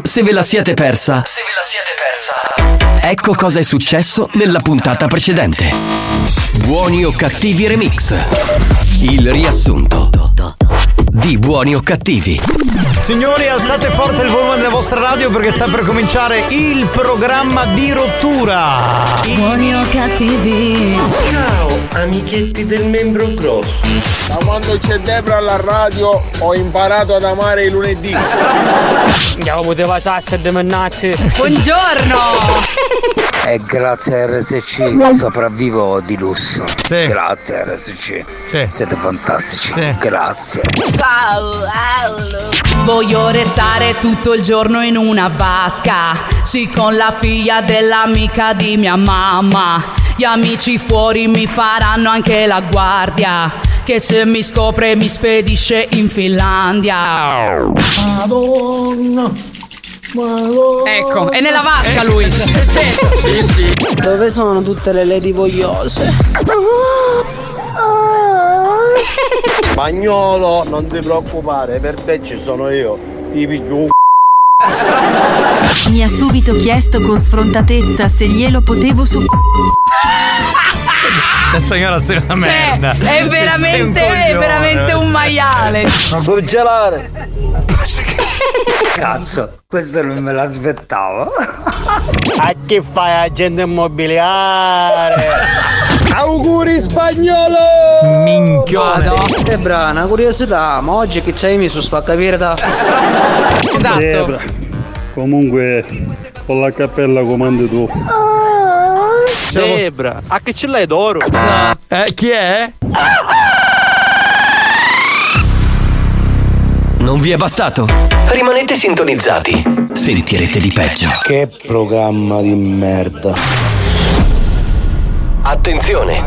se ve la siete persa, ecco cosa è successo nella puntata precedente. Buoni o cattivi remix. Il riassunto di Buoni o cattivi. Signori, alzate forte il volume della vostra radio perché sta per cominciare il programma di rottura. Buoni o cattivi. Ciao amichetti del membro grosso. Da quando c'è Debra alla radio ho imparato ad amare i lunedì. Andiamo, poteva sasse de mennazzi. Buongiorno. E grazie a RSC sopravvivo di lusso. Sì. Grazie RSC. Sì. Siete fantastici. Sì. Grazie. Voglio restare tutto il giorno in una vasca. Sì, con la figlia dell'amica di mia mamma. Gli amici fuori mi faranno anche la guardia, che se mi scopre mi spedisce in Finlandia. Madonna. Ecco, è nella vasca lui. Certo. Sì. Dove sono tutte le lady vogliose? Spagnolo, non ti preoccupare, per te ci sono io. Ti piglio un Mi ha subito chiesto con sfrontatezza se glielo potevo La signora sei una merda. È veramente un maiale. Non puoi gelare. Cazzo, questo non me l'aspettavo. A che fai agente immobiliare? Auguri Spagnolo! Minchione. Debra, una curiosità, ma oggi che c'hai messo sta capire da... Esatto. Debra, comunque con la cappella comandi tu. Debra, a che ce l'hai d'oro? Chi è? Non vi è bastato? Rimanete sintonizzati. Sentirete di peggio. Che programma di merda. Attenzione.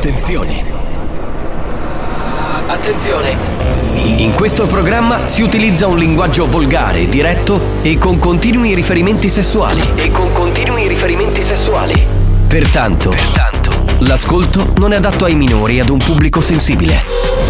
In questo programma si utilizza un linguaggio volgare, diretto e con continui riferimenti sessuali. Pertanto, l'ascolto non è adatto ai minori e ad un pubblico sensibile.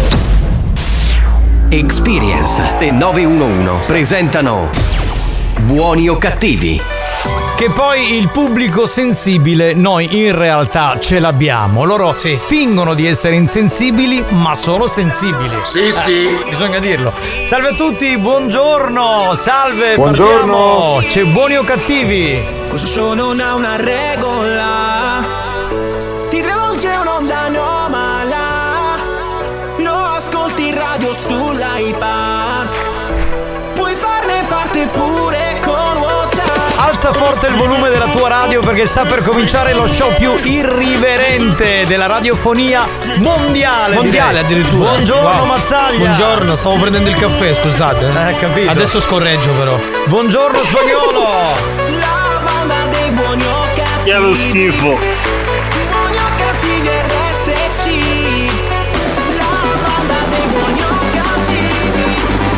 Experience e 911 presentano Buoni o cattivi. Che poi il pubblico sensibile noi in realtà ce l'abbiamo. Loro fingono di essere insensibili, ma sono sensibili. Sì. Bisogna dirlo. Salve a tutti, buongiorno. Salve, Buongiorno. partiamo. C'è Buoni o cattivi. Questo show non ha una regola, ti travolge un'onda anomala, lo ascolti in radio sull'iPad, puoi farne parte pure con WhatsApp. Alza forte il volume della tua radio perché sta per cominciare lo show più irriverente della radiofonia mondiale. Mondiale addirittura. Buongiorno Wow. Mazzaglia. Buongiorno, stavo prendendo il caffè, scusate. Capito. Adesso scorreggio però. Buongiorno Spagnolo. La banda dei buoni o cattivi. Che è lo schifo. Buoni o cattivi RSC. La banda dei buoni o cattivi.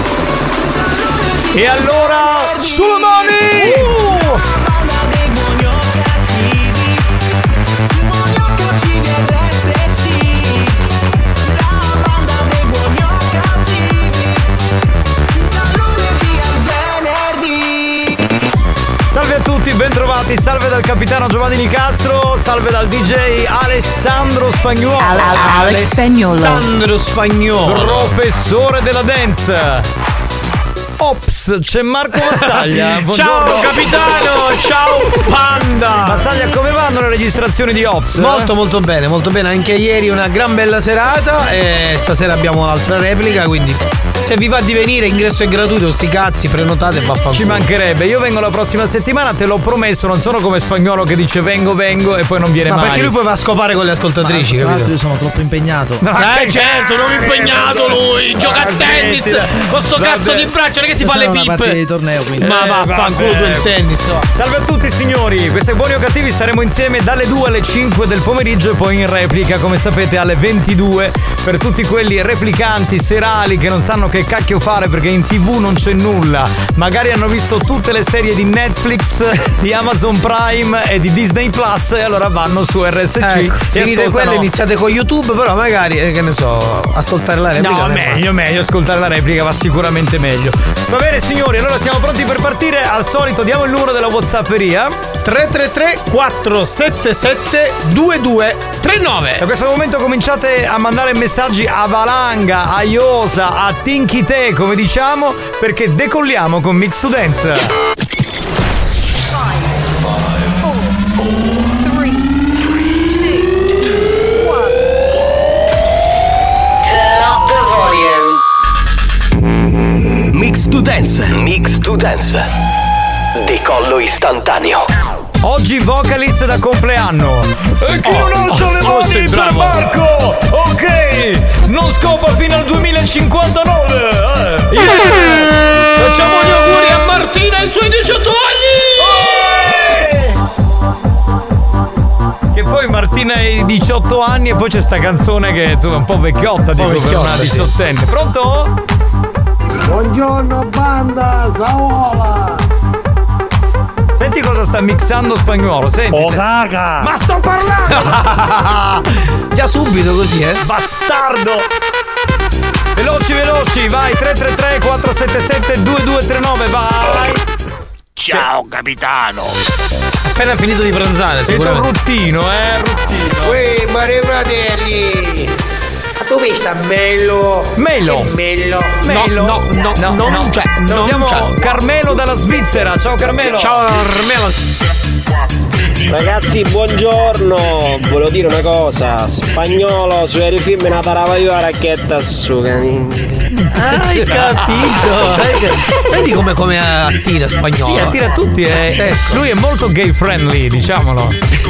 E allora sulle mani. La banda dei buoni o cattivi. Buoni o cattivi RSC. La banda dei buoni o cattivi. Da lunedì al venerdì. Salve a tutti, bentrovati, salve dal capitano Giovanni Nicastro, salve dal DJ Alessandro Spagnuolo. Alex Spagnolo. Alessandro Spagnolo, professore della dance. Ops, c'è Marco Mazzaglia. Ciao capitano, ciao panda. Mazzaglia, come vanno le registrazioni di Ops? Molto bene, anche ieri una gran bella serata e stasera abbiamo un'altra replica, quindi se vi va di venire ingresso è gratuito, sti cazzi, prenotate e vaffanculo. Ci mancherebbe, io vengo la prossima settimana, te l'ho promesso, non sono come Spagnolo che dice vengo e poi non viene mai. Ma perché lui poi va a scopare con le ascoltatrici, capito? Io sono troppo impegnato. Certo, non impegnato lui, gioca a tennis con sto cazzo di braccio, non è che si fa le una partita di pippe. torneo, quindi. Ma vaffanculo tu il tennis. Va. Salve a tutti signori, questo è Buoni o Cattivi, staremo insieme dalle 2 alle 5 del pomeriggio e poi in replica come sapete alle 22 per tutti quelli replicanti serali che non sanno che cacchio fare perché in TV non c'è nulla, magari hanno visto tutte le serie di Netflix, di Amazon Prime e di Disney Plus e allora vanno su RSC e finite quelle, iniziate con YouTube, però magari che ne so, ascoltare la replica. No, meglio ascoltare la replica, va sicuramente meglio. Va bene signori, allora siamo pronti per partire. Al solito diamo il numero della WhatsApperia 333 477 2239. Da questo momento cominciate a mandare messaggi a valanga, a iosa, a tinchite, come diciamo, perché decolliamo con Mix to Dance. Mix to Dance. Mix to Dance. Decollo istantaneo. Oggi vocalist da compleanno. E chi non alza le mani per Marco? Ok, non scopa fino al 2059. Facciamo gli auguri a Martina ai suoi 18 anni. Che poi Martina ha i 18 anni e poi c'è sta canzone che insomma è un po' vecchiotta, dico, per una 18enne. Pronto? Buongiorno banda, Saola. Senti cosa sta mixando Spagnuolo, senti. Oh raga! Ma sto parlando! Già subito così, Bastardo! Veloci, vai, 333 477 2239, vai! Ciao capitano! Appena finito di pranzare, sicuramente. Ruttino, ruttino. Uè, Mario Fratelli! Ma tu sta Melo? Melo? No, non c'è. Salutiamo Carmelo dalla Svizzera. Ciao Carmelo. Ciao Carmelo. Ragazzi, buongiorno. Volevo dire una cosa. Spagnolo su Aereo Film è una paravaio a racchetta su Hai capito? Vedi come attira Spagnolo? Sì, attira tutti. Lui è molto gay friendly, diciamolo.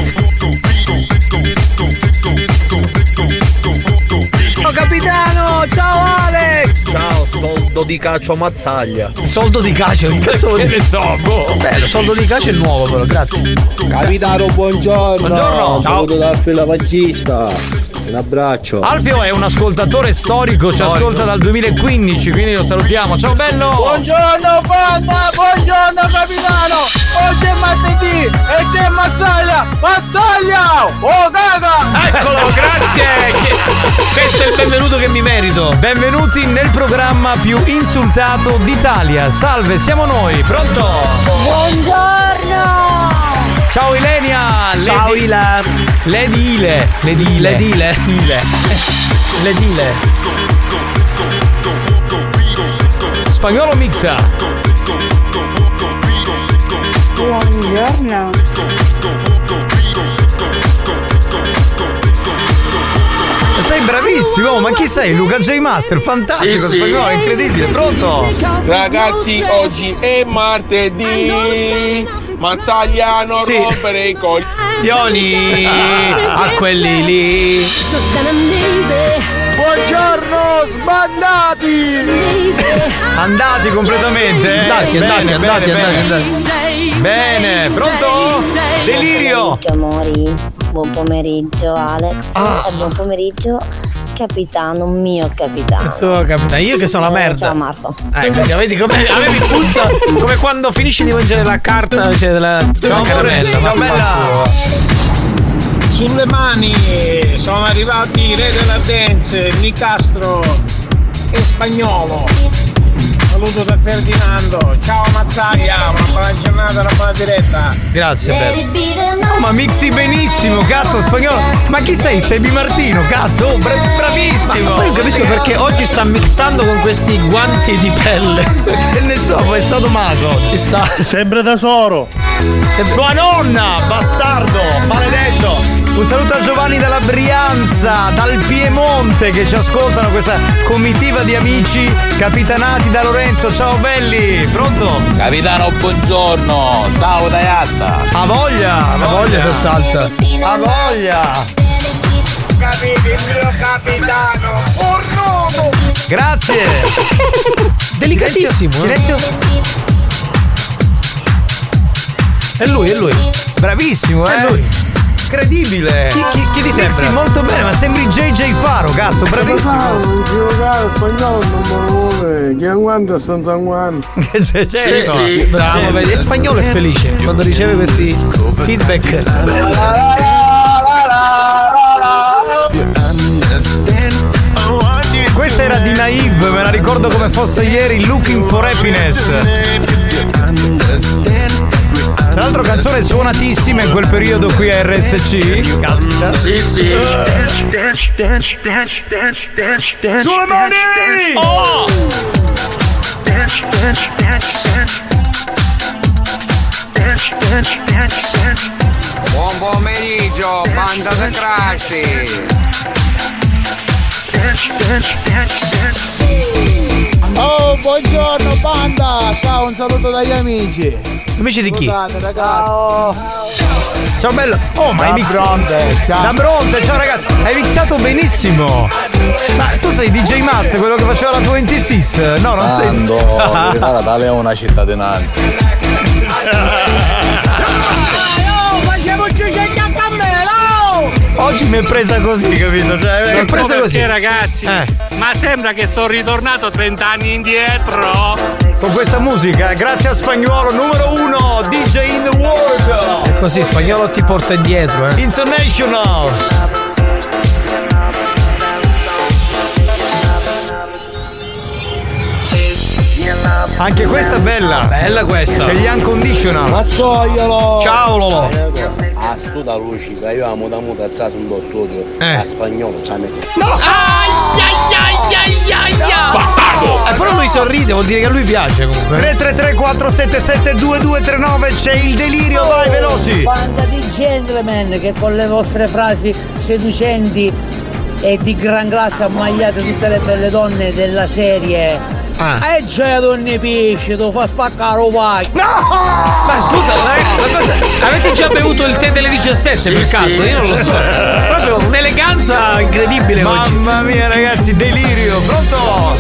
Ciao capitano, ciao Alex! Ciao, soldo di cacio mazzaglia. Soldo di cacio, che cazzo vuol dire? Bello, soldo di cacio è nuovo però, grazie. Capitano, buongiorno. Buongiorno. Ciao. Saluto da Alfio Lavagista. Un abbraccio. Alfio è un ascoltatore storico, ci ascolta dal 2015, quindi lo salutiamo. Ciao bello! Buongiorno banda, buongiorno capitano! Oggi è martedì e c'è Mazzaglia! Mazzaglia! Oh caga! Eccolo, grazie! Questo è il benvenuto che mi merito. Benvenuti nel programma più insultato d'Italia. Salve, siamo noi, pronto? Buongiorno! Ciao Ilenia! Ciao Ila! Lady Ile! Spagnolo mixa! Buongiorno! Sei bravissimo, ma chi sei? Luca J Master, fantastico, Sì. Spagnolo, incredibile, pronto? Ragazzi, oggi è martedì. Mazzaglia non rompere i coglioni a quelli lì. Buongiorno, sbandati! Andati completamente, Andati. Bene, pronto? Delirio! Amori, buon pomeriggio Alex e buon pomeriggio capitano, mio capitano. Io che sono la merda. Ciao Marco. Vedi come avevi il punto, come quando finisci di mangiare la carta della caramella. Ciao bella! Sulle mani sono arrivati i re della dance, Nicastro e Spagnolo. Saluto da Ferdinando. Ciao Mazzaglia, una buona giornata, una buona diretta. Grazie, bello. Oh, ma mixi benissimo, cazzo, Spagnolo. Ma chi sei? Sei Bi Martino, cazzo, oh, bravissimo. Ma poi non capisco perché oggi sta mixando con questi guanti di pelle. Che ne so, è stato maso. Ci sta. Sempre tesoro. Tua nonna, bastardo, maledetto. Un saluto a Giovanni dalla Brianza, dal Piemonte, che ci ascoltano, questa comitiva di amici capitanati da Lorenzo. Ciao belli, pronto? Capitano, buongiorno. Ciao Dayatta. A voglia se salta. A voglia. Capite il mio capitano! Ornono! Grazie. Delicatissimo. Silenzio. È lui. Bravissimo, È lui. Incredibile. Chi ti sembra? Sì, molto bene, ma sembri JJ Faro, cazzo, bravissimo. Non ci giocare spagnolo non vuole. Chi aguanta senza guanti. Sì. Bravo, vedi, il spagnolo è felice quando riceve questi feedback. Questa era di Naive, me la ricordo come fosse ieri, Looking for Happiness. Tra l'altro canzone suonatissima in quel periodo qui a RSC. Caspita. Sì. Sulle mani! Oh! Buon pomeriggio, banda de crasti. Oh, buongiorno banda! Ciao, un saluto dagli amici. Amici di chi? Scusate, ragazzi. Ciao bello. Oh, ma hai mixato. Da Bronte, ciao ragazzi. Hai mixato benissimo. Ma tu sei DJ Mass, quello che faceva la 26? No, non sei. No, tale è una cittadinanza. Oggi mi è presa così, capito? Cioè, mi è presa così, ragazzi. Ma sembra che sono ritornato 30 anni indietro. Con questa musica, grazie a Spagnuolo, numero 1 DJ in the world. È così, Spagnuolo ti porta indietro, International. Anche questa è bella. Bella questa. E gli Unconditional. Mazzoiolo. Ciao Lolo. A stu da luci, che io amo da mutazzato un po' studio. A spagnolo, c'ha me. No! Bastardo! Però lui sorride, vuol dire che a lui piace comunque. 333 477 2239, c'è il delirio, vai veloci! Banda di gentleman che con le vostre frasi seducenti e di gran classe ammagliate tutte le belle donne della serie. E c'è donne pesce, tu fa spaccare un pacchio. No! Ma scusa, avete già bevuto il tè delle 17 per caso? Io non lo so. Proprio un'eleganza incredibile oggi. Mamma mia ragazzi, delirio, pronto?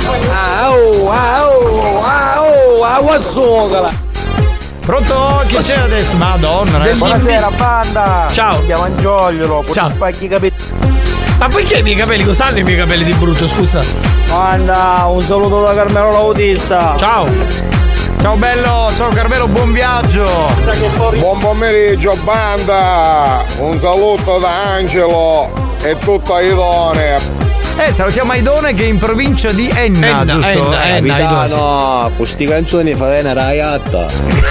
Pronto? Chi c'è adesso? Madonna, ragazzi. Buonasera banda. Ciao. Mi chiamo Angiogliolo, ciao. Spacchi i capelli. Ma perché i miei capelli? Cosa hanno i miei capelli di brutto, scusa? Banda, un saluto da Carmelo l'autista. Ciao. Ciao bello, ciao Carmelo, buon viaggio. Buon pomeriggio banda. Un saluto da Angelo e tutta Idone. Salutiamo Aidone che è in provincia di Enna, giusto? No, questi canzoni fa bene la Iatta.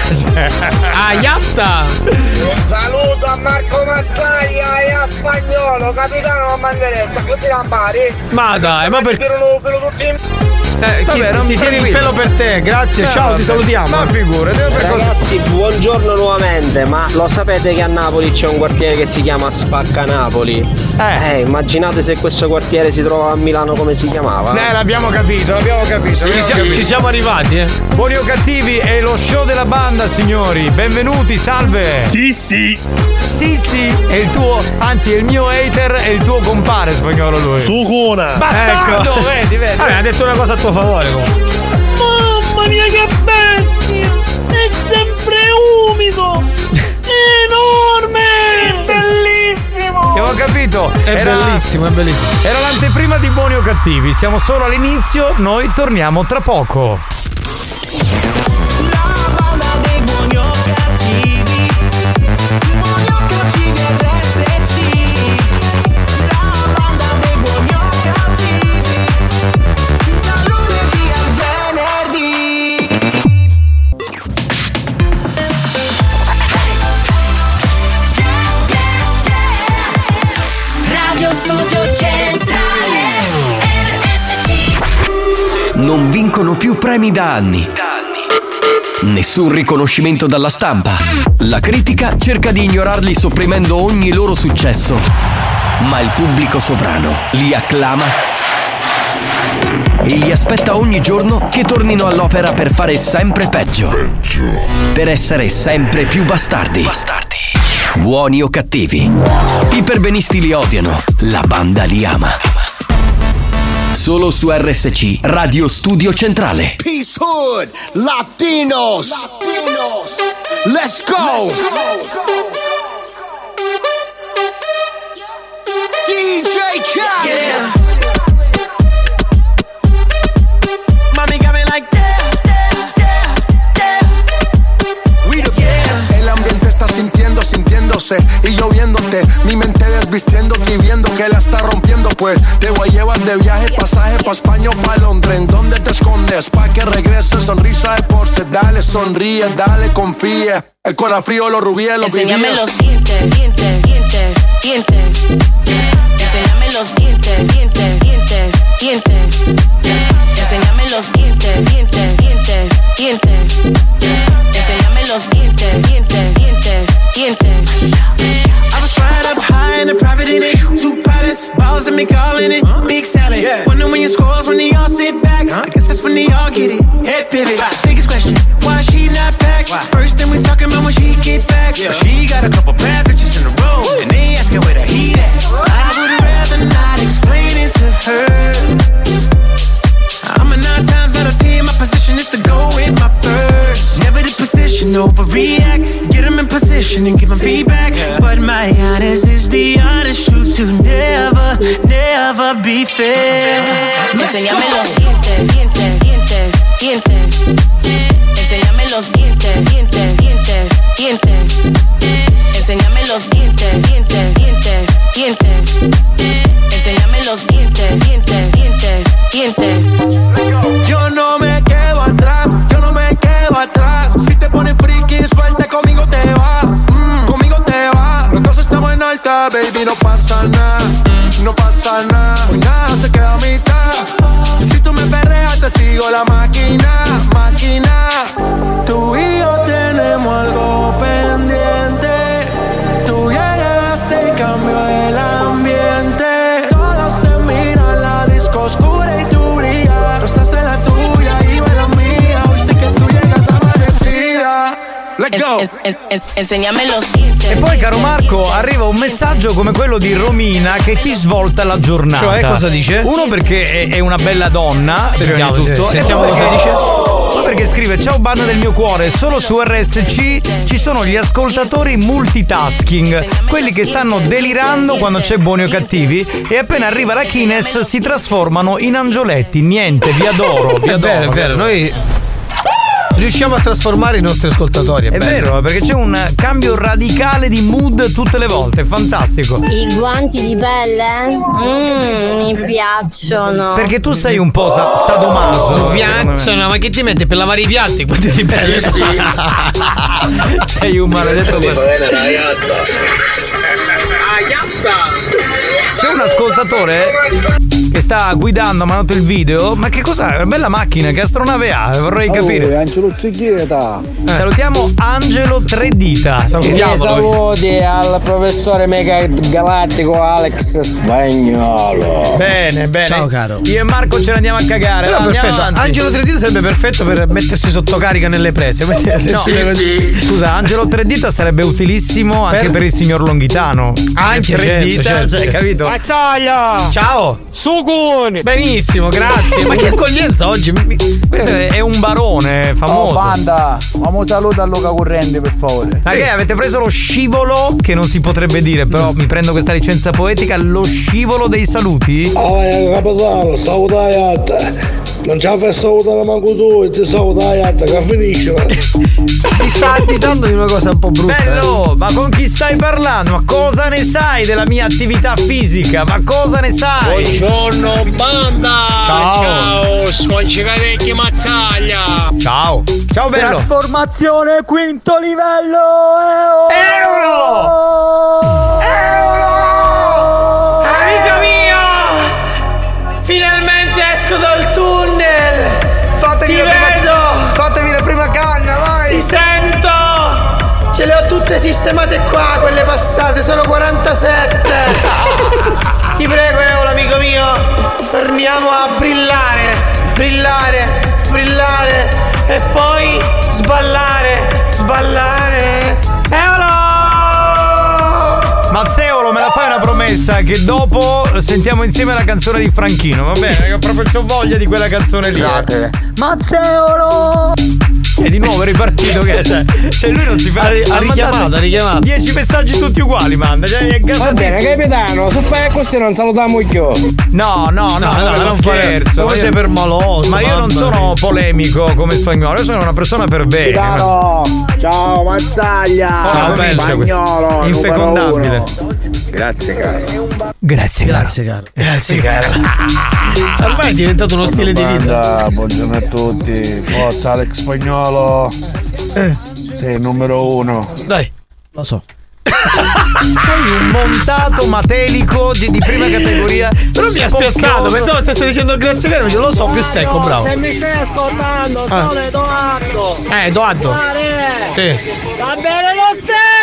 Iatta! Un saluto a Marco Mazzaglia e a Spagnolo, capitano non mi interessa, così campari. Ma dai, ma perché? Vabbè, non ti tieni il pelo per te, grazie, ciao, ti salutiamo. Ma figurati, ragazzi, buongiorno nuovamente, ma lo sapete che a Napoli c'è un quartiere che si chiama Spacca Napoli? Immaginate se questo quartiere si trova a Milano, come si chiamava? L'abbiamo capito. Ci siamo arrivati, Buoni o cattivi, è lo show della banda, signori. Benvenuti, salve. Sì. È il tuo, anzi è il mio hater e il tuo compare Spagnolo lui. Sucuna. Bastardo, vedi. Vabbè, ha detto una cosa a tuo favore comunque. Mamma mia che bestia! È sempre umido! Enorme! Bellissimo! Abbiamo capito! È bellissimo. Era l'anteprima di Buoni o Cattivi, siamo solo all'inizio, noi torniamo tra poco. Studio Centrale RSC. Non vincono più premi da anni. Nessun riconoscimento dalla stampa. La critica cerca di ignorarli sopprimendo ogni loro successo. Ma il pubblico sovrano li acclama e li aspetta ogni giorno che tornino all'opera per fare sempre peggio. Per essere sempre più bastardi. Buoni o cattivi, i perbenisti li odiano, la banda li ama. Solo su RSC, Radio Studio Centrale. Peace Hood, Latinos. Let's go. DJ Khaled. Yeah. Mommy got me like El ambiente está sintiéndose y yo viéndote, mi mente desvistiéndote y viendo que la está rompiendo pues te voy a llevar de viaje, pasaje pa' España o pa' Londres. ¿En dónde te escondes? Pa' que regrese, sonrisa de porce. Dale, sonríe, dale, confía. El corazón frío, los rubíes, los vivíes. Enséñame los dientes, dientes, dientes, dientes. Enséñame los dientes, dientes, dientes, dientes. Enséñame los dientes, dientes, dientes, dientes. Enséñame los dientes, dientes, dientes, dientes. I was flying up high in a private in it. 2 pilots, balls and me calling it big salad. Wonder when your scores when they all sit back. I guess that's when they all get it. Head pivot. Biggest question, why she not back? First thing we talking about when she get back. But she got a couple bad bitches in a row, and they asking where the heat at. I would rather not explain it to her. I'm a 9 times out of 10, my position is to go with my first. Never the position, overreact. Get them in position and give them feedback. But my honest is the honest truth to never, never be fair. Enséñame los dientes, dientes, dientes, dientes. Enséñame los dientes, dientes, dientes, dientes. Enséñame los dientes, dientes, dientes, dientes. Enséñame los dientes, dientes, dientes, dientes. Yo no me quedo atrás, yo no me quedo atrás. Si te pones friki, suelta, conmigo te vas, conmigo te vas. Los dos estamos en alta, baby, no pasa nada, no pasa nada. Hoy nada se queda a mitad. Si tú me perreas, te sigo la máquina, máquina. Tú y yo tenemos algo pendiente. Tú llegaste y cambió el ambiente. Todos te miran, la disco oscura y tú brillas. Tú estás en la tuya y yo en la mía. Hoy sí que tú llegas amanecida. Let's go. Enséñame los dientes. E poi, caro Marco, arriva un messaggio come quello di Romina che ti svolta la giornata. Cioè, cosa dice? Uno perché è una bella donna, Sentiamo, prima di tutto. sentiamo cosa dice. Uno perché scrive: ciao banda del mio cuore, solo su RSC ci sono gli ascoltatori multitasking, quelli che stanno delirando quando c'è Buoni o Cattivi e appena arriva la Kines si trasformano in angioletti. Niente, vi adoro, vi adoro. È vero, noi riusciamo a trasformare i nostri ascoltatori. È vero, perché c'è un cambio radicale di mood tutte le volte, è fantastico. I guanti di pelle? Mi piacciono. Perché tu sei un po' sadomaso. Mi piacciono, ma che ti metti per lavare i piatti? I guanti di pelle? Sì. Sei un maledetto. C'è un ascoltatore che sta guidando, mi ha mandato il video. Ma che cos'è? Una bella macchina, che astronave ha? Vorrei capire. Angelo Cicchieta. Salutiamo Angelo Tredita. Salutiamolo. Saluti al professore Mega Galattico Alex Spagnolo. Bene, bene. Ciao caro. Io e Marco ce ne andiamo a cagare. Però perfetto. Angelo Tredita sarebbe perfetto per mettersi sotto carica nelle prese. No, sì. Scusa, Angelo Tredita sarebbe utilissimo anche per il signor Longhitano. Anche Tredita, certo. cioè, capito? Mazzaglia! Ciao! Suguni! Benissimo, grazie. Ma che accoglienza oggi? Questo è un barone famoso. Oh, banda, un saluto a Luca Corrente, per favore. Ma che avete preso lo scivolo, che non si potrebbe dire, però mi prendo questa licenza poetica, lo scivolo dei saluti? Capitano, salutai. Non ce la fai salutare manco tu e ti salutai che finisce. Mi sta additando di una cosa un po' brutta. Bello, ma con chi stai parlando? Ma cosa ne sai della mia attività fisica? Ma cosa ne sai? Buongiorno banda! Ciao! Ciao, sconcicavecchi Mazzaglia! Ciao! Ciao bello! Trasformazione quinto livello! Euro! Amica mia! Finalmente esco dal tunnel! Fatevi la prima canna, vai! Ti sento! Ce le ho tutte sistemate qua, quelle passate, sono 47! Ti prego, amico mio, torniamo a brillare, brillare, brillare e poi sballare, sballare. Eolo! Mazzeolo, me la fai una promessa che dopo sentiamo insieme la canzone di Franchino, va bene? Che proprio c'ho voglia di quella canzone lì. Mazzeolo! E di nuovo è ripartito che se lui non si fa. Ha richiamato. 10 messaggi tutti uguali, manda. Cioè, Va bene, capitano, se fai così non salutiamo io. No, non scherzo. Come sei permaloso. Ma io non sono polemico come Spagnolo, io sono una persona per bene. Ciao Mazzaglia. Ciao, Spagnolo, infecondabile. Grazie caro. Grazie caro. Grazie caro. Ormai è diventato uno stile di vita. Buongiorno a tutti. Forza Alex Spagnolo. Sei il numero 1. Dai. Lo so. Sei un montato matelico di prima categoria. Però mi ha spiazzato, pensavo stesse dicendo grazie caro, non lo so, più secco, bravo. Se mi stai ascoltando, sono Edoardo. Edoardo. Sì. Va bene lo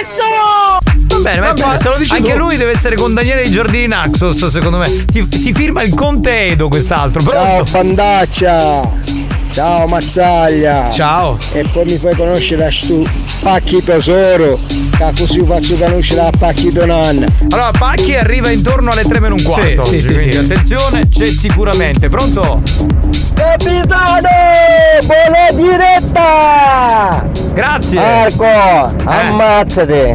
stesso! Va bene, ma se lo dici anche tu. lui deve essere con Daniele Di Giardini Naxos, secondo me. Si firma il Conte Edo quest'altro. Ciao Fandaccia. Ciao Mazzaglia. Ciao. E poi mi fai conoscere a stu Pacchi Tesoro, che così faccio conoscere a Pacchi Donanna. Allora Pacchi arriva intorno alle 3:15. Sì, quindi attenzione, c'è sicuramente. Pronto? Capitano! Buona diretta! Grazie! Marco, ammazzate!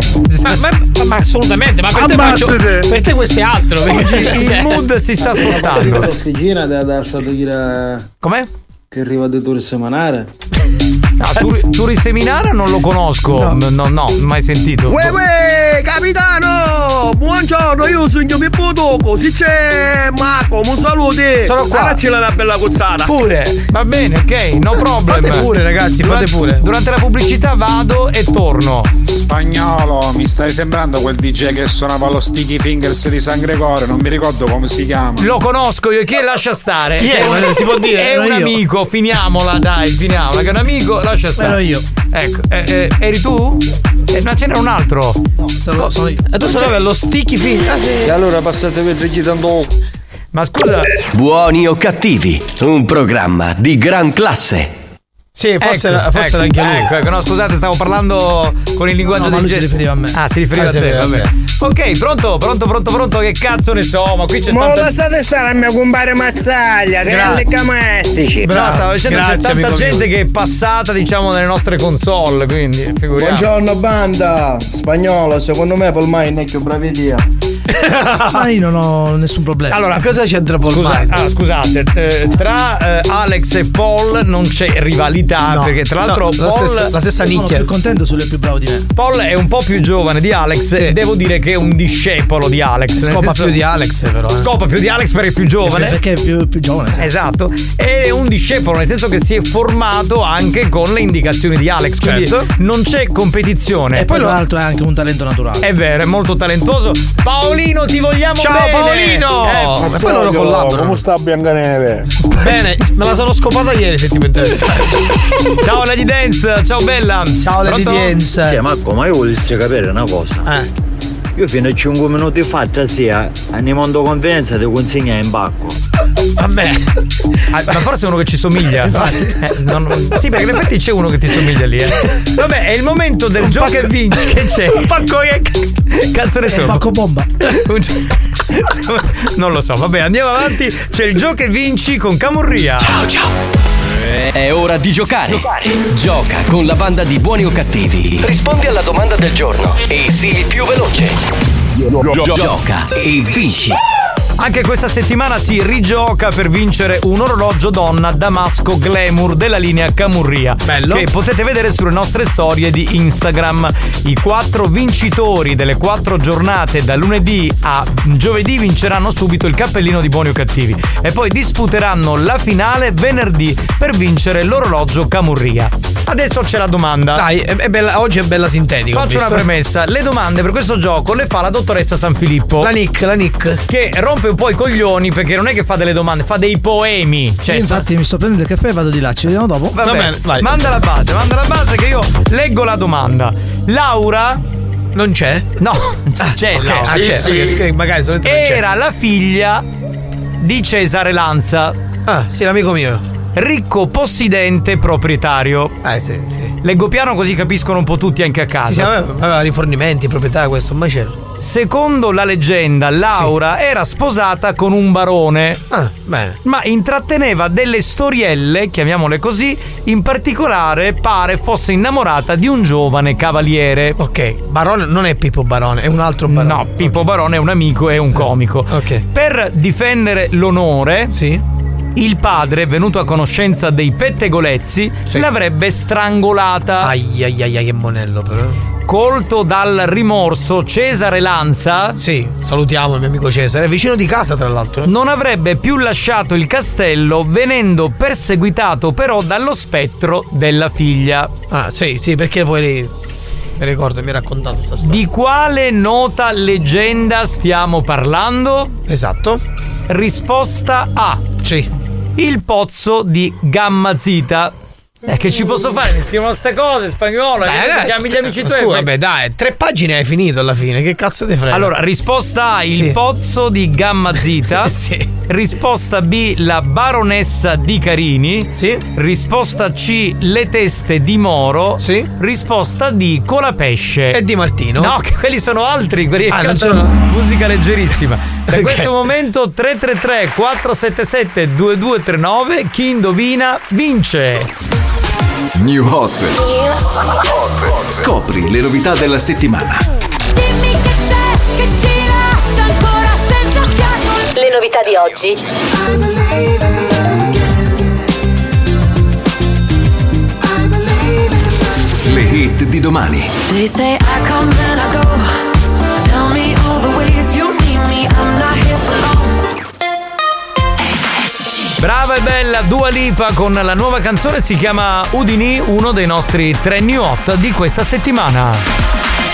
Ma assolutamente, ma per te faccio. Per te questo è altro. Oggi il mood si sta spostando. L'officina da dire. Com'è? Che arriva di Torre Seminare. No, Turi Seminara non lo conosco, no, mai sentito. Uè, capitano! Buongiorno, io sono Pippo Tocco, se c'è Marco, un saluto. Sono qua. Facci una bella cozzata. Pure, va bene, ok, no problem. Fate pure ragazzi, fate pure. Durante la pubblicità vado e torno. Spagnolo, mi stai sembrando quel DJ che suonava lo Sticky Fingers di San Gregorio, non mi ricordo come si chiama. Lo conosco io, chi è? Lascia stare. Chi è? Si può dire? È un amico, finiamola, dai, finiamola. Che è un amico, lascia stare. Ero io. Ecco, eri tu? Ma ce n'era un altro. No, sono io. E tu suonavi allo Sticky Fingers? E allora passate per chiedendo. Ma scusa. Buoni o cattivi, un programma di gran classe. Sì, forse era anche lui. Ecco, no, scusate, stavo parlando con il linguaggio del si riferiva a me. Ah, si riferiva a te, vabbè. Ok, pronto, che cazzo ne so, ma qui c'è Ma tanta... lasciate stare a mio compare Mazzaglia, grande camestici. No, stavo dicendo c'è tanta gente che è passata, diciamo, nelle nostre console, quindi figuriamo. Buongiorno banda, Spagnolo, secondo me Polmai non è più bravidia. Ma io non ho nessun problema. Allora, cosa c'entra Polmai? Scusate, tra Alex e Paul non c'è rivalità, perché tra l'altro Paul la stessa nicchia. Sono più contento se lui è più bravo di me. Paul è un po' più giovane di Alex, Sì. devo dire che è un discepolo di Alex. Scopa più di Alex, però. Scopa più di Alex perché è più giovane. Perché è più giovane. Sì. Esatto. È un discepolo, nel senso che si è formato anche con le indicazioni di Alex. Quindi non c'è competizione. E poi tra l'altro è anche un talento naturale. È vero, è molto talentuoso. Paolino, ti vogliamo Ciao bene. Paolino! E poi loro collaborano. Come sta Biancaneve? Bene, me la sono scopata ieri se ti può interessare. Ciao Lady Dance, ciao bella. Ciao Lady Dance. Cioè, Marco, ma io volessi capire una cosa. Io fino a 5 minuti fa sia a mondo conferenza ti consegna in bacco. Vabbè. Ma forse è uno che ci somiglia. Sì, perché in effetti c'è uno che ti somiglia lì. Vabbè, è il momento del gioco che vinci. Che c'è? Un pacco che cazzo ne sono? Un pacco bomba. Non lo so, vabbè, andiamo avanti. C'è il gioco che vinci con Camurria. Ciao. È ora di giocare. Gioca con la banda di Buoni o Cattivi. Rispondi alla domanda del giorno e sii il più veloce. Gioca e vinci. Anche questa settimana si rigioca per vincere un orologio donna Damasco Glamour della linea Camurria. Bello. Che potete vedere sulle nostre storie di Instagram. I 4 vincitori delle 4 giornate da lunedì a giovedì vinceranno subito il cappellino di Buoni o Cattivi e poi disputeranno la finale venerdì per vincere l'orologio Camurria. Adesso c'è la domanda. Dai, è bella, oggi è bella sintetica. Faccio una premessa. Le domande per questo gioco le fa la dottoressa Sanfilippo. La Nick. Che rompe un po' i coglioni perché non è che fa delle domande, fa dei poemi. Cioè, io infatti mi sto prendendo il caffè e vado di là, ci vediamo dopo. Va bene, vai. Manda la base che io leggo la domanda. Laura non c'è? No, c'è. Okay. Laura. C'è. Sì. Magari era la figlia di Cesare Lanza. Ah, sì, l'amico mio. Ricco possidente proprietario. Sì. Leggo piano così capiscono un po' tutti anche a casa. Sì, aveva rifornimenti, proprietà, questo un macello. Secondo la leggenda, Laura era sposata con un barone. Bene. Ma intratteneva delle storielle, chiamiamole così, in particolare pare fosse innamorata di un giovane cavaliere. Ok, Barone non è Pippo Barone, è un altro Barone. No, Pippo Barone è un amico e un comico. Ok. Per difendere l'onore, il padre, venuto a conoscenza dei pettegolezzi, l'avrebbe strangolata. Ai, che monello però. colto dal rimorso, Cesare Lanza. Sì, salutiamo il mio amico Cesare, è vicino di casa tra l'altro. Non avrebbe più lasciato il castello, venendo perseguitato però dallo spettro della figlia. Ah, sì, perché poi mi ricordo, mi ha raccontato questa storia. Di quale nota leggenda stiamo parlando? Esatto. Risposta A. Sì. Il pozzo di Gamma Zita. Che ci posso fare? Mi scrivono ste cose, spagnolo. Chiami gli amici tuoi. Vabbè, dai, 3 pagine hai finito alla fine. Che cazzo ti frega? Allora, risposta A, il pozzo di Gamma Zita. Sì. Risposta B, la baronessa di Carini. Sì. Risposta C, le teste di Moro. Sì. Risposta D, Colapesce. E Di Martino. No, che quelli sono altri, quelli che cantano musica leggerissima. Da questo momento 333 477 2239, chi indovina vince. New Hot. Scopri le novità della settimana. Dimmi che c'è, che ci lascia ancora senza fiato. Le novità di oggi. Le hit di domani. They say I come and I go. Tell me all the ways you need me. I'm not here for long. Brava e bella Dua Lipa con la nuova canzone, si chiama Udini, uno dei nostri 3 new hot di questa settimana.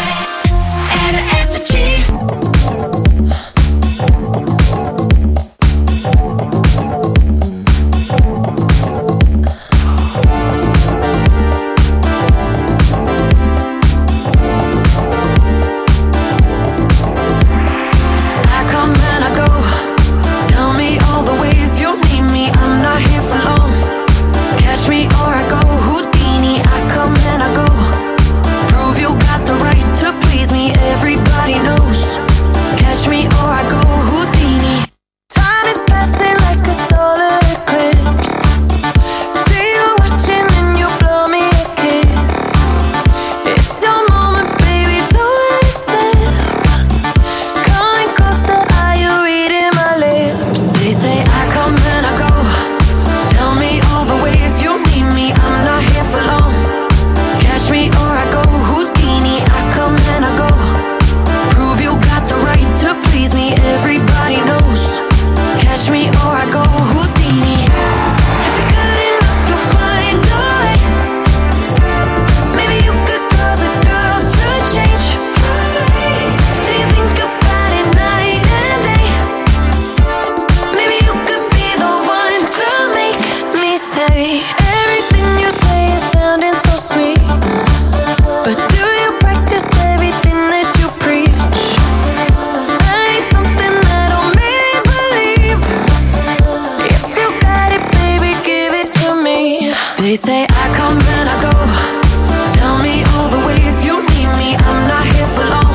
They say I come and I go. Tell me all the ways you need me. I'm not here for long.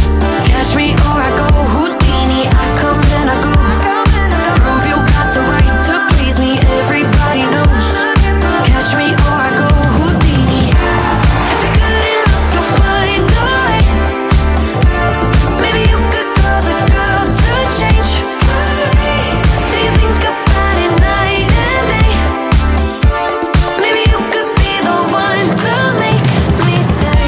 Catch me or I go Houdini. I come and I go. Prove you got the right to please me. Everybody knows. Catch me or I go Houdini. If you're good enough, you'll find a way. Maybe you could cause a girl to change. Do you think about it night and day? Maybe you could be the one to make me stay.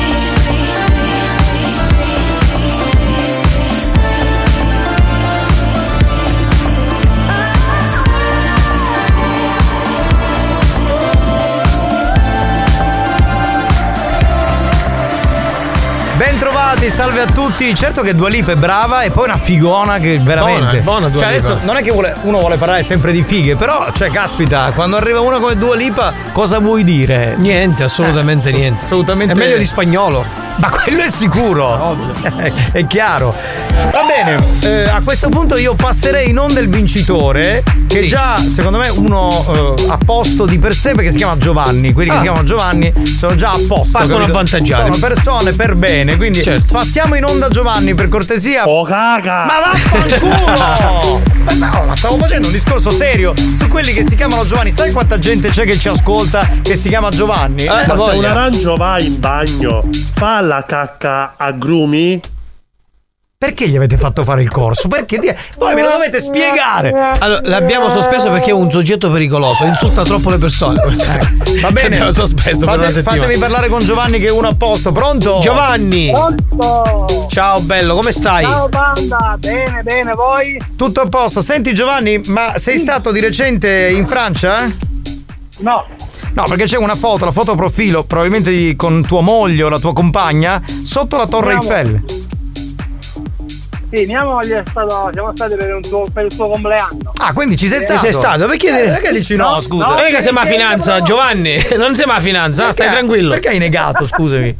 Bentrovati, salve a tutti. Certo che Dua Lipa è brava e poi una figona che veramente buona Dua cioè Lipa. adesso non è che uno vuole parlare sempre di fighe, però cioè caspita, quando arriva una come Dua Lipa cosa vuoi dire? Niente, assolutamente niente. Assolutamente. È meglio di Spagnolo. Ma quello è sicuro. Ovvio. È chiaro. Va bene, a questo punto io passerei in onda il vincitore, che Sì. già secondo me uno a posto di per sé, perché si chiama Giovanni. Quelli che si chiamano Giovanni sono già a posto. Partono capito? avvantaggiati. Sono persone per bene, quindi passiamo in onda Giovanni per cortesia. Oh caga! Ma vaffanculo! Ma stavo facendo un discorso serio su quelli che si chiamano Giovanni. Sai quanta gente c'è che ci ascolta che si chiama Giovanni? Un arancio va in bagno, fa la cacca a grumi. Perché gli avete fatto fare il corso? Perché? Voi me lo dovete spiegare. Allora, l'abbiamo sospeso perché è un soggetto pericoloso, insulta troppo le persone. Va bene, l'ho sospeso per una settimana. Fatemi parlare con Giovanni che è uno a posto. Pronto? Giovanni. Pronto. Ciao bello, come stai? Ciao banda, bene, voi? Tutto a posto. Senti Giovanni, ma sei stato di recente in Francia? No. No, perché c'è una foto, la foto profilo, probabilmente con tua moglie o la tua compagna, sotto la Torre Eiffel. Sì, mia moglie siamo stati per il suo compleanno. Ah, quindi ci sei stato? Sei stato? Perché dici no, scusa? Non è che sei ma finanza, Giovanni. Non sei ma finanza, stai tranquillo. Perché hai negato, scusami?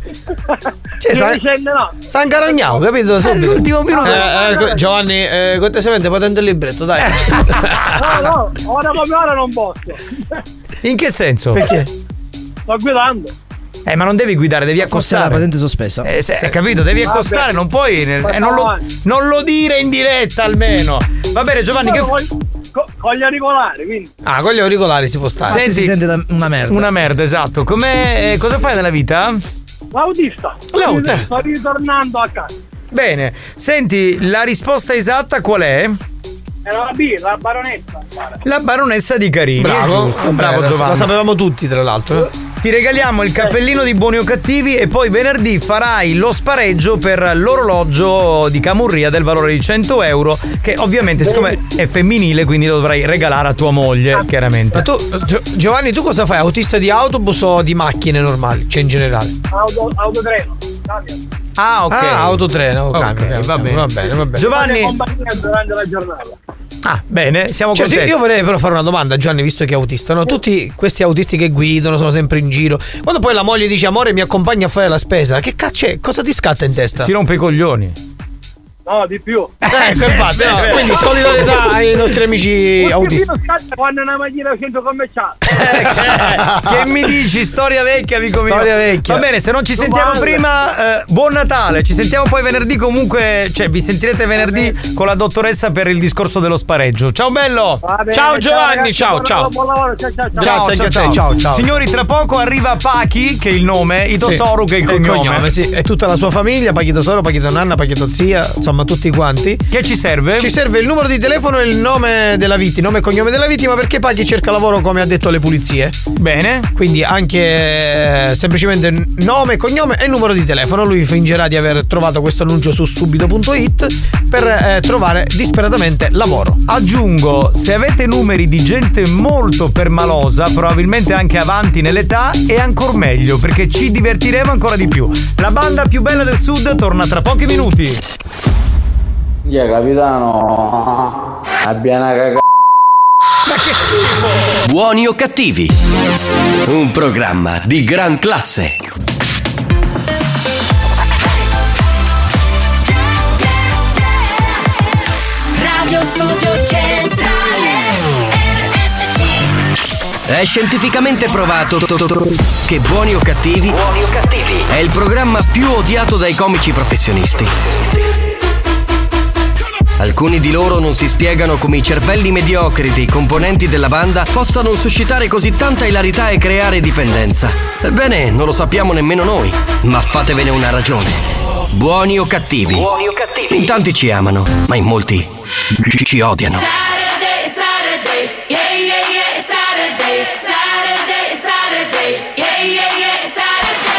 Sta incaragnato, capito? All'ultimo minuto. Giovanni, cortesemente patente il libretto, dai. No, ora come ora non posso. In che senso? Perché? Sto guidando. Ma non devi guidare, devi accostare. La patente sospesa. Hai capito? Devi accostare, non puoi. Non lo dire in diretta almeno. Va bene, Giovanni. Con gli auricolari, quindi. Ah, con gli auricolari si può stare. Senti, si sente una merda. Una merda, esatto. Cosa fai nella vita? L'autista. Sto ritornando a casa. Bene, senti, la risposta esatta qual è? Era la baronessa. La baronessa di Carini. Bravo, giusto. Bravo Giovanni. Lo sapevamo tutti, tra l'altro. Ti regaliamo il cappellino di Buoni o Cattivi e poi venerdì farai lo spareggio per l'orologio di Camurria del valore di 100 euro, che ovviamente siccome è femminile quindi lo dovrai regalare a tua moglie, chiaramente. Ma tu, Giovanni, tu cosa fai? Autista di autobus o di macchine normali? Cioè in generale? Autotreno. Ah, ok. Autotreno, okay, va bene. Giovanni, compagnia durante la giornata. Ah, bene, siamo contenti. Io vorrei però fare una domanda, Gianni, visto che è autista, no? Tutti questi autisti che guidano, sono sempre in giro. Quando poi la moglie dice amore mi accompagna a fare la spesa, che cazzo è? Cosa ti scatta in testa? Si rompe i coglioni. No, di più. Infatti, no. Quindi solidarietà ai nostri amici autisti. Quando una macchina al centro commerciale. Che mi dici? Storia vecchia, amico mio. Storia vecchia. Va bene, se non ci sentiamo prima, buon Natale. Ci sentiamo poi venerdì comunque. Cioè, vi sentirete venerdì con la dottoressa per il discorso dello spareggio. Ciao bello. Ciao Giovanni, ciao. Ciao. Ciao. Signori, tra poco arriva Pachi, che è il nome, Itosoru, che è il cognome. Sì, è tutta la sua famiglia, Pachi Tosoro, Pachi Nonna, Pachi Zia, insomma tutti quanti. Che ci serve? Ci serve il numero di telefono e il nome della vittima, nome e cognome della vittima, perché Pachi cerca lavoro, come ha detto alle pulizie. Bene. Quindi anche semplicemente nome, cognome e numero di telefono. Lui fingerà di aver trovato questo annuncio su subito.it per trovare disperatamente lavoro. Aggiungo, se avete numeri di gente molto permalosa, probabilmente anche avanti nell'età, è ancora meglio, perché ci divertiremo ancora di più. La banda più bella del sud torna tra pochi minuti. Capitano, abbia una cagata. Ma che schifo! Buoni o cattivi? Un programma di gran classe. Radio Studio Centrale RSC. È scientificamente provato che Buoni o Cattivi è il programma più odiato dai comici professionisti. Alcuni di loro non si spiegano come i cervelli mediocri dei componenti della banda possano suscitare così tanta ilarità e creare dipendenza. Ebbene, non lo sappiamo nemmeno noi, ma fatevene una ragione. Buoni o cattivi? In tanti ci amano, ma in molti ci odiano. Saturday, yeah, Saturday, yeah, Saturday.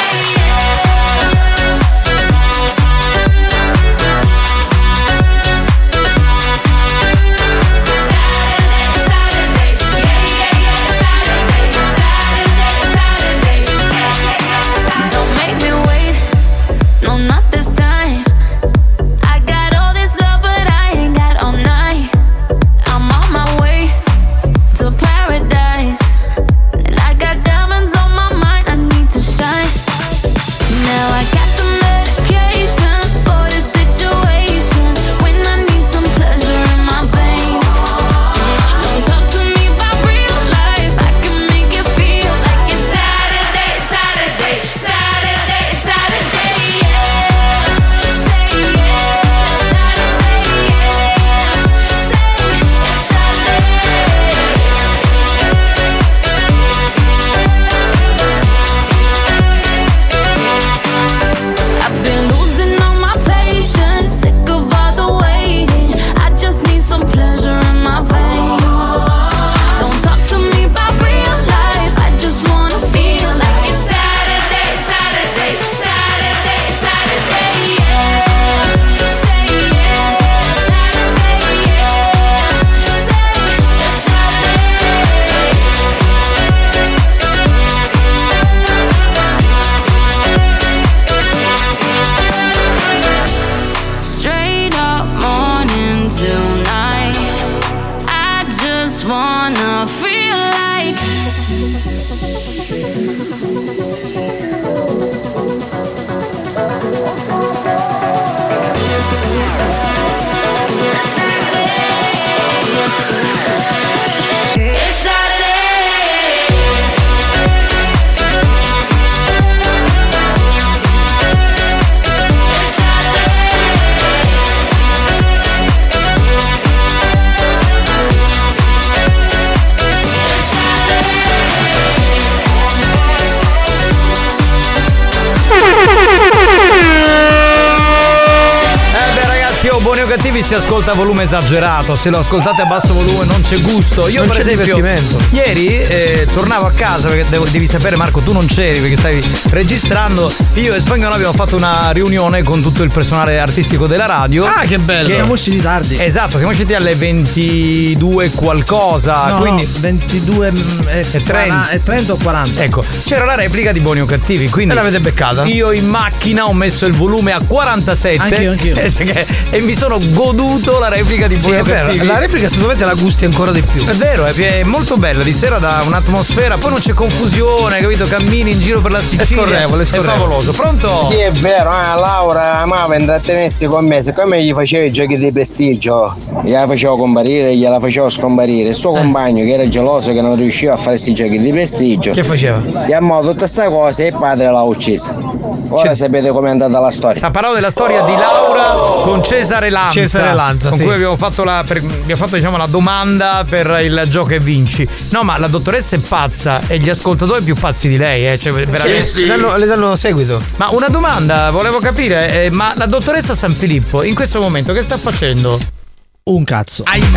Cattivi si ascolta a volume esagerato, se lo ascoltate a basso volume non c'è gusto. Io non per c'è esempio divertimento. ieri tornavo a casa perché devi sapere, Marco, tu non c'eri perché stavi registrando. Io e Spagnolo abbiamo fatto una riunione con tutto il personale artistico della radio. Ah, che bello! Siamo usciti tardi. Esatto, siamo usciti alle 22 qualcosa. No, quindi 22 e 30 o 40. Ecco, c'era la replica di Buoni o Cattivi, quindi e l'avete beccata? Io in macchina ho messo il volume a 47. Anch'io. E mi sono goduto la replica di Buoni o Cattivi. La replica assolutamente la gusti ancora di più. È vero, è molto bella, di sera dà un'atmosfera, poi non c'è confusione, capito? Cammini in giro per la Sicilia. È scorrevole. È favoloso. Pronto? Sì, è vero, Laura amava intrattenersi con me, siccome gli facevo i giochi di prestigio, gliela facevo comparire e gliela facevo scomparire. Il suo compagno, che era geloso che non riusciva a fare questi giochi di prestigio, che faceva? Gli amò tutta questa cosa e il padre l'ha uccisa. Ora sapete com'è andata la storia. Sta parlando della storia di Laura con Cesare Lanza. Con sì. cui abbiamo fatto diciamo la domanda per il gioco e vinci. No, ma la dottoressa è pazza e gli ascoltatori più pazzi di lei, cioè veramente. Sì. Le danno seguito. Ma una domanda, volevo capire, ma la dottoressa San Filippo in questo momento che sta facendo? Un cazzo. Aia.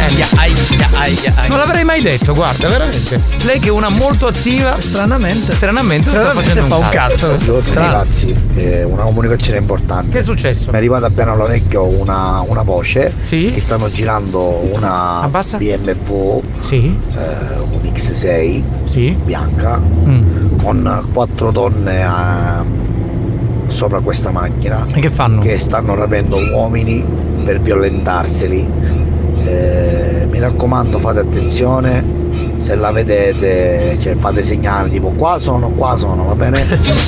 Non l'avrei mai detto, guarda, veramente. Lei che è una molto attiva. Stranamente sta facendo fa un cazzo. Ragazzi, una comunicazione importante. Che è successo? Mi è arrivata appena all'orecchio una voce. Sì. Che stanno girando una BMW. Sì. Un X6. Sì. Bianca. Con 4 donne sopra questa macchina. E che fanno? Che stanno rapendo uomini per violentarseli. Mi raccomando, fate attenzione, se la vedete, cioè fate segnali tipo qua sono, va bene?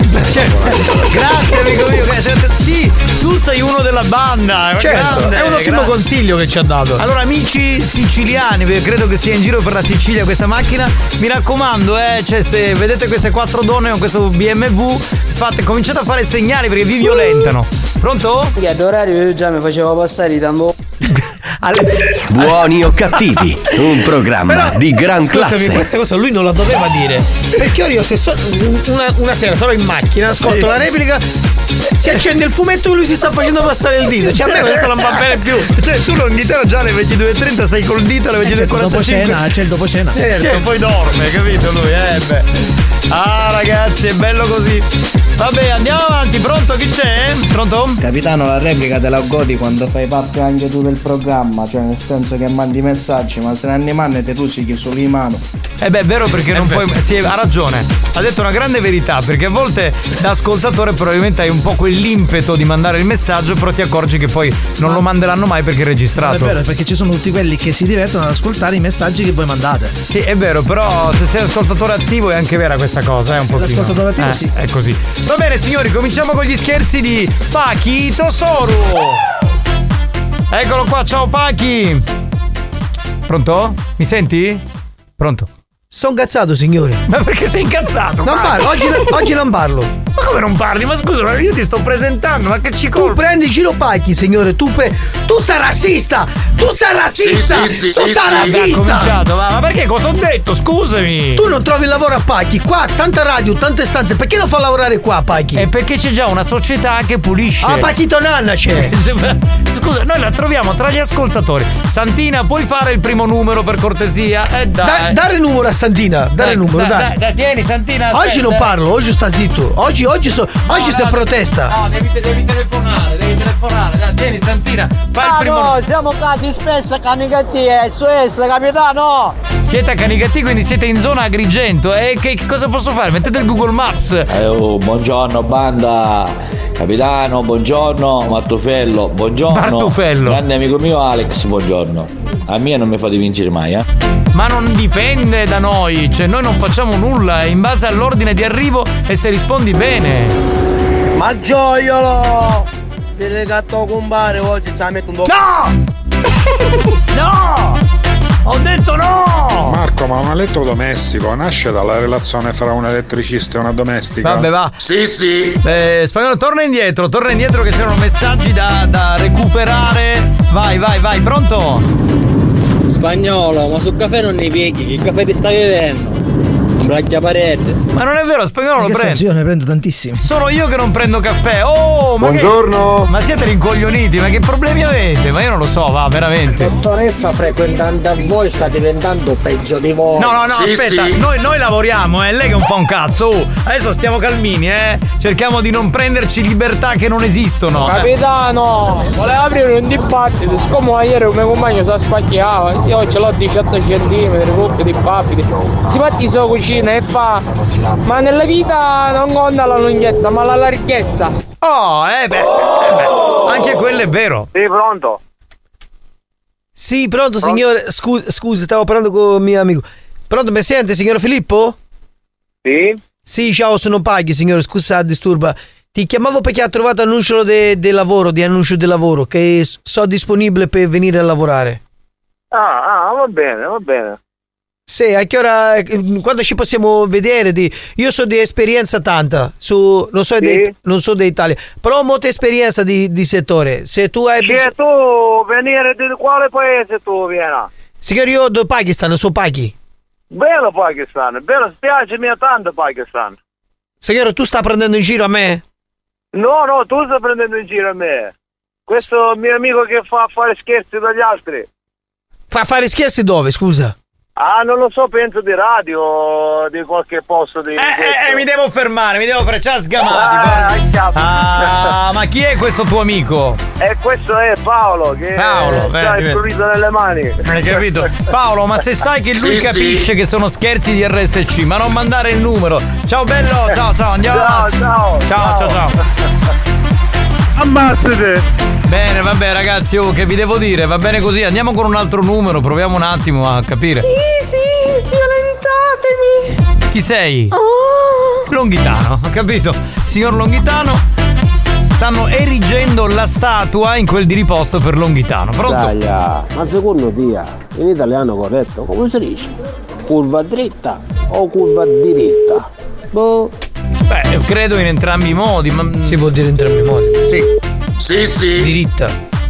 Grazie amico mio, sì, tu sei uno della banda. Certo, grande, è un ottimo consiglio che ci ha dato. Allora amici siciliani, perché credo che sia in giro per la Sicilia questa macchina, mi raccomando, cioè se vedete queste 4 donne con questo BMW, cominciate a fare segnali perché vi violentano. Pronto? Ad orario già mi facevo passare tanto. Buoni o Cattivi, un programma di gran classe. Questa cosa lui non la doveva dire, perché io se una sera sono in macchina, ascolto la replica, si accende il fumetto e lui si sta facendo passare il dito. Cioè a me questo non va bene più. Cioè tu non Inghilterra già alle 22:30 sei col dito alle 22:45. C'è il dopo cena. Certo, poi dorme, capito lui? Ragazzi, è bello così. Vabbè, andiamo avanti, pronto? Chi c'è? Pronto? Capitano, la replica te la godi quando fai parte anche tu del programma, cioè nel senso che mandi messaggi, ma se ne anni te tu si chiedi solo in mano. È vero perché non puoi. Sì, ha ragione. Ha detto una grande verità, perché a volte da ascoltatore probabilmente hai un po' quell'impeto di mandare il messaggio, però ti accorgi che poi non lo manderanno mai perché è registrato. Non è vero, perché ci sono tutti quelli che si divertono ad ascoltare i messaggi che voi mandate. Sì, è vero, però se sei ascoltatore attivo è anche vera questa cosa, è un pochino. L'ascoltatore attivo sì. È così. Va bene signori, cominciamo con gli scherzi di Paki Tosoru. Eccolo qua, ciao Paki. Pronto? Mi senti? Pronto? Sono incazzato, signore. Ma perché sei incazzato? Non parlo, oggi non parlo. Ma come non parli? Ma scusa, io ti sto presentando, ma che ci Tu prendi Giro Pacchi, signore, tu sei razzista! Tu sei razzista! Sì, ha cominciato, ma perché cosa ho detto? Scusami! Tu non trovi lavoro a Pacchi, qua tanta radio, tante stanze, perché non fa lavorare qua a Pacchi? È perché c'è già una società che pulisce. Ah, Pacchito Nanna c'è! Scusa, noi la troviamo tra gli ascoltatori. Santina, puoi fare il primo numero per cortesia? Dai. Dare il numero a Santina, dai. Dai, tieni Santina. Aspetta. Oggi non parlo, oggi sta zitto. Oggi si protesta. No, devi telefonare, dai, tieni Santina, fai il primo. No, siamo cani spesso Canicattì, SOS, capitano. Siete a Canicattì, quindi siete in zona Agrigento. E che cosa posso fare? Mettete il Google Maps. Buongiorno banda. Capitano, buongiorno. Martufello, buongiorno. Grande amico mio Alex, buongiorno. A me non mi fate vincere mai, Ma non dipende da noi, cioè noi non facciamo nulla, è in base all'ordine di arrivo e se rispondi bene. Ma gioiolo! Ti regatto compare oggi ci metto un po'. No! Ho detto no! Marco, ma un elettrodomestico nasce dalla relazione fra un elettricista e una domestica? Vabbè, va. Sì. Spagnolo, torna indietro che c'erano messaggi da recuperare. Vai, pronto? Spagnolo, ma sul caffè non ne pieghi, che caffè ti stai bevendo? la chiaparete. Ma non è vero, Spagnolo lo prende. Io ne prendo tantissimi. Sono io che non prendo caffè. Oh, ma buongiorno. Ma siete rincoglioniti? Ma che problemi avete? Ma io non lo so, va, veramente. Dottoressa, frequentando a voi sta diventando peggio di voi. No, aspetta, sì. Noi lavoriamo, lei che non fa un cazzo. Adesso stiamo calmini, cerchiamo di non prenderci libertà che non esistono. Capitano, voleva aprire un dibattito, siccome ieri un mio compagno si spacchiava, io ce l'ho 18 centimetri, coppie di papiti, si fatti sua cucina e fa, ma nella vita non conta la lunghezza, ma la larghezza. Oh, beh, anche quello è vero. Sì, pronto? Sì, pronto signore, scusi, stavo parlando con il mio amico. Pronto, mi sente, signor Filippo? Sì? Sì, ciao, sono Paghi, signore, scusa, disturba. Ti chiamavo perché ha trovato annuncio di lavoro, che sono disponibile per venire a lavorare. Ah, va bene. Sì, a che ora, quando ci possiamo vedere? Io so di esperienza tanta, non so d'Italia, però ho molta esperienza di settore. Se tu hai tu venire di quale paese tu vieni? Signore, io do Pakistan, so Paghi. Bello Pakistan, bello, spiacemi tanto Pakistan. Signore, tu stai prendendo in giro a me? No, tu stai prendendo in giro a me. Questo mio amico che fa fare scherzi dagli altri. Fa fare scherzi dove, scusa? Ah, non lo so, penso di radio, di qualche posto di... mi devo fermare, ci ha sgamati. Ma chi è questo tuo amico? Questo è Paolo, che ha il prurito nelle mani. Hai capito? Paolo, ma se sai che lui capisce che sono scherzi di RSC, ma non mandare il numero. Ciao bello, ciao, andiamo. Ciao. Ammazzate. Bene, vabbè ragazzi, che vi devo dire, va bene così, andiamo con un altro numero, proviamo un attimo a capire. Sì, violentatemi. Chi sei? Oh. Longhitano, ho capito. Signor Longhitano, stanno erigendo la statua in quel di riposto per Longhitano. Pronto? Ma secondo te, in italiano corretto, come si dice? Curva dritta o curva diritta? Boh. Beh, credo in entrambi i modi, ma... Si può dire in entrambi i modi. Sì. Diritta.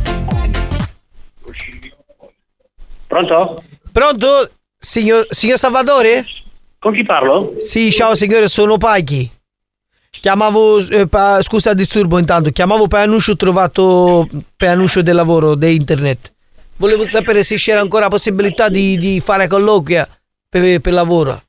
Pronto? Pronto? Signor Salvatore? Con chi parlo? Sì, ciao signore, sono Paghi. Chiamavo, scusa disturbo intanto, chiamavo per annuncio trovato, per annuncio del lavoro, di internet. Volevo sapere se c'era ancora possibilità di fare colloquia per lavoro.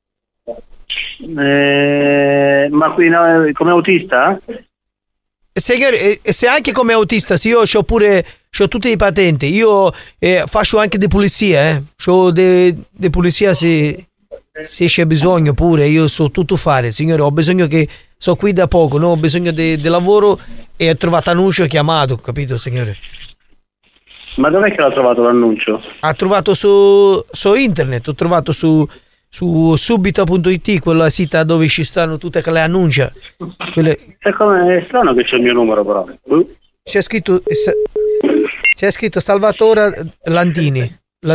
Ma qui come autista? Signore, se anche come autista, sì, io c'ho tutte le patenti, io faccio anche di pulizia, c'ho di pulizia se c'è bisogno pure, io so tutto fare, signore, ho bisogno che, so qui da poco, no? Ho bisogno di lavoro e ho trovato annuncio e chiamato, capito signore? Ma dov'è che l'ha trovato l'annuncio? Ha trovato su internet, ho trovato su subito.it, quella sita dove ci stanno tutte le annunce. È strano che c'è il mio numero però. C'è scritto Salvatore Lantini.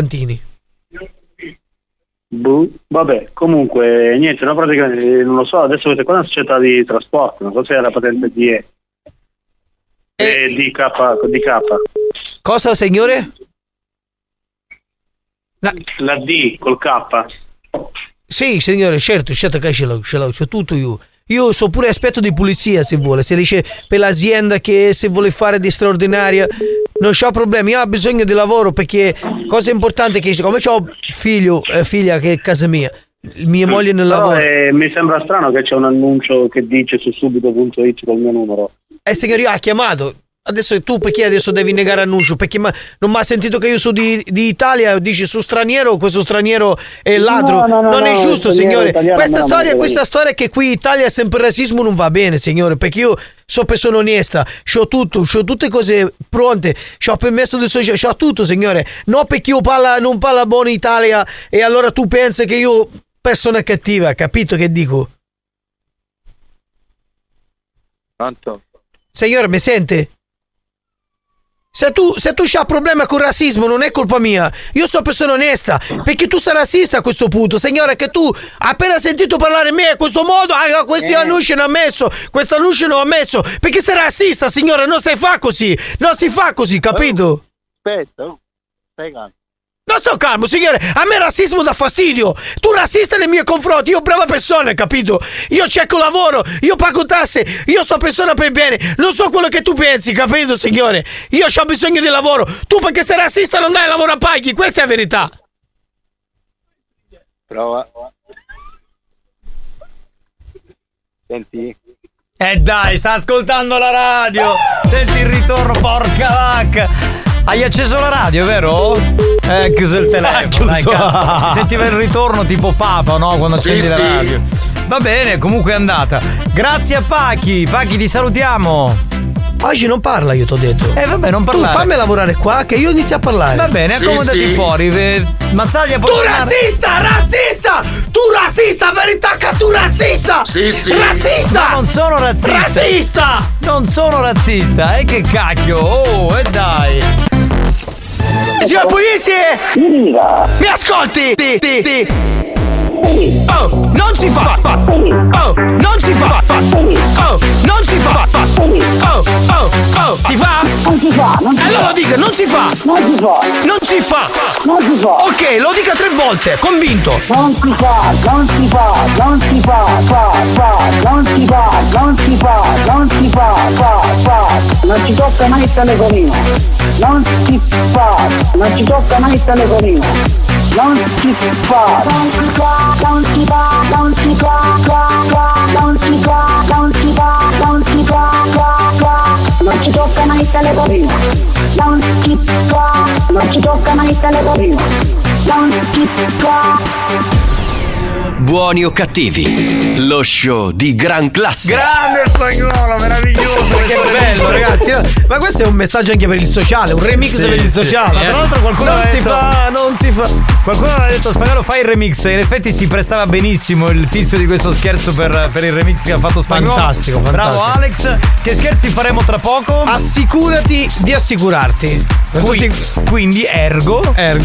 Vabbè, comunque niente, no, praticamente non lo so, adesso questa qua è una società di trasporto, non so se è la patente DE. DK. Cosa signore? La D col K. Sì signore, certo che ce l'ho, c'ho tutto io. Io so pure aspetto di pulizia se vuole, se dice per l'azienda che se vuole fare di straordinaria non c'ho problemi, io ho bisogno di lavoro perché cosa importante che come c'ho figlia che è casa mia, mia moglie non lavora. Mi sembra strano che c'è un annuncio che dice su subito.it col mio numero. Signore, io ho chiamato. Adesso tu perché adesso devi negare annuncio? Perché non mi ha sentito che io sono di Italia, dici su straniero, questo straniero è ladro. No, non è giusto, signore. Questa storia che qui in Italia sempre razzismo non va bene, signore, perché io so persona onesta, c'ho tutte cose pronte, c'ho permesso di sociale, c'ho tutto, signore. No perché io non parla buono Italia e allora tu pensi che io persona cattiva, capito che dico? Tanto. Signore, mi sente? Se tu c'hai problema con il razzismo non è colpa mia, io sono persona onesta, perché tu sei razzista a questo punto, signore, che tu appena sentito parlare me a questo modo, questi annunci non ho messo, questo annuncio non ho messo, perché sei razzista, signore, non si fa così, capito? Aspetta, Non sto calmo, signore, a me il razzismo dà fastidio. Tu razzista nei miei confronti, io brava persona, capito? Io cerco lavoro, io pago tasse, io sono persona per bene, non so quello che tu pensi, capito, signore? Io ho bisogno di lavoro, tu perché sei razzista non dai lavoro a paghi, questa è la verità. Prova. Senti? Dai, sta ascoltando la radio. Senti il ritorno, porca vacca. Hai acceso la radio, vero? Chiuso il telefono. Dai, sentiva il ritorno tipo Papa, no? Quando accendi la radio. Va bene, comunque è andata. Grazie a Pachi. Pachi, ti salutiamo. Oggi non parla, io t'ho detto. Vabbè, non parlare. Tu fammi lavorare qua che io inizio a parlare. Va bene, accomodati fuori. Mazzaglia, poi. Tu razzista! Tu razzista! Verità che tu razzista! Sì. Razzista! Ma non sono razzista! Razzista! Non sono razzista, che cacchio! Oh, dai! Signor Puglisi! Mi ascolti? Oh, non si fa! Oh, non si fa! Oh, non si fa! Oh, si fa? Non si fa! Allora dica, non si fa! Non si fa! Ok, lo dica 3 volte, convinto! Non si fa! Non ci tocca mai il telefonino! Non si fa! Non ci tocca mai il telefonino! Non si fa! Non ci tocca mai il telefonino! Non si fa! Non ci tocca mai il telefonino! Non si fa! Buoni o cattivi, lo show di gran classe. Grande Spagnolo, meraviglioso. Che bello, ragazzi. Ma questo è un messaggio anche per il sociale, un remix per il sociale. Tra l'altro qualcuno non si fa. Qualcuno aveva detto Spagnolo fai il remix. In effetti si prestava benissimo il tizio di questo scherzo per il remix che ha fatto Spagnolo. Fantastico. Bravo Alex. Che scherzi faremo tra poco? Assicurati di assicurarti. Quindi ergo chi è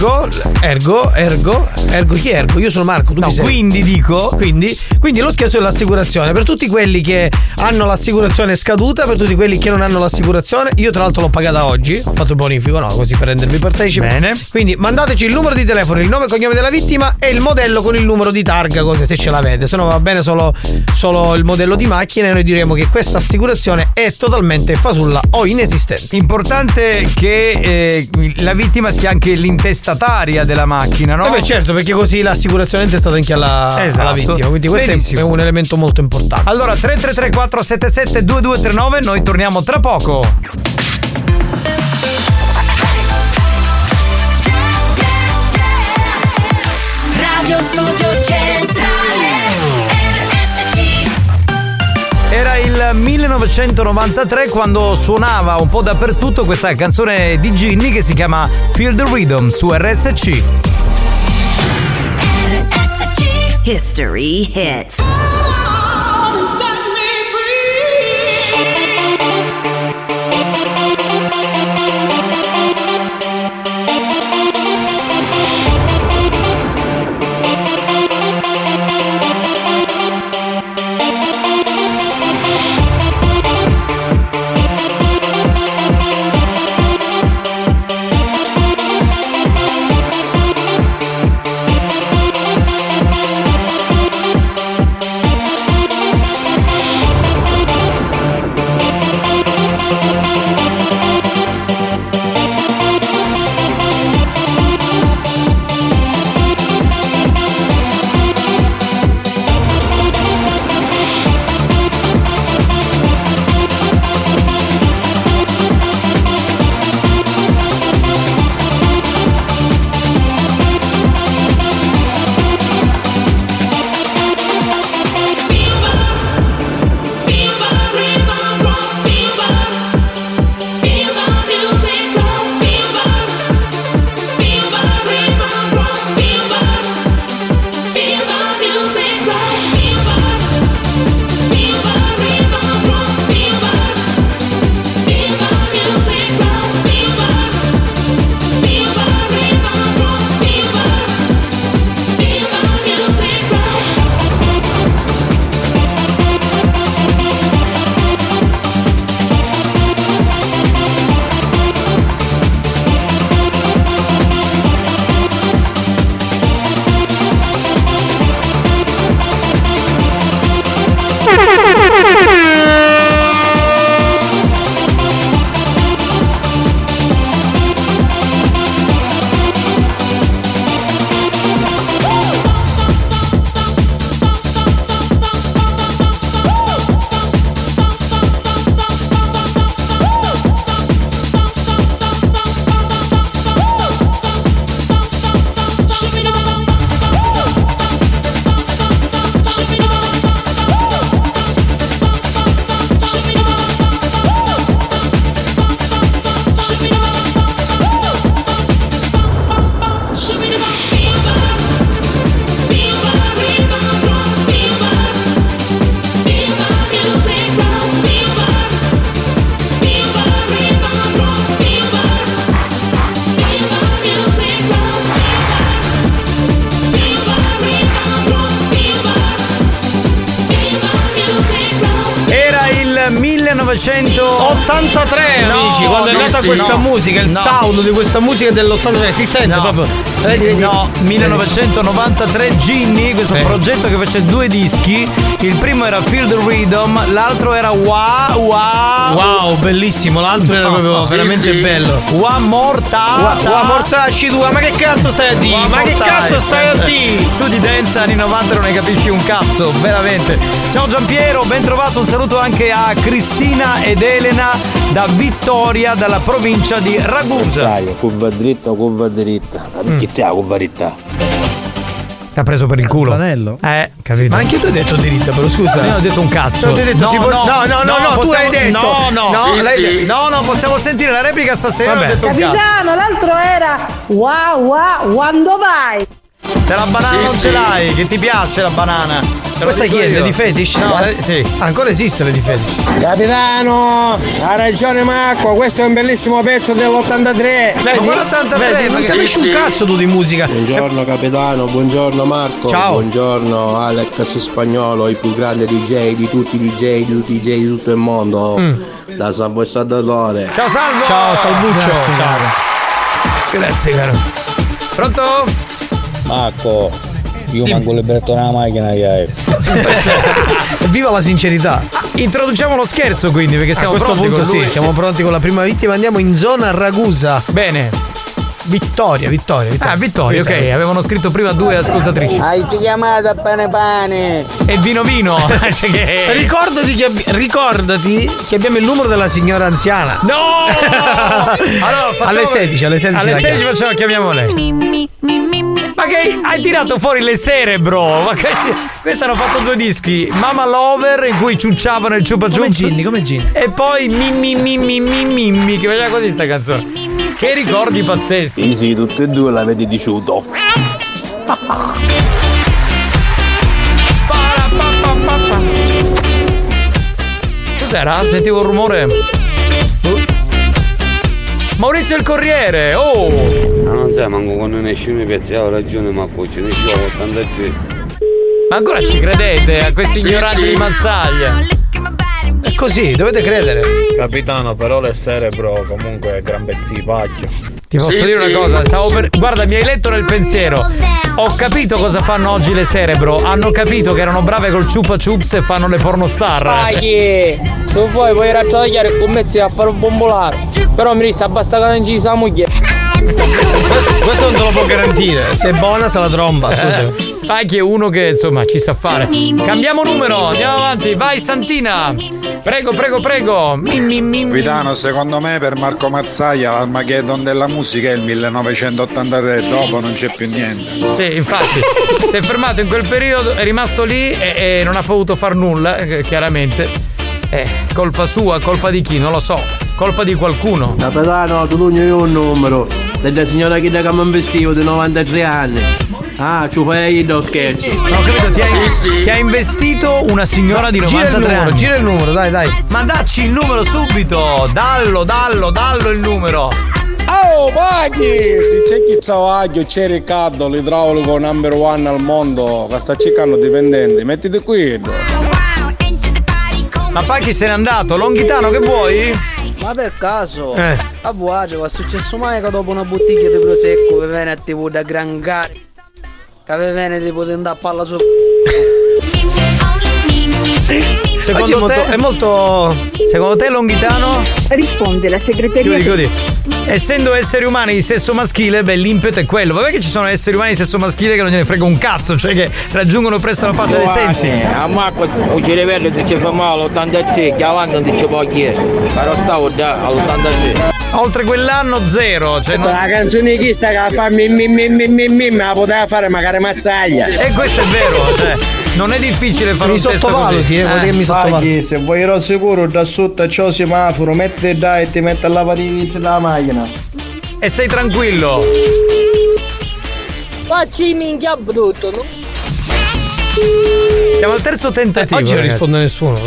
Ergo? Io sono Marco, tu mi sei. Quindi lo scherzo dell'assicurazione per tutti quelli che hanno l'assicurazione scaduta, per tutti quelli che non hanno l'assicurazione. Io tra l'altro l'ho pagata oggi, ho fatto il bonifico, no, così per rendervi partecipi. Bene. Quindi mandateci il numero di telefono, il nome e cognome della vittima e il modello con il numero di targa, così se ce l'avete. Se no va bene solo il modello di macchina e noi diremo che questa assicurazione è totalmente fasulla o inesistente. Importante che la vittima sia anche l'intestataria della macchina, no? Beh, certo, perché così l'assicurazione è intestata anche alla vittima. Quindi questo è un elemento molto importante. Allora 333-477-2239, noi torniamo tra poco. Radio Studio Centrale RSC. Era il 1993 quando suonava un po' dappertutto questa canzone di Ginny che si chiama Feel the Rhythm su RSC. History Hits. 1983, no, amici, quando è nata questa musica, il sound di questa musica dell'83 si sente proprio. No, 1993 Ginny, questo progetto che fece 2 dischi. Il primo era Feel the Rhythm, l'altro era Wow, bellissimo, l'altro era proprio veramente bello. One More Touch. Ma che cazzo stai a dire? Ma che cazzo stai a dire? Tu di dance anni 90 non ne capisci un cazzo, veramente. Ciao Giampiero, ben trovato, un saluto anche a Cristina ed Elena da Vittoria, dalla provincia di Ragusa. Curva dritta. Che c'è la curva dritta? Ti ha preso per il culo. L'anello? Capito. Ma anche tu hai detto dritta, però scusa. Io ho detto un cazzo. No, tu l'hai detto. No, possiamo sentire la replica stasera. Ho detto un cazzo. Capitano, l'altro era quando vai? Se la banana non ce l'hai, che ti piace la banana? Questa chi è? Lady Fetish? No, sì. Ancora esiste Lady Fetish. Capitano, ha ragione Marco, questo è un bellissimo pezzo dell'83. Vedi, non capisci un cazzo tu di musica. Buongiorno capitano, buongiorno Marco. Ciao. Buongiorno Alex su Spagnolo, il più grande DJ di tutti i DJ di tutto il mondo. Da Salvo e Saldatore. Ciao Salvo. Ciao Salvuccio. Grazie caro. Pronto? Marco, io manco il libretto nella macchina che hai. Viva la sincerità. Introduciamo lo scherzo quindi, perché siamo pronti con lui. Siamo pronti con la prima vittima. Andiamo in zona Ragusa. Bene. Vittoria. Vittoria, ok. Avevano scritto prima 2 ascoltatrici. Hai chiamato pane. E vino. Ricordati che abbiamo il numero della signora anziana. No! Allora, alle 16 chiamiamo lei. Ma che hai tirato fuori le Cerebro? Ma questi hanno fatto 2 dischi. Mama Lover, in cui ciucciavano il Chupa Chups. Come Ginny. E poi Mimmi, che faceva così sta canzone. Che ricordi pazzeschi. Sì, tutte e 2 l'avete diciuto. Cos'era? Sentivo un rumore. Maurizio il Corriere, Ma non sai, manco quando ne escono i pezzi, avevo ragione, ma poi ce ne sciavo 83. Ma ancora ci credete a questi ignoranti di Mazzaglia? È così, dovete credere. Capitano, però le Cerebro comunque è gran pezzi di pacchio. Ti posso dire una cosa, guarda, mi hai letto nel pensiero. Ho capito cosa fanno oggi le Cerebro. Hanno capito che erano brave col Chupa Chups e fanno le pornostar. Tu puoi raccogliere con mezzi a fare un bombolare. Però mi disse basta che non ci sia moglie. Questo non te lo può garantire. Se è buona sta la tromba, scusa. Paghi è uno che insomma ci sa fare. Cambiamo numero, andiamo avanti. Vai Santina. Prego. Vitano, secondo me per Marco Mazzaia l'Armageddon della musica è il 1983, dopo non c'è più niente. Sì, infatti si è fermato in quel periodo, è rimasto lì e non ha potuto far nulla, chiaramente. Colpa sua, colpa di chi? Non lo so. Colpa di qualcuno. Capitano, tu non hai un numero della signora che mi investivo di 93 anni. Ci fai lo scherzo. Non ho capito, ti ha investito una signora di 93 anni. Gira il numero, dai. Ma dacci il numero subito. Dallo il numero. Oh, paghi! Se c'è chi travaglio, c'è Riccardo, l'idraulico number 1 al mondo, che sta cercando dipendenti. Mettiti qui. Ma Paghi se n'è andato. Longhitano, che vuoi? Ma per caso, a Buaggio, è successo mai che dopo una bottiglia di prosecco che viene a tipo da gran gare? Che viene tipo di andare a palla sopra. Secondo te è molto. Secondo te Longhitano? Risponde la segreteria. Chiudi. Essendo esseri umani di sesso maschile, l'impeto è quello. Vabbè che ci sono esseri umani di sesso maschile che non gliene frega un cazzo, cioè che raggiungono presto la parte dei sensi. A Marco il cervello se ci fa male all'86, che avanti non ti ci può chiedere. Però stavo già all'86. Oltre quell'anno 0. Cioè la canzone chi sta che fa mi la poteva fare magari Mazzaglia. E questo è vero, cioè. Non è difficile fare un testo così. Che mi sottovaluti. Se vuoi ero sicuro da sotto c'è il semaforo, metti dai e ti metti a lavare i vizi della macchina. E sei tranquillo. Facci minchia brutto, no? Siamo al terzo tentativo. Oggi non risponde nessuno.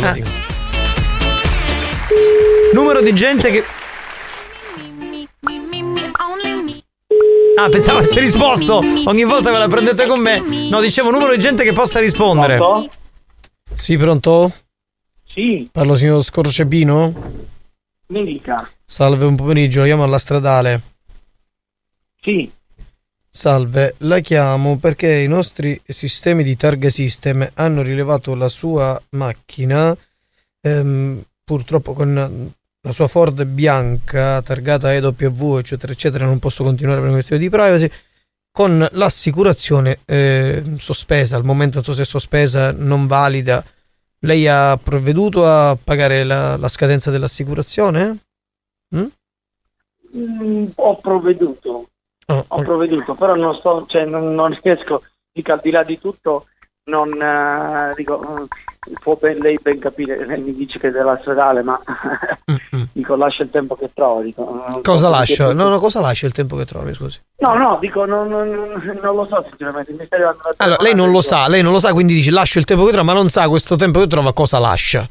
Numero di gente che. Pensavo avesse risposto. Ogni volta ve la prendete con me. No, dicevo numero di gente che possa rispondere. Pronto? Sì, pronto? Sì. Parlo signor Scorcepino? Mi dica. Salve, un pomeriggio, la chiamo alla stradale. Sì. Salve, la chiamo perché i nostri sistemi di targa system hanno rilevato la sua macchina, purtroppo con la sua Ford bianca targata EW eccetera eccetera, non posso continuare per una questione di privacy, con l'assicurazione sospesa, al momento non so se è sospesa, non valida. Lei ha provveduto a pagare la scadenza dell'assicurazione? Ho provveduto. Ho provveduto, però non sto, cioè non riesco, dico, al di là di tutto, non dico, può lei ben capire, lei mi dice che è della stradale, ma dico, lascia il tempo che trovo, dico. Cosa lascia? No, cosa lascia il tempo che trovi, scusi? No, dico, non lo so sinceramente, mi stai arrivando la allora, lei non lo sa, quindi dice lascia il tempo che trova, ma non sa questo tempo che trova cosa lascia.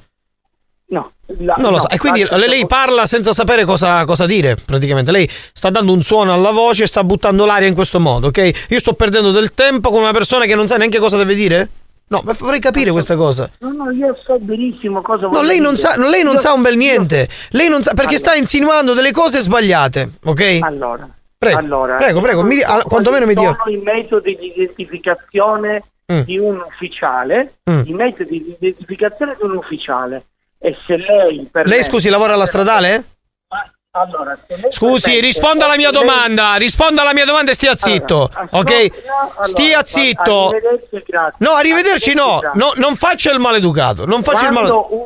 Non lo sa, e quindi lei parla senza sapere cosa dire, praticamente. Lei sta dando un suono alla voce, sta buttando l'aria in questo modo, ok? Io sto perdendo del tempo con una persona che non sa neanche cosa deve dire? No, ma vorrei capire questa cosa. No, io so benissimo cosa vuole. No, lei non sa, lei non sa un bel niente. Lei non sa, perché sta insinuando delle cose sbagliate, ok? Allora, prego, quantomeno mi dia. Sono i metodi di identificazione di un ufficiale, i metodi di identificazione di un ufficiale. E se lei scusi, lavora alla stradale? Allora, scusi, risponda alla mia domanda e stia zitto, ok? Stia zitto. No, arrivederci no, non faccia il maleducato, non faccia il maleducato.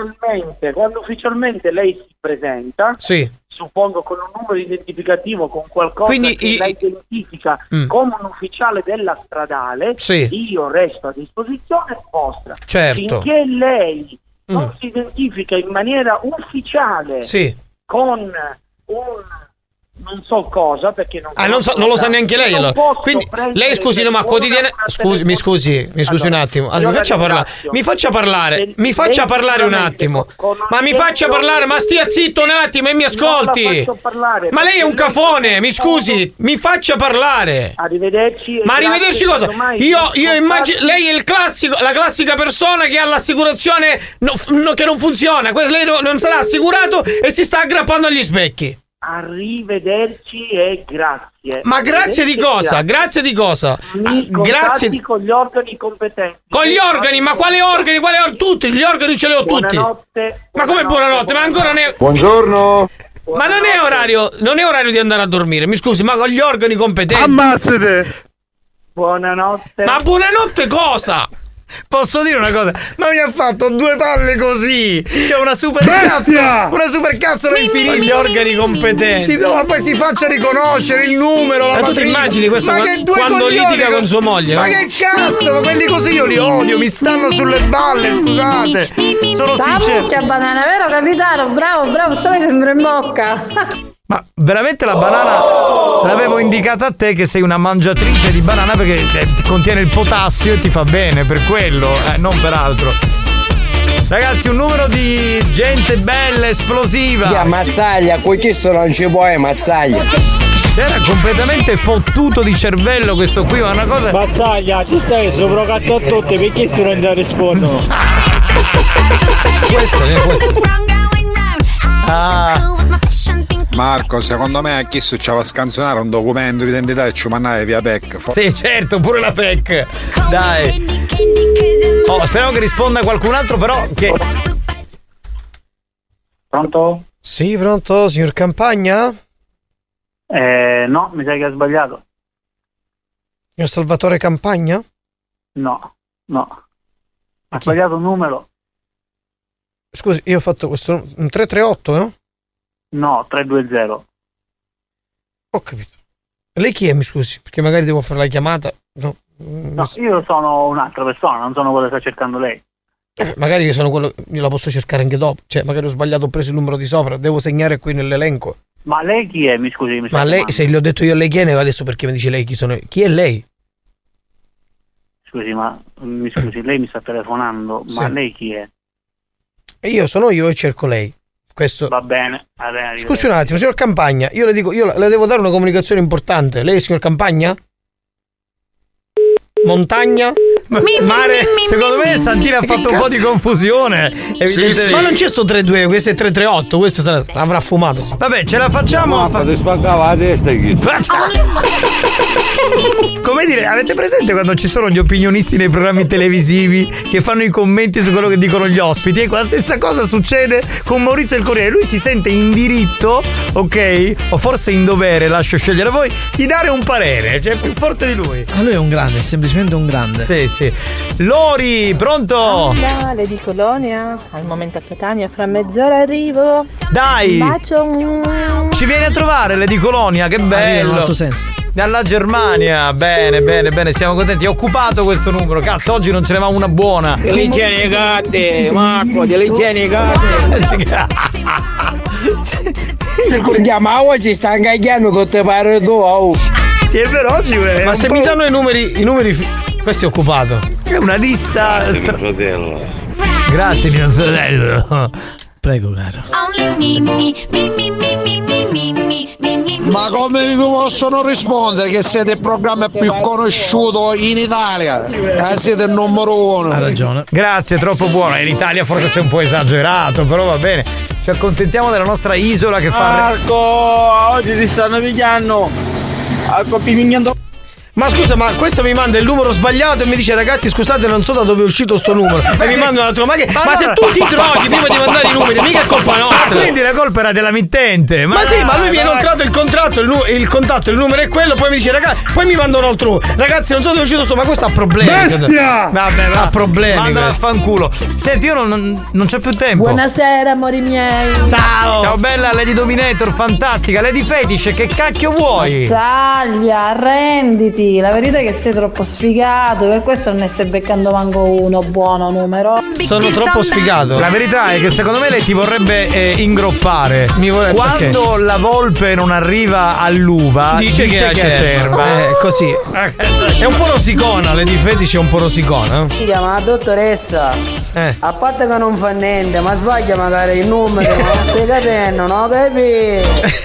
Quando ufficialmente lei si presenta, sì, suppongo con un numero identificativo, con qualcosa quindi che la identifica come un ufficiale della stradale, sì, io resto a disposizione vostra. Certo. Finché lei non si identifica in maniera ufficiale, sì, con un non so cosa, perché non lo sa neanche lei, allora. Quindi lei scusi, no, ma quotidiana mi scusi un attimo. Allora, mi faccia parlare un attimo. Ma mi faccia parlare, ma stia zitto un attimo e mi ascolti. Ma lei è un cafone, mi scusi, mi faccia parlare. Arrivederci. Ma arrivederci cosa? Io immagino lei è la classica persona che ha l'assicurazione che non funziona. Lei non sarà assicurato e si sta aggrappando agli specchi. Arrivederci e grazie. Ma grazie di cosa? Grazie di cosa? Grazie con gli organi competenti. Con gli organi? Ma quali organi? Tutti gli organi ce li ho tutti. Ma come buonanotte? Ma ancora ne. Buongiorno. Ma non è orario di andare a dormire. Mi scusi, ma con gli organi competenti. Ammazzate. Buonanotte. Ma buonanotte cosa? Posso dire una cosa? Ma mi ha fatto due palle così! C'è una super cazzola infinita! Gli organi competenti! Ma poi si faccia riconoscere il numero, la matrice. Ma tu ti immagini questo quando litiga con sua moglie? Ma che cazzo? Ma quelli così io li odio, mi stanno sulle balle, scusate! Sono sincero! Che banana, vero capitano? Bravo, solo sembra in bocca! Ma veramente la banana l'avevo indicata a te che sei una mangiatrice di banana perché contiene il potassio e ti fa bene per quello, non per altro. Ragazzi, un numero di gente bella, esplosiva. Mazzaglia, questo non ci puoi, Mazzaglia. Era completamente fottuto di cervello questo qui, ma una cosa. Mazzaglia, ci stai sopra cazzo a tutti, perché se non ti rispondo? Questo. Marco, secondo me a chi succava a scansionare un documento di identità e ci mandare via PEC. Sì, certo, pure la PEC. Dai. Speriamo che risponda qualcun altro, però che. Pronto? Sì, pronto, signor Campagna? No, mi sa che ha sbagliato. Signor Salvatore Campagna? No. Ha sbagliato un numero. Scusi, io ho fatto questo un 338, no? No, 320. Ho capito. Lei chi è, mi scusi? Perché magari devo fare la chiamata. No, io sono un'altra persona, non sono quello che sta cercando lei. Magari io sono quello, io la posso cercare anche dopo. Cioè, magari ho sbagliato, ho preso il numero di sopra, devo segnare qui nell'elenco. Ma lei chi è? Mi scusi, ma lei, se le ho detto io lei chi è, adesso perché mi dice lei chi sono io? Chi è lei? Scusi, ma mi scusi, lei mi sta telefonando, ma sì. Lei chi è? Io sono io e cerco lei. Questo va bene. Scusi un attimo, signor Campagna, io le dico, io le devo dare una comunicazione importante. Lei è signor Campagna? Montagna? Mare, secondo me Santina ha fatto un po' di confusione. Sì. Ma non c'è sto 3-2, questo è 3-3-8, questo avrà fumato. Vabbè, ce la facciamo. Ti spaccava la testa. Come dire, avete presente quando ci sono gli opinionisti nei programmi televisivi che fanno i commenti su quello che dicono gli ospiti? Ecco, la stessa cosa succede con Maurizio il Corriere. Lui si sente in diritto, ok? O forse in dovere, lascio scegliere a voi, di dare un parere, cioè più forte di lui. Ma lui è un grande, è semplicemente un grande. Sì. Lori, pronto? Le di Colonia, al momento a Catania, fra mezz'ora arrivo. Dai! Un bacio. Ci vieni a trovare le di Colonia, che bello! In alto senso. Dalla Germania, bene, siamo contenti. Ho occupato questo numero, cazzo, oggi non ce ne va una buona. Delle igiene gatte, Marco, delle igiene gatte. Ma oggi sta ingaggiando con te pare tu. Sì, è vero, oggi ma se mi danno i numeri questo è occupato. È una lista. Fratello. Grazie, mio fratello. Prego, caro. Ma come vi possono rispondere che siete il programma più conosciuto in Italia? Siete il numero 1. Ha ragione. Grazie, troppo buono. In Italia forse sei un po' esagerato, però va bene. Ci accontentiamo della nostra isola che fa. Marco, oggi ti stanno pigliando. Ma scusa, ma questo mi manda il numero sbagliato e mi dice ragazzi scusate non so da dove è uscito sto numero e mi manda un altro ma se tu ti droghi prima di mandare i numeri mica è colpa nostra. Ma quindi la colpa era della mittente. Ma sì, ma lui mi ha inoltrato il contratto, il contatto, il numero è quello, poi mi dice ragazzi, poi mi manda un altro ragazzi non so dove è uscito sto, ma questo ha problemi. Vabbè, ha problemi. Mandala a fanculo. Senti, io non c'è più tempo. Buonasera amori miei. Ciao bella Lady Dominator, fantastica. Lady Fetish, che cacchio vuoi? Taglia, arrenditi. La verità è che sei troppo sfigato, per questo non ne stai beccando manco uno buono numero. Sono troppo sfigato. La verità è che secondo me lei ti vorrebbe ingroppare. Quando perché? La volpe non arriva all'uva dice che è acerba. Così. È un po' rosicona, Lady Fetish è un po' rosicona. Ma la dottoressa, a parte che non fa niente, ma sbaglia magari il numero, ma non stai capendo, no? Capi?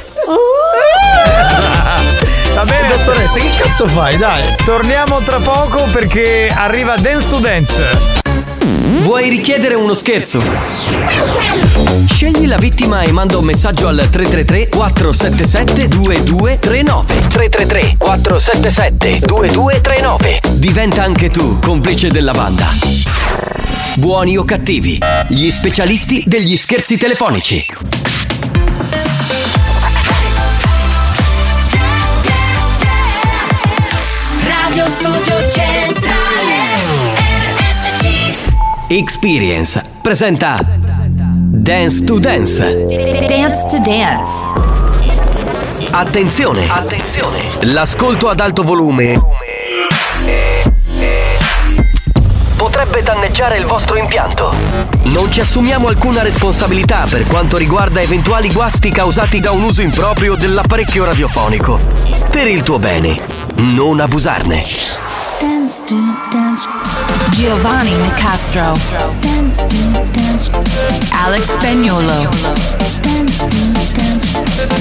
Va bene, dottoressa, che cazzo fai? Dai, torniamo tra poco perché arriva Dance to Dance. Vuoi richiedere uno scherzo? Scegli la vittima e manda un messaggio al 333 477 2239. 333 477 2239. Diventa anche tu complice della banda. Buoni o cattivi, gli specialisti degli scherzi telefonici. Radio Studio Centrale RSC Experience presenta Dance to Dance. Dance to Dance. Attenzione, l'ascolto ad alto volume potrebbe danneggiare il vostro impianto. Non ci assumiamo alcuna responsabilità per quanto riguarda eventuali guasti causati da un uso improprio dell'apparecchio radiofonico. Per il tuo bene, non abusarne. Dance to Dance. Giovanni Nicastro. Dance to Dance. Alex Spagnuolo. Dance to Dance.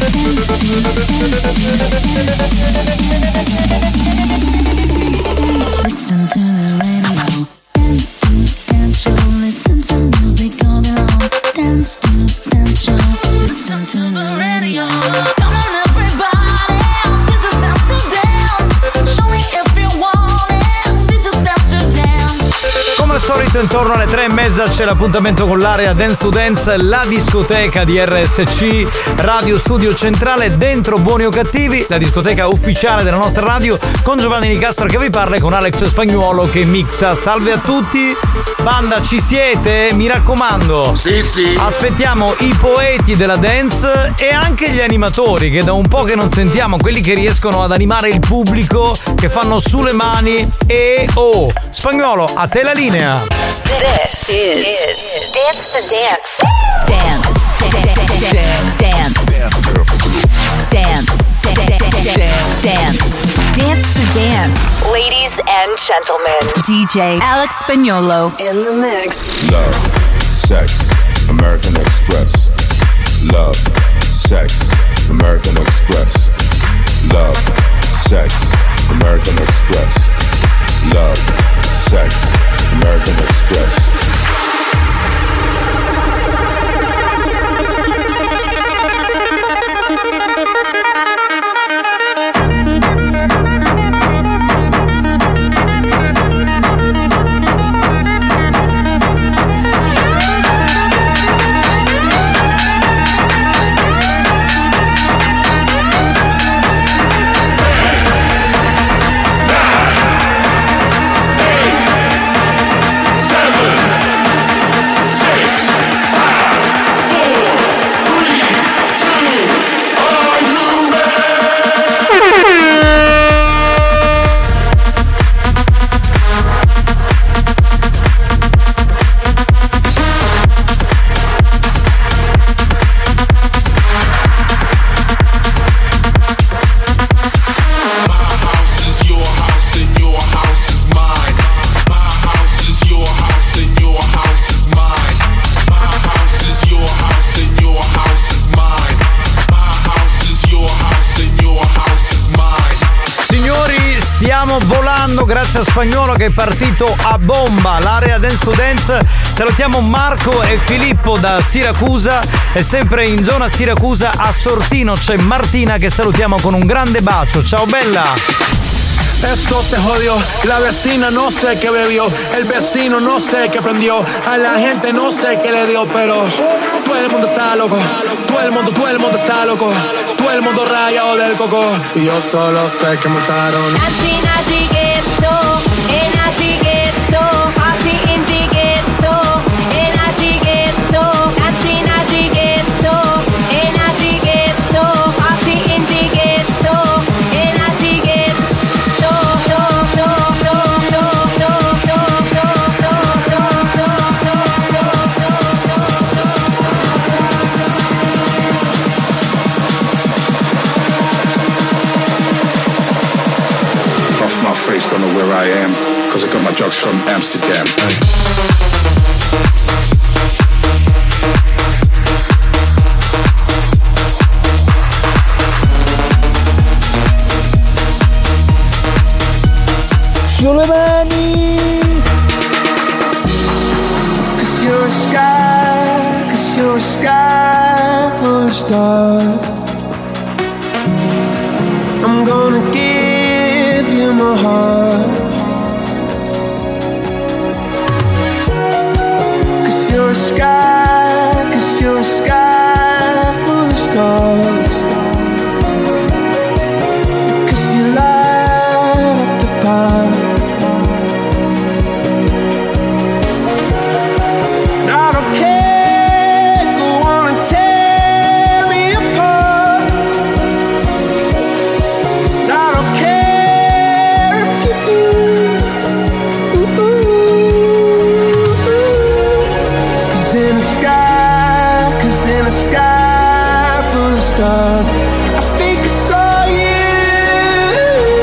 Listen to the radio. Dance to Dance Show. Listen to music all day long. Dance to Dance Show. Listen to the radio. Come on everybody. This is Dance to Dance. Show me if you want it. This is Dance to Dance. Come al solito intorno alle 3:30 c'è l'appuntamento con l'area Dance to Dance, la discoteca di RSC, Radio Studio Centrale, dentro Buoni o Cattivi, la discoteca ufficiale della nostra radio, con Giovanni Nicastro che vi parla e con Alex Spagnuolo che mixa. Salve a tutti, banda, ci siete? Mi raccomando. Sì. Aspettiamo i poeti della dance e anche gli animatori che da un po' che non sentiamo, quelli che riescono ad animare il pubblico, che fanno sulle mani e Spagnuolo, a te la linea. This is Dance to Dance. Dance. Dance to Dance. Ladies and gentlemen, DJ Alex Spagnuolo in the mix. Love, sex, American Express. Love, sex, American Express. Love, sex, American Express. Love, sex, American Express. Grazie a Spagnuolo che è partito a bomba. L'area Dance to Dance. Salutiamo Marco e Filippo da Siracusa e sempre in zona Siracusa a Sortino c'è Martina che salutiamo con un grande bacio. Ciao bella. Esto se jodió, la vecina no sé qué bebió, el vecino no sé qué prendió, a la gente no sé qué le dio, pero todo el mundo está loco, todo el mundo está loco, todo el mundo rayado del coco, y yo solo sé que mataron. Don't know where I am, cause I got my drugs from Amsterdam. Sulle mani, 'cause you're a sky full of stars. I'm gonna give you my heart, 'cause you're a sky full of stars, 'cause you light up the path. I don't care, go on and tear me apart. I don't care if you do. 'Cause in a sky full of stars, I think I saw you.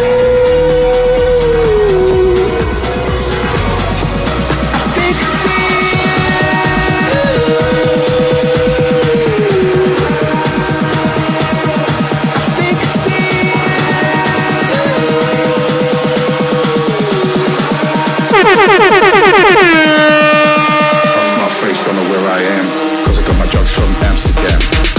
I think I see you. I think I see Off my face, don't know where I am, cause I got my drugs from Amsterdam.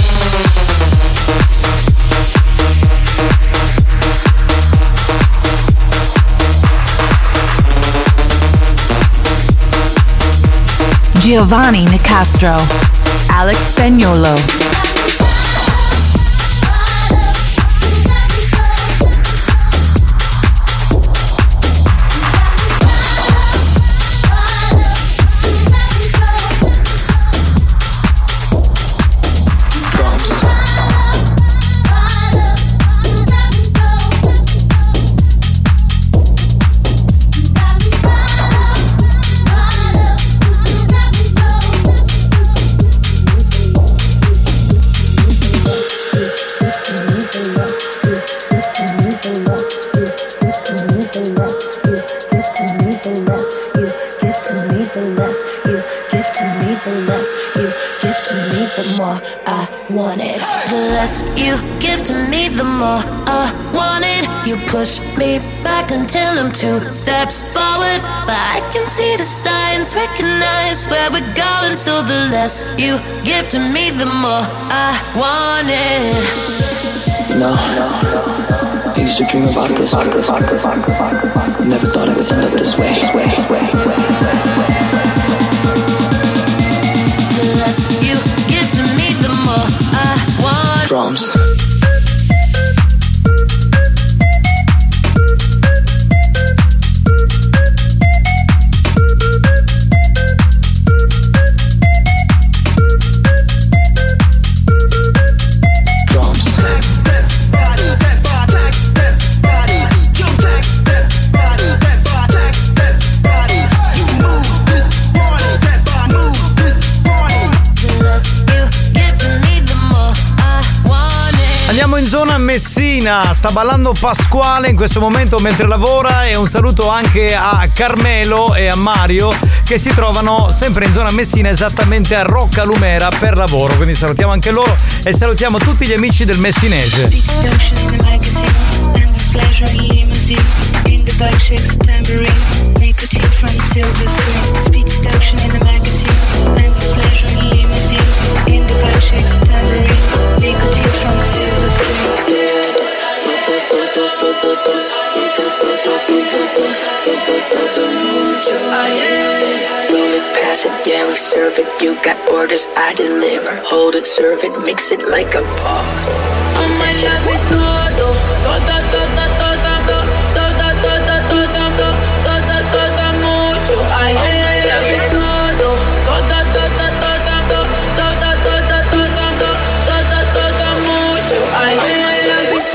Giovanni Nicastro, Alex Spagnuolo. The less you give to me, the more I want it. You push me back until I'm 2 steps forward, but I can see the signs, recognize where we're going. So the less you give to me, the more I want it. No, I used to dream about this. Never thought it would end up this way. The less you give to me, the more I want. Drums. Andiamo in zona Messina, sta ballando Pasquale in questo momento mentre lavora, e un saluto anche a Carmelo e a Mario che si trovano sempre in zona Messina, esattamente a Rocca Lumera per lavoro, quindi salutiamo anche loro e salutiamo tutti gli amici del messinese. Pass it, yeah, we serve it. You got orders, I deliver. Hold it, serve it, mix it like a boss. Oh, my love is todo, mucho. Ay, my love is todo, mucho. Ay, my love is.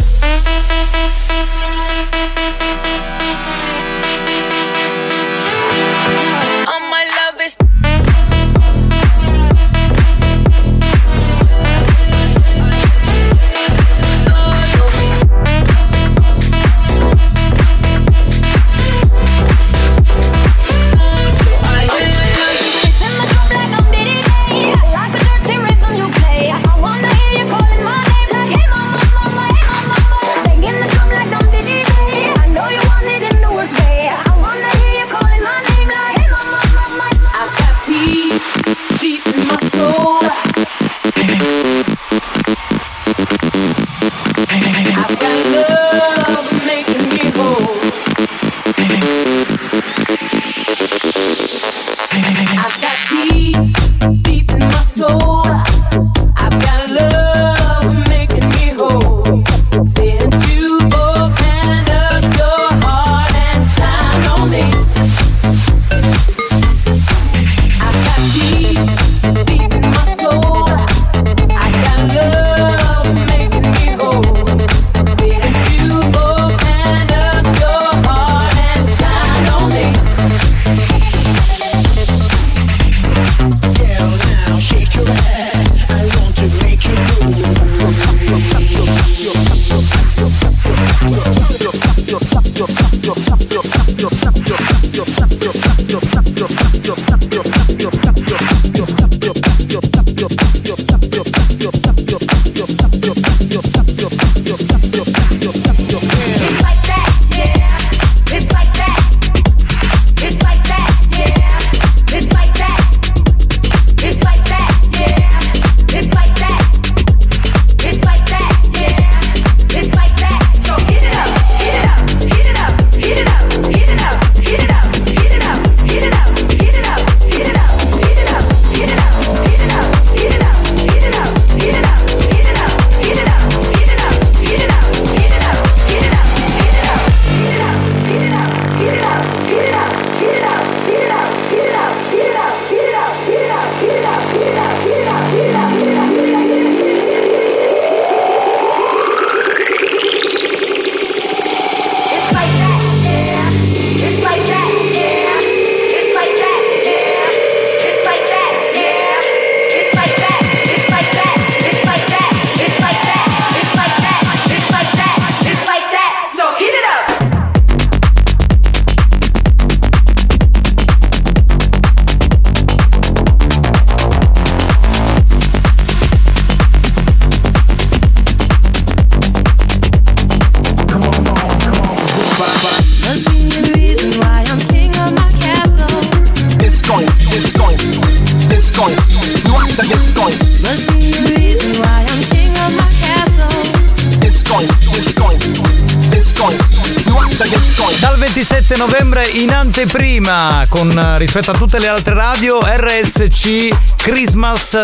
Dal 27 novembre in anteprima, rispetto a tutte le altre radio, RSC Christmas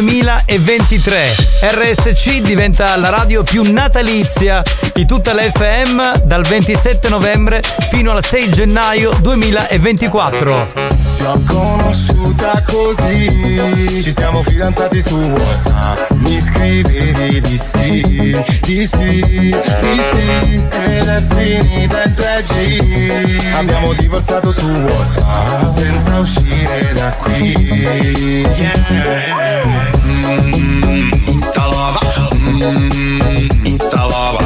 2023. RSC diventa la radio più natalizia di tutta la FM dal 27 novembre fino al 6 gennaio 2024. L'ho conosciuta così, ci siamo fidanzati su WhatsApp, mi scrivevi di sì, di sì, di sì, ed è finita in 3G, abbiamo divorziato su WhatsApp, senza uscire da qui, yeah. Instalava, instalava,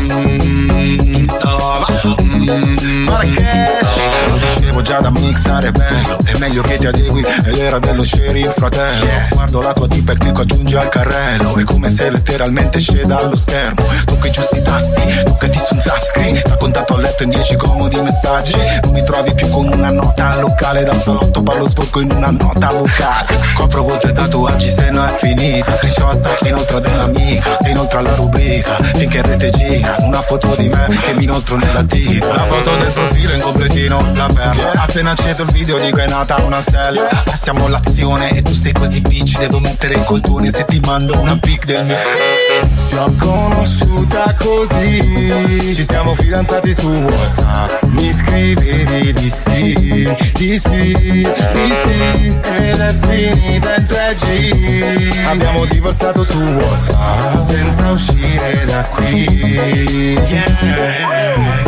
instalava, Marrakesh. Lo dicevo già da mixare bello, è meglio che ti adegui, è l'era dello sharing fratello, guardo la tua tipa e clicco aggiungi al carrello, è come se letteralmente esce dallo schermo, tocca i giusti tasti, toccati su un touchscreen, da contatto a letto in 10 comodi messaggi, non mi trovi più con una nota al locale, dal salotto parlo sporco in una nota vocale, copro volte tatuaggi se no è finita, screenshot inoltre dell'amica, e inoltre alla rubrica, finché rete gira, una foto di me che mi inoltro nella tira, la foto del profilo in completino, la perla, appena acceso il video dico è nata una stella, passiamo all'azione e tu sei così bitch, devo mettere il coltone se ti mando una pic del mio. L'ho conosciuta così, ci siamo fidanzati su WhatsApp, mi scrivevi di sì, di sì, di sì, ed è finita in 3G, abbiamo divorziato su WhatsApp, senza uscire da qui, yeah.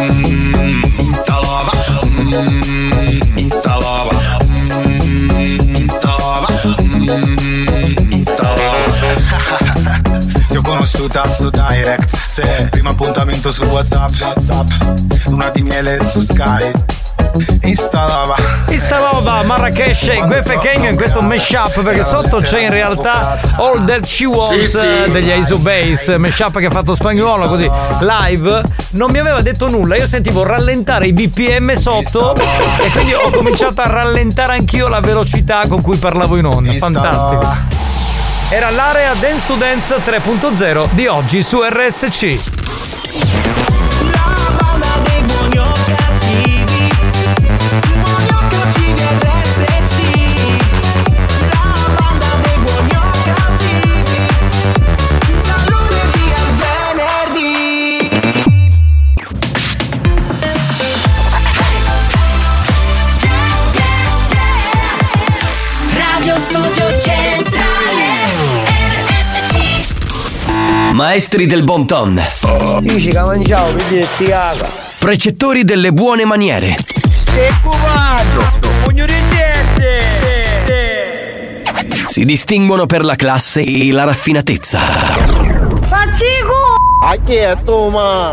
Instalava, instalava, instalava, instalava. Ti ho conosciuta su Direct, se primo appuntamento su WhatsApp, luna di miele su Skype. Instalava Marrakesh e Guefe King in questo mashup, perché sotto c'è in realtà All That She Wants degli Ace of Base, mashup che ha fatto Spagnuolo così live. Non mi aveva detto nulla, io sentivo rallentare i BPM sotto e quindi ho cominciato a rallentare anch'io la velocità con cui parlavo in onda. Fantastico. Era l'area Dance to Dance 3.0 di oggi su RSC. Studio Centrale RSC. Maestri del bon ton. Dici che mangiavo, mi dici caga. Precettori delle buone maniere. Stai cubando. Pugno di niente. Si distinguono per la classe e la raffinatezza. Faccico! A chi è tu, ma?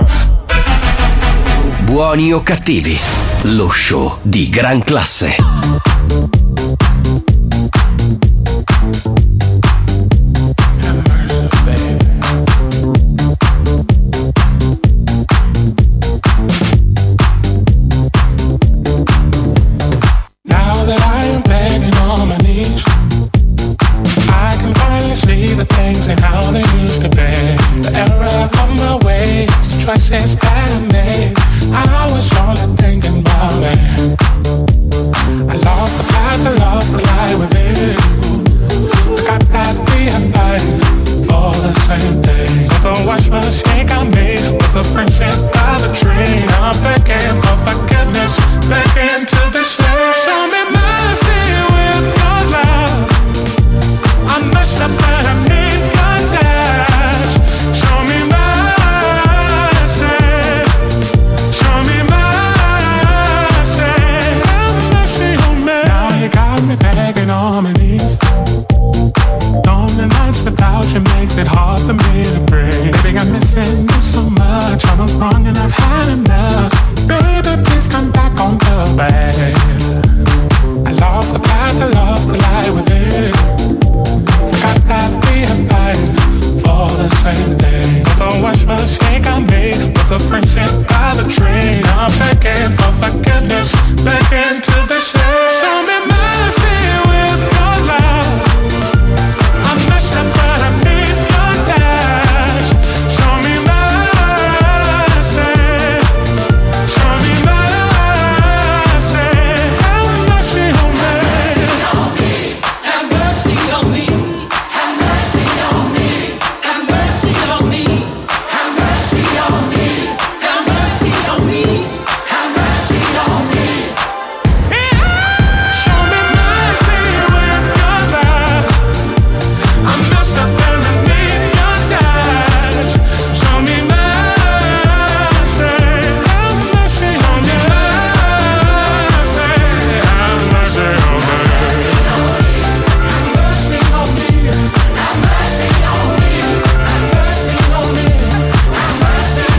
Buoni o cattivi, lo show di gran classe. And how they used to be. The error of my ways, the choices that I made, I was only thinking about me. I lost the path, I lost the light within you. Forgot that we are fighting for the same thing. So don't watch the mistake I made was a friendship by the tree. I'm begging for forgiveness, begging to be saved. Show me mercy with your love. I messed up but I need your touch. Show me mercy. Show me mercy. Have mercy on me. Now you got me begging on my knees. Lonely nights without you makes it hard for me to breathe. Baby, I'm missing you so much. I was wrong and I've had enough. Baby, please come back on the way. I lost the path, I lost the light within. Forgot that we are fighting for the same thing. Don't watch the mistake I made was a friendship by the tree. I'm begging for forgiveness, begging to be saved. Show me mercy with your love. I messed up but I need your touch. Show me mercy.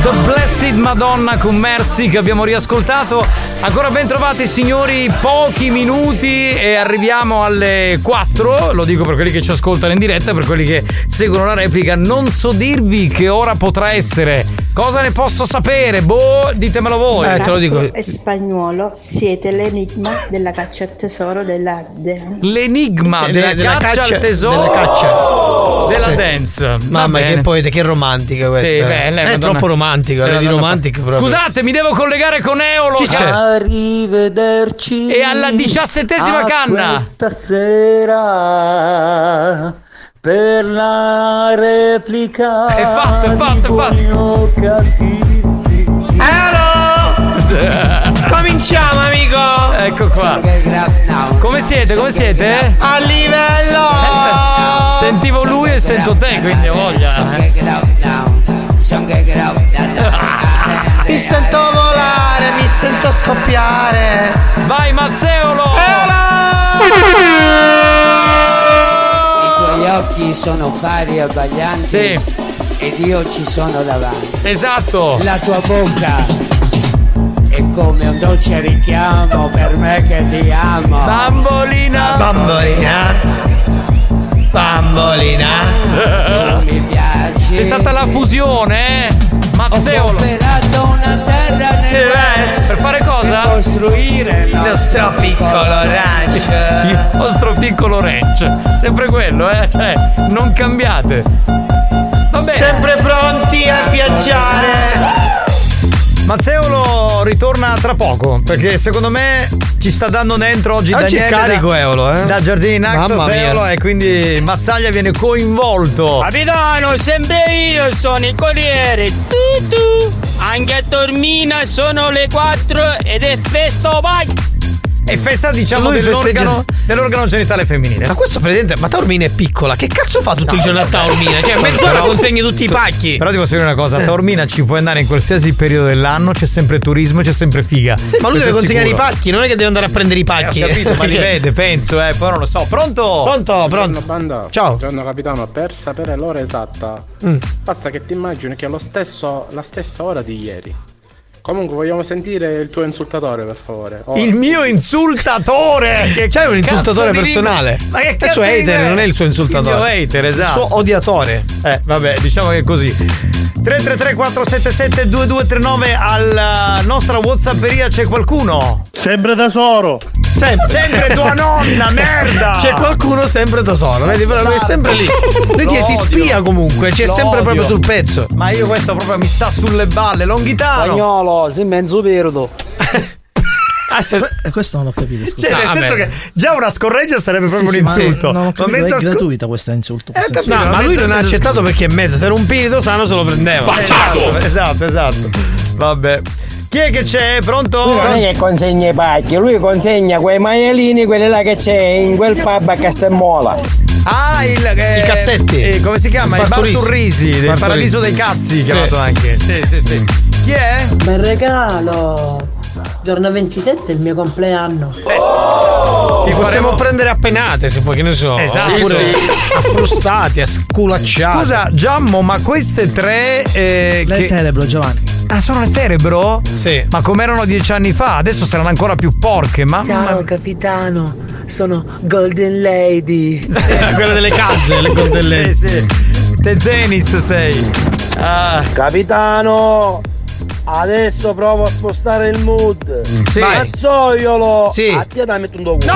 The Blessed Madonna con Mercy che abbiamo riascoltato. Ancora ben trovati signori, pochi minuti e arriviamo alle 4. Lo dico per quelli che ci ascoltano in diretta, per quelli che seguono la replica. Non so dirvi che ora potrà essere. Cosa ne posso sapere? Boh, ditemelo voi. Te lo dico. E Spagnuolo, siete l'enigma della caccia al tesoro della dance. L'enigma della caccia al tesoro della caccia. della Sì. dance. Mamma che poeta, che romantica questa. Sì, beh, lei è troppo romantica, lei di romantic proprio. Scusate, mi devo collegare con Eolo. Chi c'è? Arrivederci. E alla 17ª canna. Stasera per la replica. È fatto. Cominciamo, amico. Ecco qua. Come siete? A livello. Sentivo lui e sento te, quindi ho voglia. Mi sento volare, mi sento scoppiare. Vai Mazzeolo. I tuoi occhi sono fari e abbaglianti. Sì. Ed io ci sono davanti. Esatto. La tua bocca è come un dolce richiamo per me che ti amo. Bambolina. Tu mi piaci. C'è stata la fusione, Mazzeolo. Ho operato una terra nel West. Per fare cosa? Per costruire il nostro piccolo ranch. Il nostro piccolo ranch. Sempre quello, cioè, non cambiate. Vabbè. Sempre pronti a viaggiare. Mazzeolo ritorna tra poco, perché secondo me ci sta dando dentro oggi Daniele è carico Eolo, da Giardini Naxos. Mamma mia. Eolo, e quindi Mazzaglia viene coinvolto. Capitano, sempre io sono il corriere. Anche a Tormina sono le 4 ed è festa vai. È festa, diciamo, dell'organo genitale femminile. Ma questo presidente, ma Taormina è piccola, che cazzo fa tutto il giorno a Taormina? Cioè, mezz'ora consegni tutti i pacchi. Però ti posso dire una cosa, a Taormina ci puoi andare in qualsiasi periodo dell'anno, c'è sempre turismo, c'è sempre figa. Ma lui deve consegnare i pacchi, non è che deve andare a prendere i pacchi. Ho capito, ma li vede, penso, poi non lo so. Pronto? Pronto. Banda. Ciao. Buongiorno capitano, per sapere l'ora esatta, basta che ti immagini che è la stessa ora di ieri. Comunque vogliamo sentire il tuo insultatore, per favore. Il mio insultatore! Che c'hai un insultatore personale? Ma che cazzo è? Il suo hater non è il suo insultatore. Il mio hater, esatto. Il suo odiatore. Vabbè, diciamo che è così. 333-477-2239 alla nostra WhatsApperia c'è qualcuno? Sempre tesoro. Sempre tua nonna, merda! C'è qualcuno sempre tesoro, vedi? Però lui è sempre lì. Lui ti spia comunque, c'è sempre proprio sul pezzo. Ma io questo proprio mi sta sulle balle, Longhitano. Spagnolo, sei mezzo perdo. Questo non ho capito, scusa. Cioè, nel senso che già una scorreggia sarebbe proprio un insulto. Non ho capito, è gratuita questa insulto. No, ma lui non ha accettato perché è mezzo. Se era un pirito sano se lo prendeva. Esatto. Vabbè. Chi è che c'è? Pronto? Lui non è che consegna i pacchi, lui consegna quei maialini, quelli là che c'è in quel pub a Castelmola. I cazzetti. Come si chiama? Il Barturrisi, del Paradiso dei Cazzi, chiamato anche. Sì. Chi è? Bel regalo. Giorno 27 è il mio compleanno. Ti possiamo prendere a penate se vuoi, che ne so. Esatto. Oppure a frustati, a sculacciati. Scusa, Giammo, ma queste tre. Le Cerebro, Giovanni. Ah, sono le Cerebro? Sì. Ma come erano 10 anni fa? Adesso saranno ancora più porche, Ciao capitano, sono Golden Lady. Quella delle calze, le Golden Lady. Sì. Te Zenis sei. Capitano, adesso provo a spostare il mood. Sì. Mazzoiolo. Sì. A te da metto un dopo.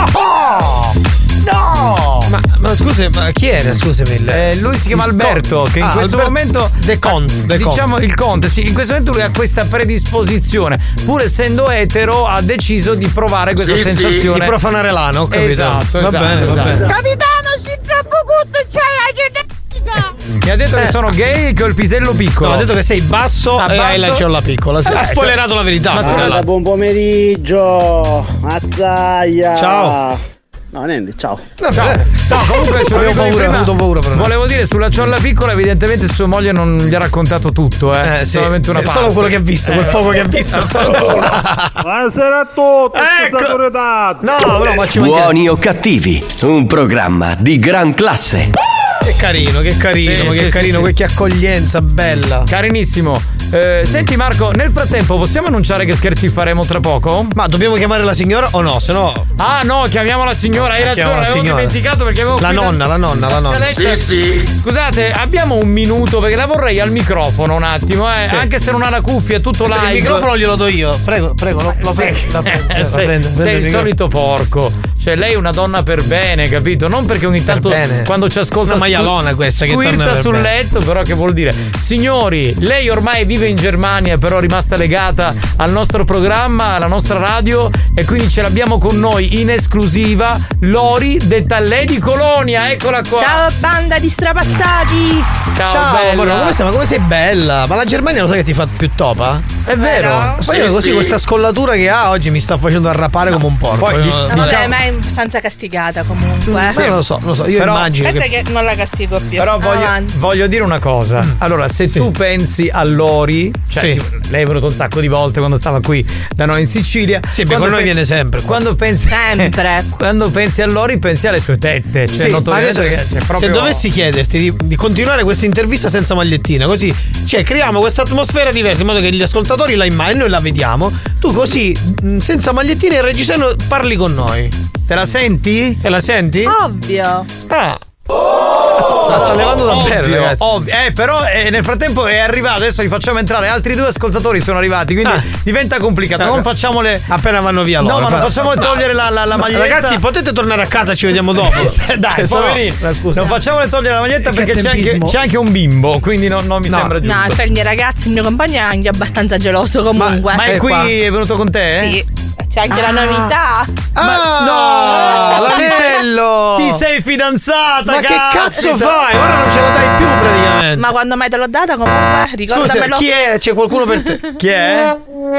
No! Ma scusi, ma chi era? Scusami. Lui si chiama Alberto, che in questo momento. The Conte. Diciamo il Conte, sì. In questo momento lui ha questa predisposizione. Pur essendo etero, ha deciso di provare questa sensazione. Di profanare l'ano, ho capito. Esatto, va bene. Capitano, si troppo gusto c'hai la genetica. Mi ha detto che sono gay e che ho il pisello piccolo. No, ha detto che sei basso e hai la ciolla piccola. Ha spoilerato la verità. Buon pomeriggio. Mazzaia. Ciao. No, niente, ciao. No, comunque ho avuto paura però. Volevo dire, sulla ciolla piccola evidentemente sua moglie non gli ha raccontato tutto, solamente una parte. Solo quello che ha visto, quel poco che ha visto. Buonasera a tutti, No, ma ci Buoni o cattivi, un programma di gran classe. Che carino, che Sì, carino, che accoglienza bella. Carinissimo. Senti Marco, nel frattempo possiamo annunciare che scherzi faremo tra poco? Ma dobbiamo chiamare la signora o no? Se no. Ah no, chiamiamo la signora, hai ragione, avevo dimenticato perché avevo la nonna. Sì. Scusate, abbiamo un minuto perché la vorrei al microfono un attimo, Sì. Anche se non ha la cuffia, tutto live. Il microfono glielo do io. Prego, lo prendo. Sei il solito porco. Cioè, lei è una donna per bene, capito? Non perché ogni tanto quando ci ascolta una maialona questa che torna sul letto, però che vuol dire? Signori, lei ormai vive in Germania, però è rimasta legata al nostro programma, alla nostra radio, e quindi ce l'abbiamo con noi in esclusiva Lori detta Lady Colonia, eccola qua. Ciao banda di strapazzati. Ciao bella. Ma come sei bella? Ma la Germania lo sai che ti fa più topa? È vero. Poi così questa scollatura che ha oggi mi sta facendo arrapare come un porco. Poi, vabbè, ma è abbastanza castigata comunque. Sì, lo so, io però, immagino che non la castigo più. Però voglio dire una cosa. Allora, se tu pensi a Lori, cioè lei è venuta un sacco di volte quando stava qui da noi in Sicilia. Sì, con noi viene sempre. Quando pensi quando pensi a Lori, pensi alle sue tette. Cioè, adesso se dovessi chiederti di continuare questa intervista senza magliettina, così creiamo questa atmosfera diversa, in modo che gli ascoltatori la immaginano, noi la vediamo. Tu così, senza magliettina e reggiseno, parli con noi. Te la senti? Te la senti? Ovvio. Sta levando davvero, ragazzi. Ovvio. Però nel frattempo è arrivato. Adesso li facciamo entrare. Altri 2 ascoltatori sono arrivati, quindi diventa complicato. Non facciamole appena vanno via loro. No, ma non facciamole togliere la maglietta. Ragazzi, potete tornare a casa, ci vediamo dopo. Dai, poverino. Non facciamole togliere la maglietta perché c'è anche un bimbo, quindi non mi sembra giusto. No, per i miei ragazzi, il mio compagno è anche abbastanza geloso comunque. Ma è qui, è venuto con te? Sì. C'è anche la novità. No, l'anello! Ti sei fidanzata, ma che cazzo fai? Ora non ce la dai più praticamente. Ma quando mai te l'ho data comunque? Ricordamelo. Scusa, chi è? C'è qualcuno per te? Chi è?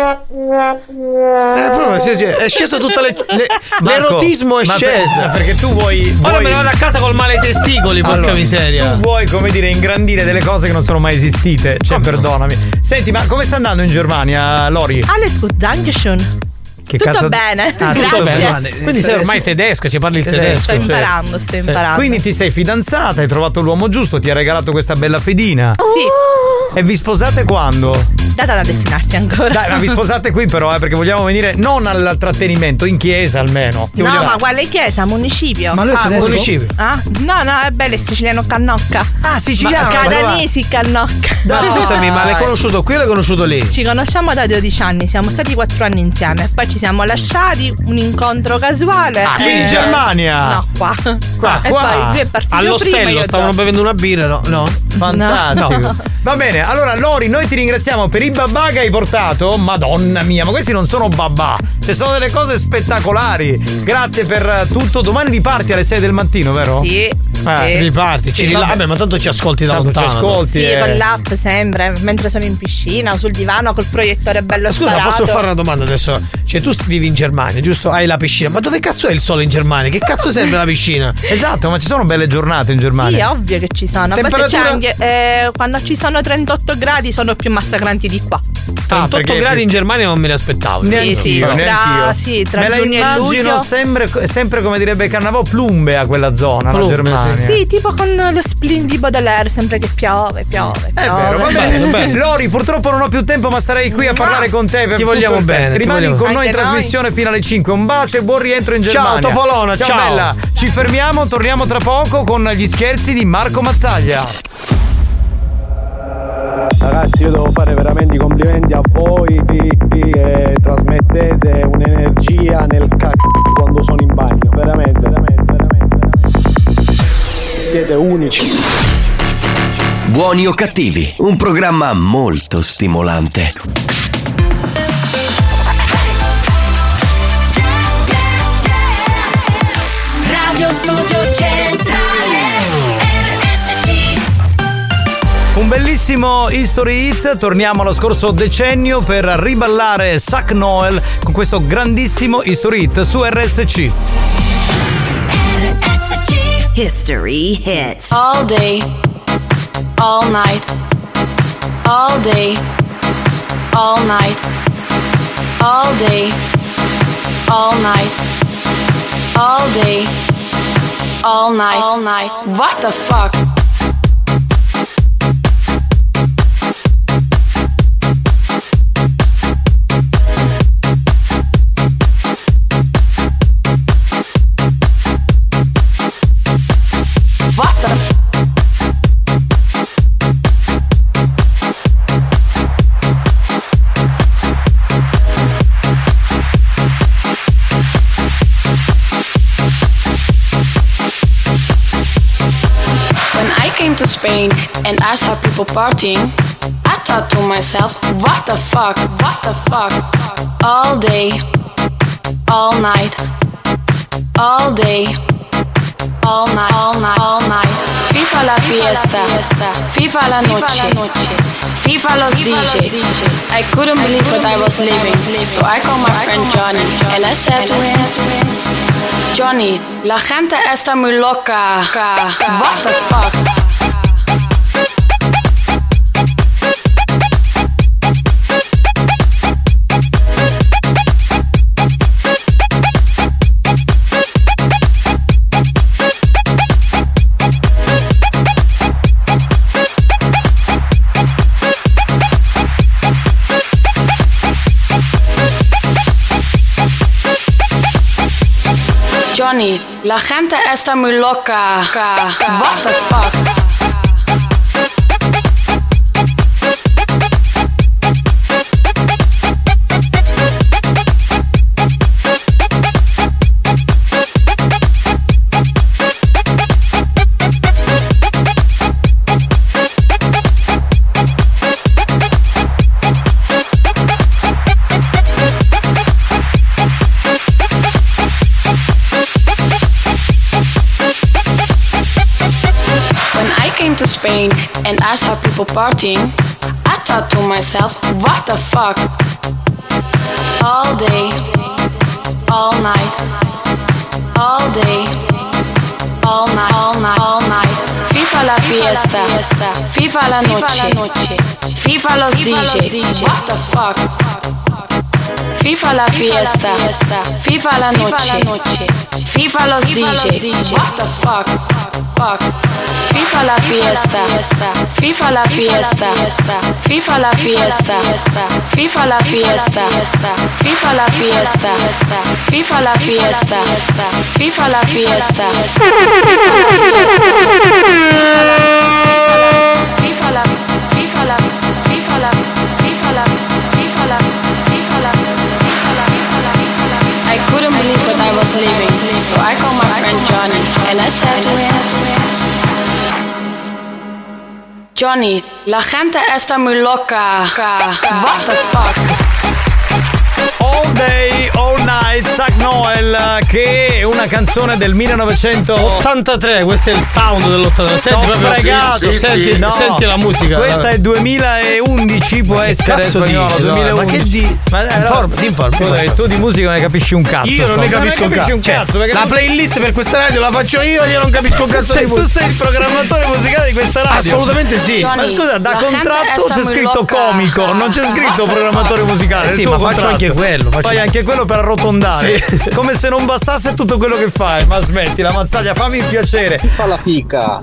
È sceso tutto l'erotismo è sceso. Perché tu vuoi ora me ne vado a casa col male ai testicoli, porca miseria. Tu vuoi, come dire, ingrandire delle cose che non sono mai esistite. Cioè, perdonami. Senti, ma come sta andando in Germania, Lori? Alles gut, Dankeschön. Tutto bene, tutto bene. Quindi sei ormai tedesca, ci parli il tedesco. Sto imparando. Quindi ti sei fidanzata, hai trovato l'uomo giusto, ti ha regalato questa bella fedina. Sì. E vi sposate quando? Data da destinarsi ancora. Dai, ma vi sposate qui però, perché vogliamo venire non al trattenimento, in chiesa almeno. No, ma quale chiesa? Municipio. Ma lui è tedesco? Municipio. No, è bello, è siciliano Cannocca. Siciliano. Catanesi Cannocca. Scusami, ma l'hai conosciuto qui o l'hai conosciuto lì? Ci conosciamo da 12 anni, siamo stati 4 anni insieme. Poi ci siamo lasciati, un incontro casuale. In Germania? No, qua. E poi lui è partito all'ostello, prima, stavano bevendo una birra, no? Fantastico. No. Va bene, allora Lori, noi ti ringraziamo per i babà che hai portato. Madonna mia, ma questi non sono babà, ci sono delle cose spettacolari. Grazie per tutto. Domani riparti alle 6 del mattino, vero? Sì. Riparti, vabbè, ma tanto ci ascolti da lontano. Ci ascolti. Sì, con l'app sempre, mentre sono in piscina o sul divano col proiettore bello sparato. Scusa, posso fare una domanda adesso? Cioè, tu vivi in Germania, giusto? Hai la piscina, ma dove cazzo è il sole in Germania? Che cazzo serve la piscina? Esatto, ma ci sono belle giornate in Germania. Sì, ovvio che ci sono. Temperatura... C'è anche, quando ci sono 38 gradi sono più massacranti di qua. 38 gradi in Germania non me li aspettavo. Sì, tra me la giugno e luglio. immagino sempre come direbbe Cannavò, plumbe a quella zona, la Germania. Sì, tipo con lo splin di Baudelaire, sempre che piove. È vero, va bene. Lori, purtroppo non ho più tempo, ma starei qui a parlare con te. Ti vogliamo bene. Rimani con noi in trasmissione fino alle 5. Un bacio e buon rientro in Germania. Ciao Topolona, ciao bella. Ci fermiamo, torniamo tra poco con gli scherzi di Marco Mazzaglia. Ragazzi, io devo fare veramente i complimenti a voi che trasmettete un'energia nel cacchio quando sono in bagno. Veramente. Siete unici. Buoni o cattivi, un programma molto stimolante. Radio Studio Centrale RSC. Un bellissimo history hit, torniamo allo scorso decennio per riballare Suck Noel con questo grandissimo history hit su RSC. History hit. All day, all night, all day, all night, all day, all night, all day, all night, all night. What the fuck? I saw people partying, I thought to myself, what the fuck, all day, all night, all day, all night, all night, all night. FIFA la fiesta, FIFA la noche, FIFA los DJ. I couldn't believe what I was living, so I called my friend Johnny and I said to him, Johnny, la gente está muy loca, what the fuck? Johnny, la gente está muy loca. What the fuck? To Spain and I saw people partying, I thought to myself, what the fuck? All day, all night, all day, all night, all night, all night. FIFA la fiesta, FIFA la noche, FIFA los DJ. What the fuck? FIFA la fiesta, FIFA la noche, FIFA los DJ. What the fuck? FIFA la fiesta, FIFA la fiesta, FIFA la fiesta, FIFA la fiesta, FIFA la fiesta, FIFA la fiesta, FIFA la fiesta, FIFA la I couldn't believe what I was living, so I called my friend Johnny and I said to him, Johnny, la gente está muy loca. What the fuck? All Day, All Night, Zach Noel, che è una canzone del 1983. Questo è il sound dell'83. Senti proprio fregato, senti la musica. Questa è 2011, può essere spagnolo, 2011. Ma che di? Ti informi. Tu di musica non ne capisci un cazzo. Io non ne capisco un cazzo. La playlist per questa radio la faccio io non capisco un cazzo di musica. Tu sei il programmatore musicale di questa radio? Assolutamente sì. Ma scusa, da contratto c'è scritto comico, non c'è scritto programmatore musicale. Sì, ma faccio anche quello. Fai anche quello per arrotondare. Sì. Come se non bastasse tutto quello che fai. Ma smetti, la Mazzaglia, fammi il piacere. FIFA la fica.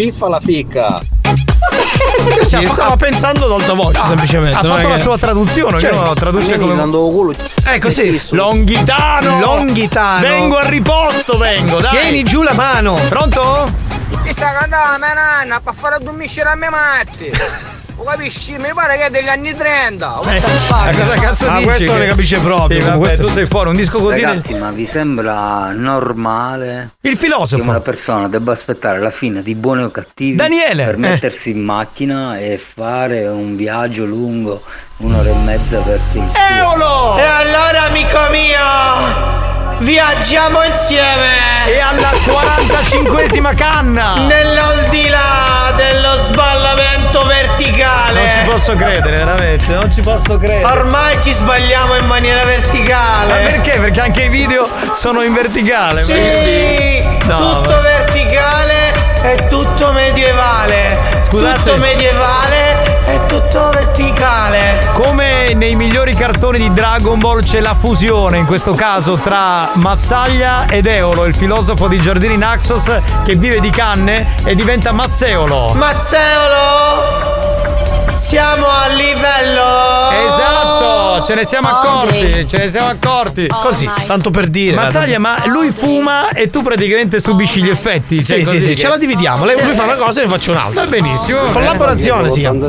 Sì, stava pensando ad alta voce, semplicemente. Ha fatto la sua traduzione, che lo traduce come culo. Così. Longhitano. Vengo al riposto, dai. Tieni giù la mano. Pronto? Mi sta cantando la mia nanna per fare dormire a mia mazzi. Capisci? Mi pare che è degli anni 30. Cosa cazzo dici? Questo non ne capisce proprio. Sì, vabbè, tu sei fuori, un disco così. Ragazzi, ma vi sembra normale il filosofo che una persona debba aspettare la fine di Buoni o Cattivi Daniele per mettersi in macchina e fare un viaggio lungo 1 ora e mezza verso il Eolo! E allora, amico mio, viaggiamo insieme! E alla 45esima canna! Nell'aldilà dello sballamento verticale! Non ci posso credere, veramente, non ci posso credere! Ormai ci sbagliamo in maniera verticale! Ma perché? Perché anche i video sono in verticale! Sì! No, tutto verticale e tutto medievale! Scusate! Tutto medievale e tutto verticale! Come nei migliori cartoni di Dragon Ball c'è la fusione, in questo caso tra Mazzaglia ed Eolo, il filosofo di Giardini Naxos che vive di canne e diventa Mazzeolo. Mazzeolo! Siamo a livello! Esatto, ce ne siamo accorti. Così, tanto per dire. Mazzaglia, ma lui fuma e tu praticamente subisci gli effetti. Sì, ce la dividiamo. Lui fa una cosa e ne faccio un'altra. Va benissimo. Collaborazione si chiama.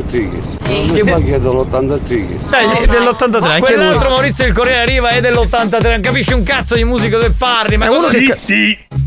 Dell'83. Anche quell'altro Maurizio il Corriere arriva è dell'83. Non capisci un cazzo di musica che parli. Ma uno sì.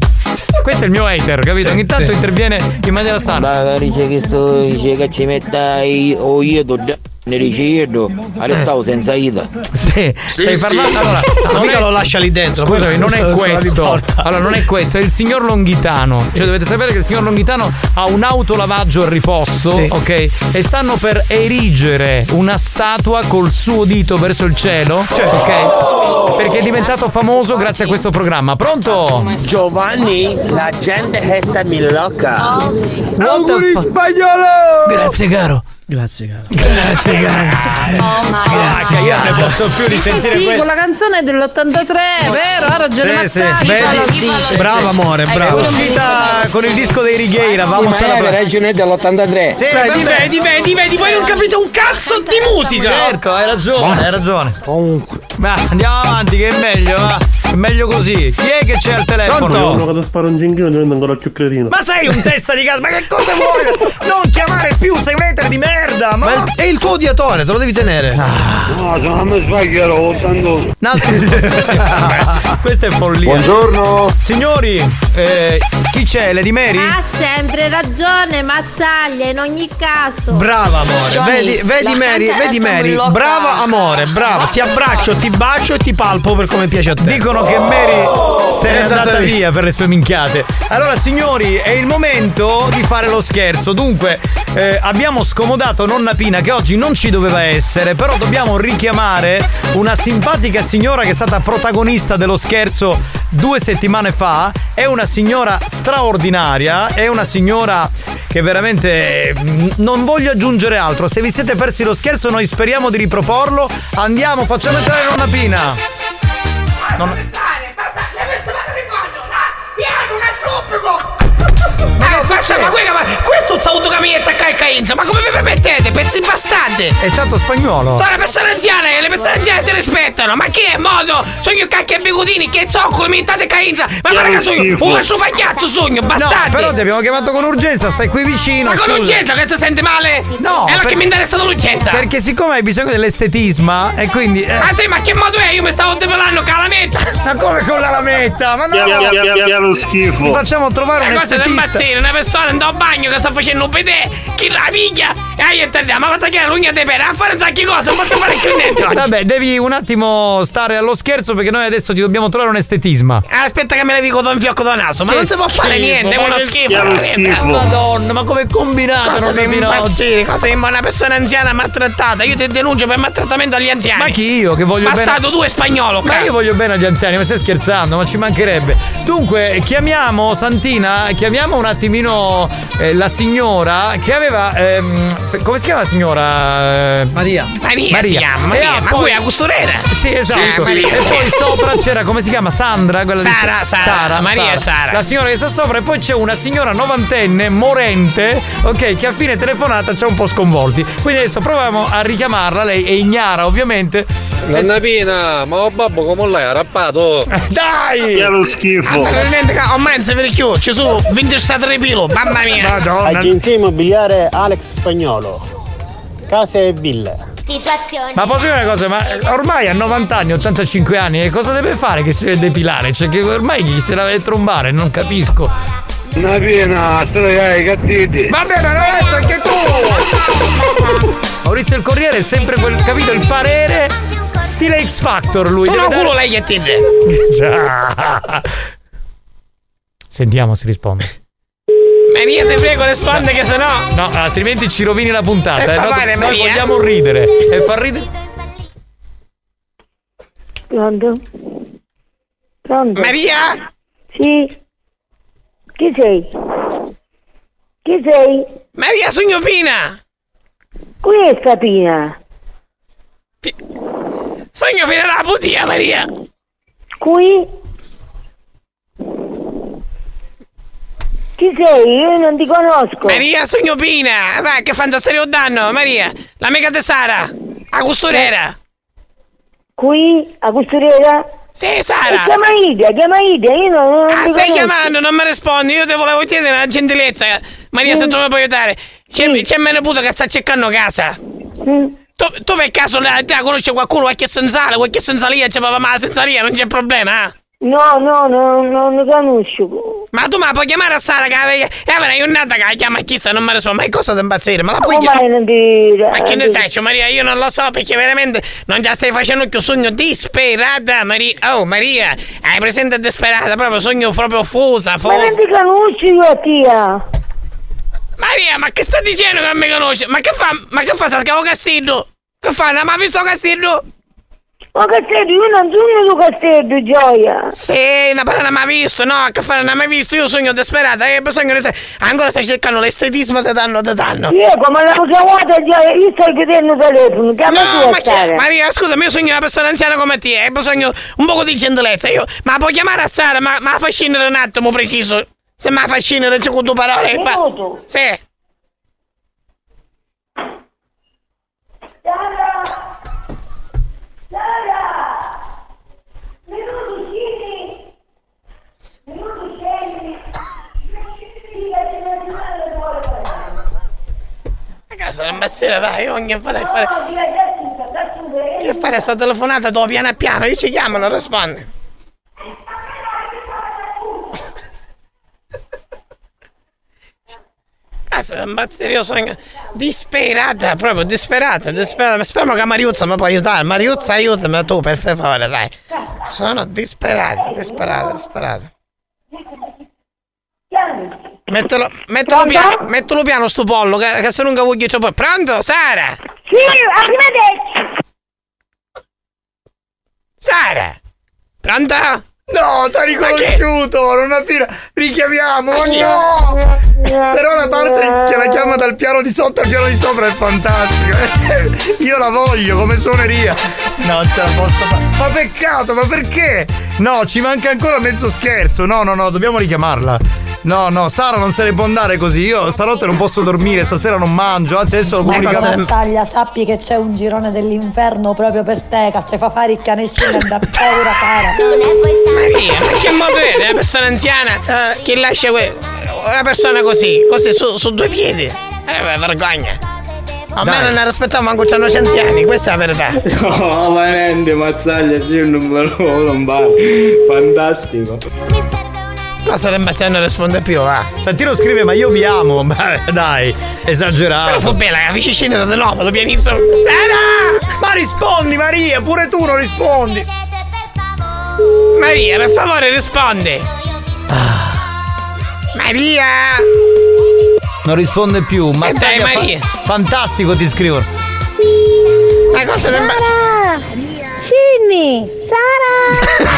Questo è il mio hater, capito? Ogni tanto interviene in maniera sana. Magari c'è che ci metta o io ne ricevo, arrestato senza ida. Sì, stai parlando. Allora, mica lo lascia lì dentro. Scusami, non è questo. Allora, non è questo, è il signor Longhitano. Cioè, dovete sapere che il signor Longhitano ha un autolavaggio al riposto, ok? E stanno per erigere una statua col suo dito verso il cielo, ok? Perché è diventato famoso grazie a questo programma. Pronto? Giovanni, la gente resta milocca. Auguri spagnolo! Grazie caro. Grazie caro. Grazie caro. Grazie, io non ne posso più di sentire Sì, questo. con la canzone dell'83, vero? Ha ragione Mazzagli. Bravo amore, bravo. È uscita con il disco dei Righeira, vamos alla ragione dell'83. Vedi, voi non capite un cazzo di musica. Certo, hai ragione. Comunque. Ma andiamo avanti che è meglio, va. È meglio così. Chi è che c'è al telefono? Uno che ti spara un ginghino diventa ancora più cretino. Ma sei un testa di casa, ma che cosa vuoi? Non chiamare più, sei un hater di merda! Ma è il tuo odiatore, te lo devi tenere. No, se non mi sbaglierò, 82. Questa è follia. Buongiorno. Signori, chi c'è? Lady Mary? Ha sempre ragione Mazzaglia in ogni caso. Brava amore. Johnny, vedi Mary. Brava amore, brava. Ti abbraccio, ti bacio e ti palpo per come piace a te. Dicono che Mary se n'è andata via per le sue minchiate. Allora signori, è il momento di fare lo scherzo. Dunque abbiamo scomodato nonna Pina che oggi non ci doveva essere, però dobbiamo richiamare una simpatica signora che è stata protagonista dello scherzo 2 settimane fa. È una signora straordinaria, è una signora che veramente non voglio aggiungere altro. Se vi siete persi lo scherzo noi speriamo di riproporlo. Andiamo, facciamo entrare nonna Pina. Ma questo è un saluto che mi attacca il cainza, ma come vi permettete, pezzi bastardi? È stato spagnolo. Sono le persone anziane si rispettano, ma chi è modo? Sono io cacchi e bigudini che zoccolo, mi intate cainza, ma guarda che sono un suo pagliazzo sogno, bastardi! No, però ti abbiamo chiamato con urgenza, stai qui vicino. Ma con urgenza che ti senti male? No! E allora che mi interessa l'urgenza? Perché siccome hai bisogno dell'estetisma e quindi. Ah sì, ma che modo è? Io mi stavo depilando con la lametta! Ma come con la lametta? Ma no! Piano schifo. Ti facciamo trovare un estetista. estetista. Cosa del una persona andò a bagno che sta facendo un pedè, chi la piglia e io ma va a tagliare l'ugna di pera, a fare un sacco di cose, non posso fare più niente. Vabbè, devi un attimo stare allo scherzo perché noi adesso ti dobbiamo trovare un estetisma. Aspetta che me ne dico da un fiocco da naso, ma non si può fare niente, è uno schifo. Madonna, ma come combinato? Cosa devi impazzire? Cosa di una persona anziana maltrattata? Io ti denuncio per maltrattamento agli anziani. Ma chi io che voglio bene? Bastato tu è spagnolo. Ma io voglio bene agli anziani, ma stai scherzando? Ma ci mancherebbe. Dunque, chiamiamo Santina, chiamiamo un attimino la signora che aveva come si chiama la signora? Maria si chiama Maria, ma poi a costurera. Sì, esatto. E poi sopra c'era come si chiama? Sandra, quella Sara, Maria e Sara. La signora che sta sopra e poi c'è una signora novantenne morente, ok, che a fine telefonata c'è un po' sconvolti. Quindi adesso proviamo a richiamarla, lei è ignara ovviamente. Nonna Pina, ma ho babbo come lei ha rappato? Dai! Che lo schifo. Ormai non si vede più, ci sono 27 repilo, mamma mia. Madonna. Agenzia immobiliare Alex Spagnolo. Case e ville. Situazione. Ma posso dire una cosa, ma ormai a 90 anni, 85 anni, e cosa deve fare che si deve depilare? Cioè che ormai gli se la deve trombare, non capisco. Una piena, stai cattivi. Vabbè, ma adesso anche tu! Maurizio il Corriere è sempre quel, capito, il parere stile X Factor lui. Tu non culo lei che ti già. Sentiamo se risponde. Maria, ti prego, risponde che sennò. No, altrimenti ci rovini la puntata. Noi vogliamo ridere. E far ridere. Pronto? Pronto? Maria? Sì. Chi sei? Chi sei? Maria Sogno Pina. Qui è sta Pina. Sogno Pina la putia, Maria. Qui? Chi sei? Io non ti conosco. Maria Sogno Pina. Vai, che fantastico danno, Maria. L'amica di Sara. A costurera. Qui? A costurera? Sì, Sara. Chiama Ida, io non stai conosco. Chiamando, non mi rispondi. Io ti volevo chiedere una gentilezza. Maria, se tu mi puoi aiutare. C'è mia nipote che sta cercando casa. Tu per caso la conosci qualcuno, qualche senzalia c'è papà, ma la senzalia non c'è problema, eh? No, non conosco. Ma tu puoi chiamare a Sara che avrai un'altra che la chiama chi sta non mi risponde. Ma è cosa da impazzire? Ma la puoi chiamare? Ma che ne sai, Maria? Io non lo so perché veramente non già stai facendo più sogno disperata, Maria. Oh, Maria, hai presente disperata? Proprio sogno proprio fusa. Ma non ti conosci io, tia. Maria, ma che sta dicendo che non mi conosce? Ma che fa sta scavo Castello? Che fa? Non mi ha visto Castello? Ma Castello, io non sogno su Castello, Gioia. Sì, una parola non mi ha visto, no, che fare, non mi ha visto, io sogno disperata, bisogno di... Ancora stai cercando l'estetismo ti danno. Io, come la chiamata, Gioia, io sto chiedendo il telefono, chiama tu a Sara. Maria, scusami, io sogno una persona anziana come te, hai bisogno un po' di gentilezza, ma puoi chiamare a Sara, ma la fai scendere un attimo preciso, se me la fai scendere, c'è con due parole. Sì. Ragazzi, non impazzire, dai, io ogni volta fare questa telefonata dopo piano piano, io ci chiamano, rispondi. Ragazzi, non impazzire, io sono disperata, proprio disperata, ma speriamo che Mariuzza mi può aiutare. Mariuzza, aiutami tu, per favore, dai. Sono disperata. Mettilo piano sto pollo, che se non voglio troppo. Pronto, Sara? Sì, arrivederci. Sara? Pronto? No, t'ha riconosciuto, non appena richiamiamo, no! Però la parte che la chiama dal piano di sotto al piano di sopra è fantastica. Io la voglio come suoneria. Non ce la posso fare. Ma peccato, ma perché? No, ci manca ancora mezzo scherzo. No, dobbiamo richiamarla. No, Sara non se ne può andare così. Io stanotte non posso dormire, stasera non mangio, anzi adesso lo comunichiamo. Battaglia, sappi che c'è un girone dell'inferno proprio per te, che ci fa fare il canescino e da paura cara. Maria, ma che modo è? Una persona anziana che lascia una persona così su due piedi. Vergogna. A me non ne rispettavo manco c'hanno anziani, questa è la verità. No, veramente, Mazzaglia, sì, un numero non vale. Fantastico. Ma sarebbe te non risponde più, va. Santino scrive, ma io vi amo. Ma dai, esagerato. Però fu bella, capisci scendere di nuovo, lo pianissimo. Sara! Ma rispondi, Maria, pure tu non rispondi. Maria, per favore, rispondi. Maria! Non risponde più, ma dai, Maria. Fantastico, ti scrivo. Ma cosa Sara! Cinni! Sara!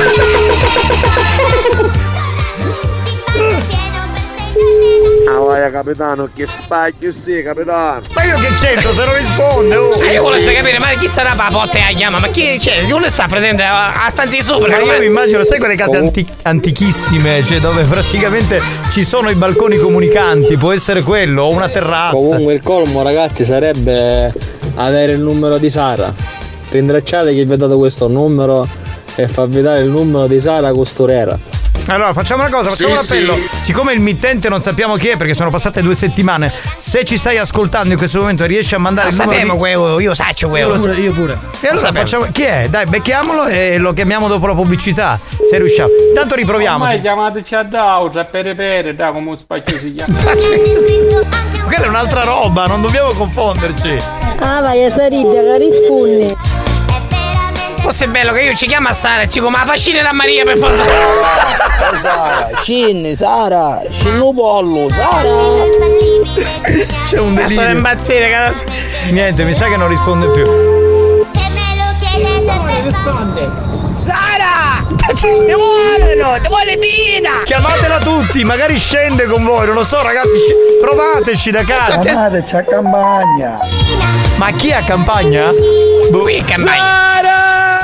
Ah, vai, capitano, che spacchio sì, capitano. Ma io che c'entro se non risponde? Io volevo capire, ma chi sarà Papotta e la chiama? Ma chi c'è? Uno sta prendendo a stanza di sopra. Ma io mi immagino, sai quelle case antichissime, cioè dove praticamente ci sono i balconi comunicanti, può essere quello, o una terrazza. Comunque il colmo, ragazzi, sarebbe avere il numero di Sara. Rintracciate chi vi ha dato questo numero e farvi dare il numero di Sara Costurera. Allora facciamo una cosa, facciamo un appello. Sì. Siccome il mittente non sappiamo chi è perché sono passate 2 settimane, se ci stai ascoltando in questo momento riesci a mandare il numero io saccio quello. Io pure. E allora facciamo, chi è? Dai, becchiamolo e lo chiamiamo dopo la pubblicità, se riusciamo. Tanto riproviamo. Ma chiamateci ad auto, a pere, da come un spacchio si chiama. Quella è un'altra roba, non dobbiamo confonderci. Ah, vai a Sariggia che rispondi. Forse è bello che io ci chiamo a Sara e ci dico, ma fascina da Maria per favore. Sara, Cinni, Sara, Cinnupollo, Sara. C'è un delirio. Sono impazzire, caro. Niente, mi sa che non risponde più. Se me lo chiedete, risponde. Sara! Ti vuole Pina! Chiamatela tutti, magari scende con voi, non lo so ragazzi, provateci da casa. Chiamateci a campagna. Ma chi è a campagna? Qui è campagna.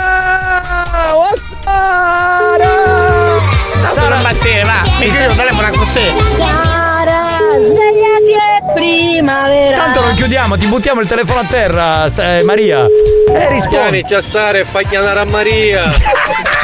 Sara, impazzire, va. Mi chiudo il telefono così. Sara, svegliati è primavera. Tanto non chiudiamo, ti buttiamo il telefono a terra, Maria. Rispondi. Chiami a Sara e fai chiamare a Maria.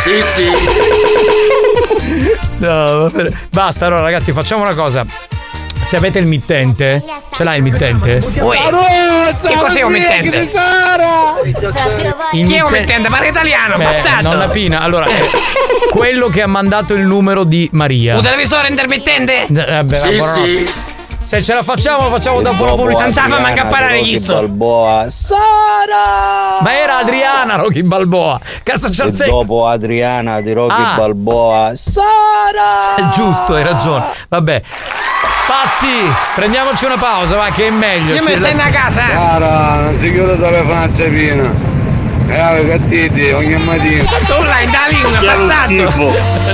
Sì. No, basta, allora ragazzi, facciamo una cosa. se avete il mittente, ce l'hai il mittente? Che cos'è un mittente? Chi è un mittente? Parla italiano, bastardo. Nonna Pina, allora, quello che ha mandato il numero di Maria. Un televisore intermittente? Sì. Se ce la facciamo, lo facciamo dopo la pubblicità. Non sa manca a parare chi sto. Balboa. Sara! Ma era Adriana Rocky Balboa. Cazzo c'ha E dopo Adriana di Rocky Balboa. Sara! È giusto, hai ragione. Vabbè. Pazzi, prendiamoci una pausa, va, che è meglio. Io mi stai in casa. Cara, non si chiude telefonanza Pina. Cattiti, ogni mattina. Tu l'hai in da lingua, bastardo.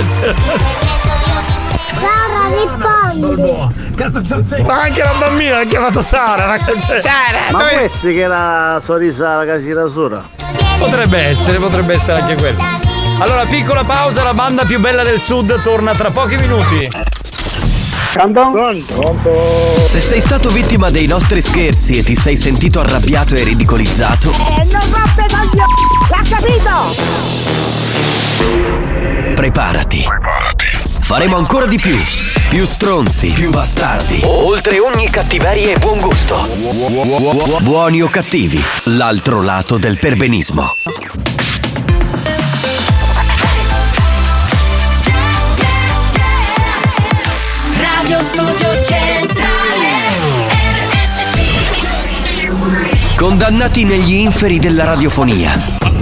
Sara, rispondi. Ma anche la bambina ha chiamato Sara. Sara, ma può essere che la sorrisa la casina sura? Potrebbe essere anche quello. Allora, piccola pausa, la banda più bella del sud torna tra pochi minuti. Se sei stato vittima dei nostri scherzi e ti sei sentito arrabbiato e ridicolizzato, Non roppe coglioni! L'ha capito! preparati. Faremo ancora di più. Più stronzi, più bastardi. Oltre ogni cattiveria e buon gusto. Buoni o cattivi, l'altro lato del perbenismo. Radio Studio Centrale RSC. Condannati negli inferi della radiofonia.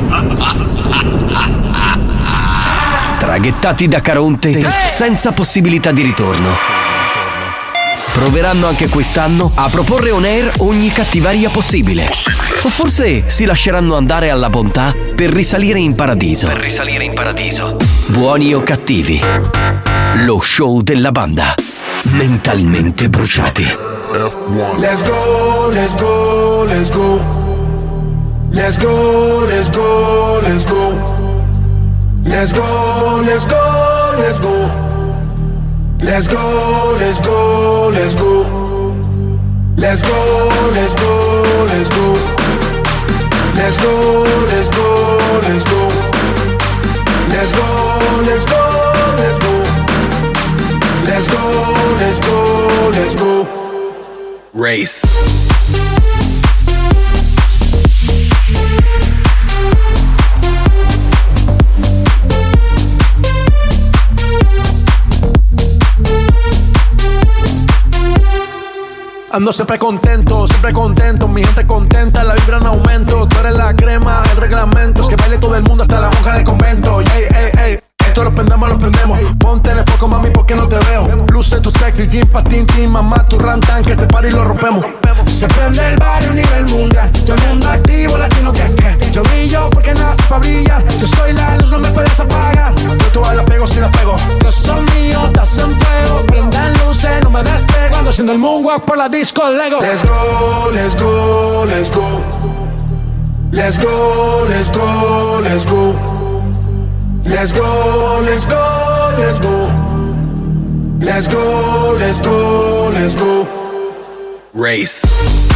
Traghettati da Caronte senza possibilità di ritorno. Proveranno anche quest'anno a proporre on air ogni cattiveria possibile. O forse si lasceranno andare alla bontà per risalire in paradiso. Buoni o cattivi, lo show della banda. Mentalmente bruciati. Let's go, let's go, let's go. Let's go, let's go, let's go. Let's go, let's go, let's go. Let's go, let's go, let's go. Let's go, let's go, let's go. Let's go, let's go, let's go. Let's go, let's go, let's go. Let's go, let's go, let's go. Race. Ando sempre contento, mi gente contenta, la vibra en aumento. Tú eres la crema, el reglamento, es que baile todo el mundo hasta la monja del convento. Ey, ey, ey, esto lo prendemos. Ponte en el poco, mami, porque no te veo. Luce tu sexy, jean pa' tintín, mamá, tu rantan, que este party lo rompemos. Se prende el barrio a nivel mundial, todo el mundo activo, latino que. Yo brillo porque nací pa' brillar, yo soy la luz, no me puedes apagar. Yo todas la pego si la pego. Todos son míos, estás en fuego, prendan luces, no me despego. Ando haciendo el moonwalk por la disco Lego. Let's go, let's go, let's go. Let's go, let's go, let's go. Let's go, let's go, let's go. Let's go, let's go, let's go. Race.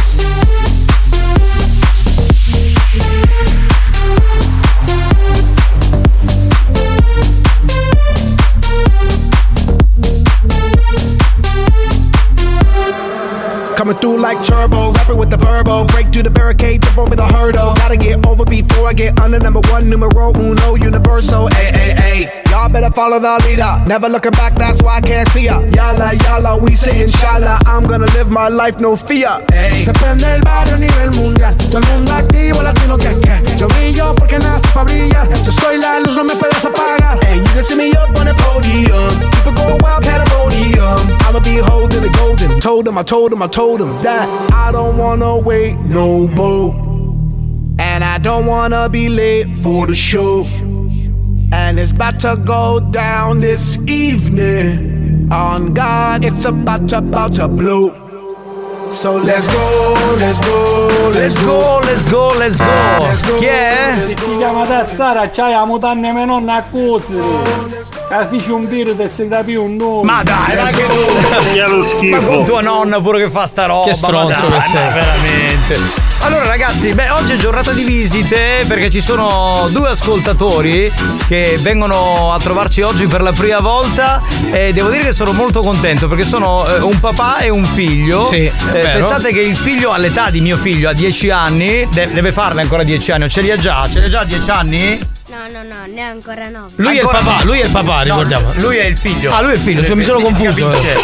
Coming through like turbo, rapper with the verbo. Break through the barricade, jump over the hurdle. Gotta get over before I get under. Number one, numero uno, universal. Ay, ay, ay. Y'all better follow the leader. Never looking back, that's why I can't see ya. Yalla, yalla, we say inshallah. I'm gonna live my life, no fear. Ay. Se prende el barrio a nivel mundial. Todo el mundo activo, latino que. Yo brillo porque nací pa' brillar. Yo soy la luz, no me puedes apagar. Hey, you can see me up on the podium. People go wild, pandemonium. I'ma be holding the golden. I told him that I don't wanna wait no more. And I don't wanna be late for the show. And it's about to go down this evening. On God, it's about to blow. So let's go, let's go, let's go, let's go, let's go, let's go. Chi è? Se ti chiama da Sara, c'hai la mutande mia nonna a cucire. Capisci un virus e si da più un nome. Ma dai, ma che lo schifo. Ma con tua nonna pure che fa sta roba. Che stronzo che sei. veramente. Allora ragazzi, oggi è giornata di visite perché ci sono 2 ascoltatori che vengono a trovarci oggi per la prima volta e devo dire che sono molto contento perché sono un papà e un figlio. Sì, pensate che il figlio all'età di mio figlio, a 10 anni, deve farne ancora 10 anni, ce li ha già 10 anni? No, ne ha ancora 9. Lui è il papà, ricordiamo. Lui è il figlio. Ah, lui è il figlio, mi sono confuso.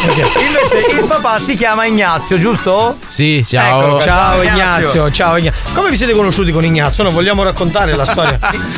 Invece il papà si chiama Ignazio, giusto? Sì, ciao. Eccolo, ciao Ignazio. Come vi siete conosciuti con Ignazio? Noi vogliamo raccontare la storia?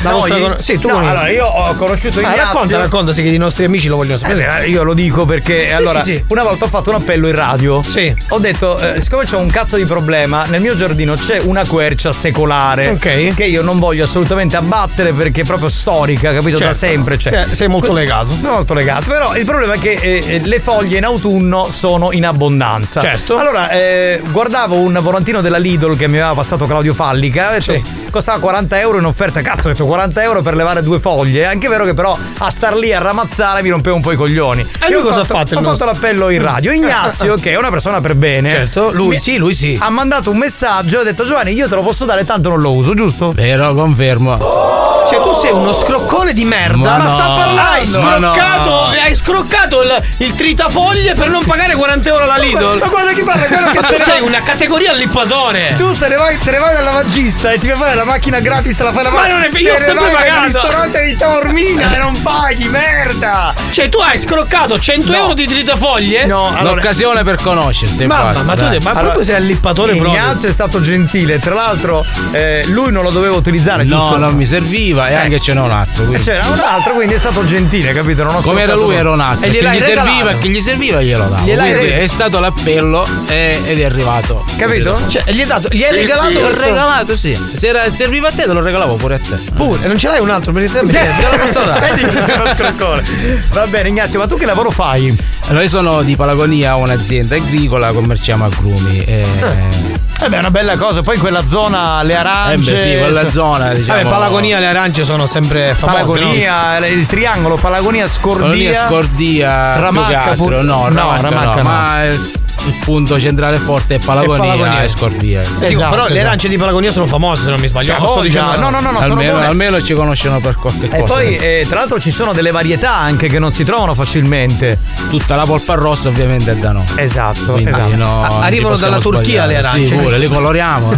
Sì, tu allora io ho conosciuto Ignazio. Racconta, sì, che i nostri amici lo vogliono sapere. Io lo dico perché una volta ho fatto un appello in radio. Sì. Ho detto, siccome c'ho un cazzo di problema, nel mio giardino c'è una quercia secolare. Ok. Che io non voglio assolutamente abbattere perché è proprio storica, capito? Certo. Da sempre. Sei molto legato. Molto legato. Però il problema è che le foglie in autunno sono in abbondanza. Certo. Allora, guardavo un volantino della Lidl che mi aveva passato Claudio Fallica. Ho detto, costava 40 euro in offerta. Cazzo, ho detto 40 euro per levare 2 foglie. È anche vero che però a star lì a ramazzare mi rompevo un po' i coglioni. E lui cosa ha fatto? Ho fatto l'appello in radio. Ignazio, che è una persona per bene. Certo, lui sì. Ha mandato un messaggio e ha detto: Giovanni, io te lo posso dare, tanto non lo uso, giusto? Vero, confermo. Cioè, tu sei uno scroccone di merda. Ma sta parlando! Hai scroccato il tritafoglie per non pagare 40 euro alla Lidl. Ma guarda chi parla, quello che tu sei una categoria all'ippatore. Tu te ne vai dal lavagista e ti fai fare la macchina gratis, te la fai lavare. Ma non è vero, io ho sempre pagato. Al ristorante di Taormina e non paghi, merda! Cioè, tu hai scroccato 100 euro di tritafoglie? No, l'occasione per conoscersi. Ma proprio sei all'ippatore proprio. Ignazio è stato gentile, tra l'altro lui non lo doveva utilizzare, giusto? No, non mi serviva e anche ce n'è un altro. Quindi. C'era un altro, quindi è stato gentile, capito? Non ho come era lui era un altro. E chi gli serviva glielo davo. È stato l'appello ed è arrivato. Capito? Cioè, gli hai regalato? L'ho regalato, sì. Se serviva a te, te lo regalavo pure a te. Pure, non ce l'hai un altro? Perché te lo posso dare. Vedi che sei uno scroccone. Va bene, Ignazio, ma tu che lavoro fai? Allora, io sono di Palagonia, un'azienda agricola, commerciamo agrumi. È una bella cosa, poi in quella zona le arance. Sì, quella zona, diciamo. Palagonia, le arance sono sempre famose. Palagonia, no? Il triangolo, Palagonia, Scordia. Ramacca pure. Ramacca no. Ma il punto centrale forte è Palagonia e Scordia. Esatto, però le arance di Palagonia sono famose, se non mi sbaglio. No, almeno ci conoscono per qualche cosa. E poi tra l'altro ci sono delle varietà anche che non si trovano facilmente. Tutta la polpa rossa ovviamente è da noi. Esatto. Quindi arrivano dalla Turchia le arance. Sì, pure, le coloriamo.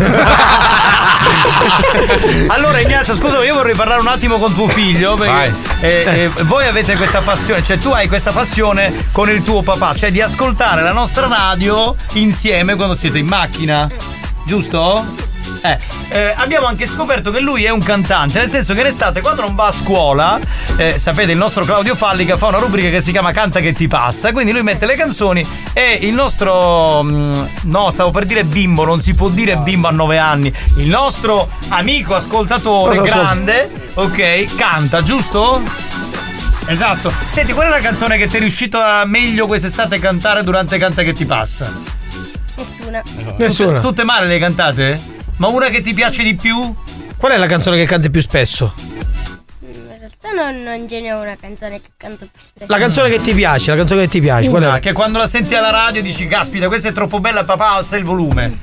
Allora Ignazio, scusa, io vorrei parlare un attimo con tuo figlio perché voi avete questa passione, cioè tu hai questa passione con il tuo papà, cioè di ascoltare la nostra radio insieme quando siete in macchina, giusto? Abbiamo anche scoperto che lui è un cantante, nel senso che in estate quando non va a scuola, sapete, il nostro Claudio Fallica fa una rubrica che si chiama Canta che ti passa, quindi lui mette le canzoni e il nostro stavo per dire bimbo, non si può dire bimbo a 9 anni, il nostro amico ascoltatore grande, ok, canta, giusto? Esatto. Senti, qual è la canzone che ti è riuscita meglio quest'estate a cantare durante Canta che ti passa? Nessuna. Tutte male le cantate? Ma una che ti piace di più? Qual è la canzone che canti più spesso? In realtà non ce n'è una canzone che canto più spesso. La canzone che ti piace, qual è? Che quando la senti alla radio dici caspita, questa è troppo bella, papà, alza il volume.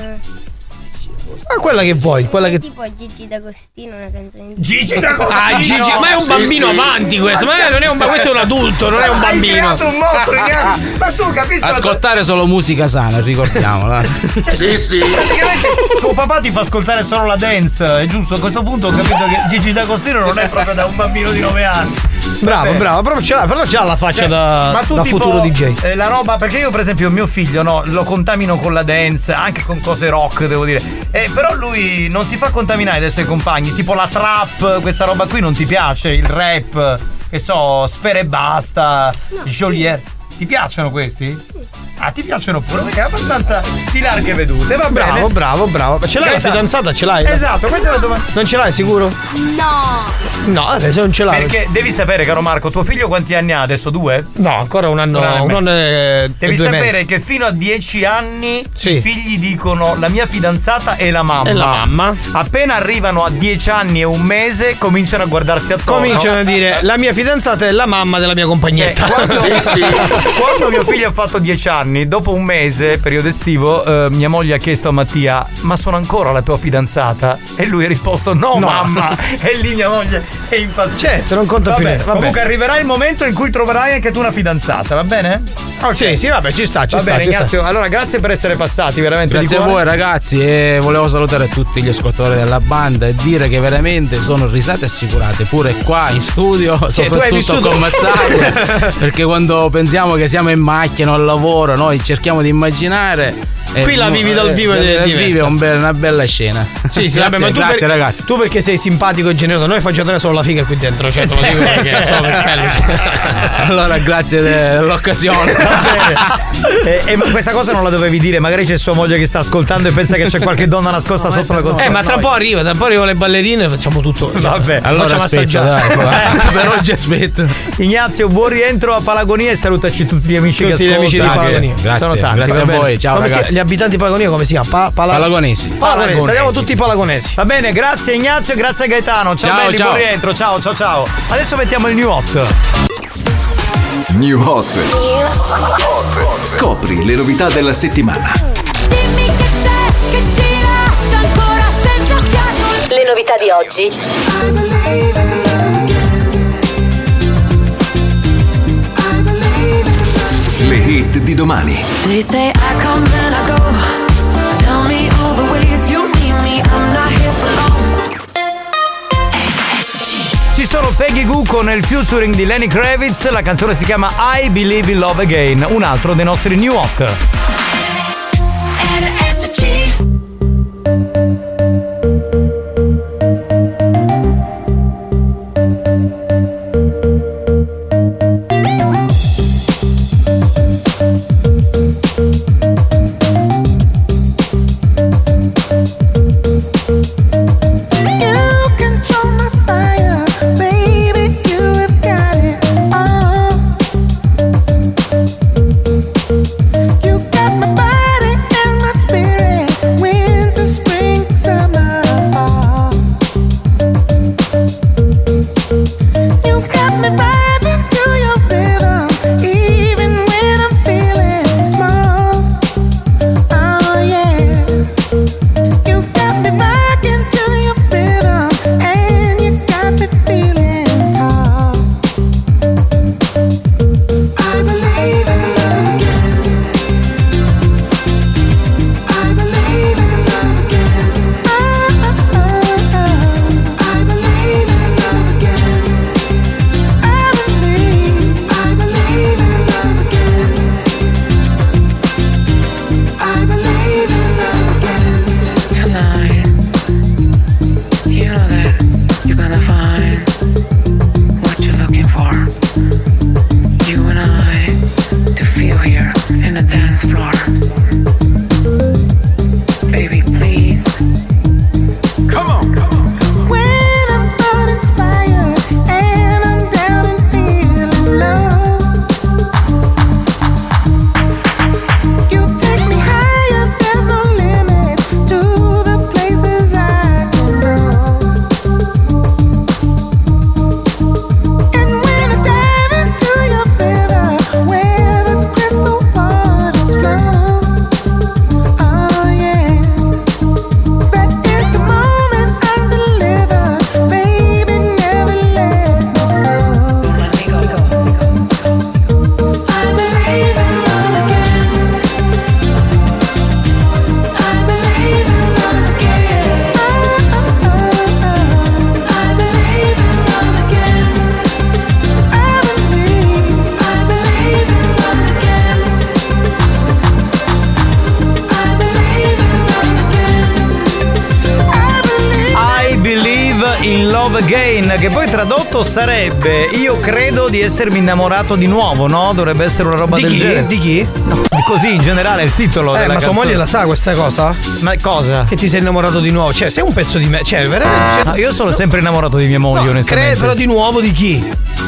Quella che vuoi, quella che. Tipo Gigi D'Agostino, una canzone di Gigi D'Agostino. Gigi, ma è un bambino avanti questo, ma non è un questo è un adulto, non è un bambino. Hai creato un mostro, ma tu capisci? Ascoltare solo musica sana, ricordiamola. Sì. Praticamente tuo papà ti fa ascoltare solo la dance, è giusto? A questo punto ho capito che Gigi D'Agostino non è proprio da un bambino di 9 anni. Bravo, però ce l'ha la faccia da futuro DJ. La roba, perché io per esempio mio figlio lo contamino con la dance, anche con cose rock, devo dire. Però lui non si fa contaminare dai suoi compagni, tipo la trap, questa roba qui non ti piace, il rap, che so, Sfera e Basta, Joliet. Ti piacciono questi? Sì. Ah, ti piacciono pure? Perché è abbastanza di larghe vedute. Va bene. Bravo. Ma ce l'hai la fidanzata? Ce l'hai? Esatto, questa è la domanda. Non ce l'hai sicuro? No, se non ce l'hai. Perché devi sapere, caro Marco, tuo figlio quanti anni ha adesso? 2? No, ancora un anno. Devi sapere che fino a 10 anni i figli dicono la mia fidanzata è la mamma. E la mamma. Appena arrivano a 10 anni e un mese cominciano a guardarsi attorno. Cominciano a dire la mia fidanzata è la mamma della mia compagnetta. Quando mio figlio ha fatto 10 anni anni, dopo un mese, periodo estivo, mia moglie ha chiesto a Mattia: ma sono ancora la tua fidanzata? E lui ha risposto: no. Mamma. E lì mia moglie è impazzita. Certo, non conta più niente. Comunque arriverà il momento in cui troverai anche tu una fidanzata, va bene? Okay. Sì, vabbè, ci sta. Va bene, Ignazio. Allora, grazie per essere passati, veramente. Grazie a voi, ragazzi. E volevo salutare tutti gli ascoltatori della banda e dire che veramente sono risate assicurate pure qua in studio, soprattutto con Mazzaglia. Perché quando pensiamo che siamo in macchina o al lavoro, noi cerchiamo di immaginare. Qui la vivi dal vivo ed è vivi una bella scena. Sì, grazie, vabbè, ma tu grazie ragazzi. Tu perché sei simpatico e generoso, noi facciamo solo la figa qui dentro, cioè te lo dico perché solo per quello. Allora grazie dell'occasione. E questa cosa non la dovevi dire, magari c'è sua moglie che sta ascoltando e pensa che c'è qualche donna nascosta sotto la console. Ma tra un po' arrivano le ballerine, facciamo tutto. Vabbè, allora massaggiare. Per oggi aspetto. Ignazio, buon rientro a Palagonia e salutaci tutti gli amici che ascoltano. Tutti gli amici di Palagonia. Grazie, sono tanti. Grazie a voi, ciao ragazzi. Gli abitanti di Palagonia come si chiama? Palagonesi. Saliamo tutti palagonesi. Va bene, grazie Ignazio e grazie Gaetano. Ciao belli, buon rientro. Ciao. Adesso mettiamo il New Hot. New Hot. Scopri le novità della settimana. Dimmi che c'è, che ci lascia ancora senza fiato. Le novità di oggi. Le hit di domani. They say I come and I go. Tell me all the ways you need me. I'm not here for long. Ci sono Peggy Goo con il featuring di Lenny Kravitz. La canzone si chiama I Believe in Love Again. Un altro dei nostri New Hot. Che poi tradotto sarebbe: io credo di essermi innamorato di nuovo, no? Dovrebbe essere una roba del genere. Di chi? No, così in generale è il titolo della ma canzone. tua moglie la sa questa cosa? Ma cosa? Che ti sei innamorato di nuovo? Cioè, sei un pezzo di me. Cioè, veramente. No, io sono sempre innamorato di mia moglie, onestamente. Però di nuovo di chi?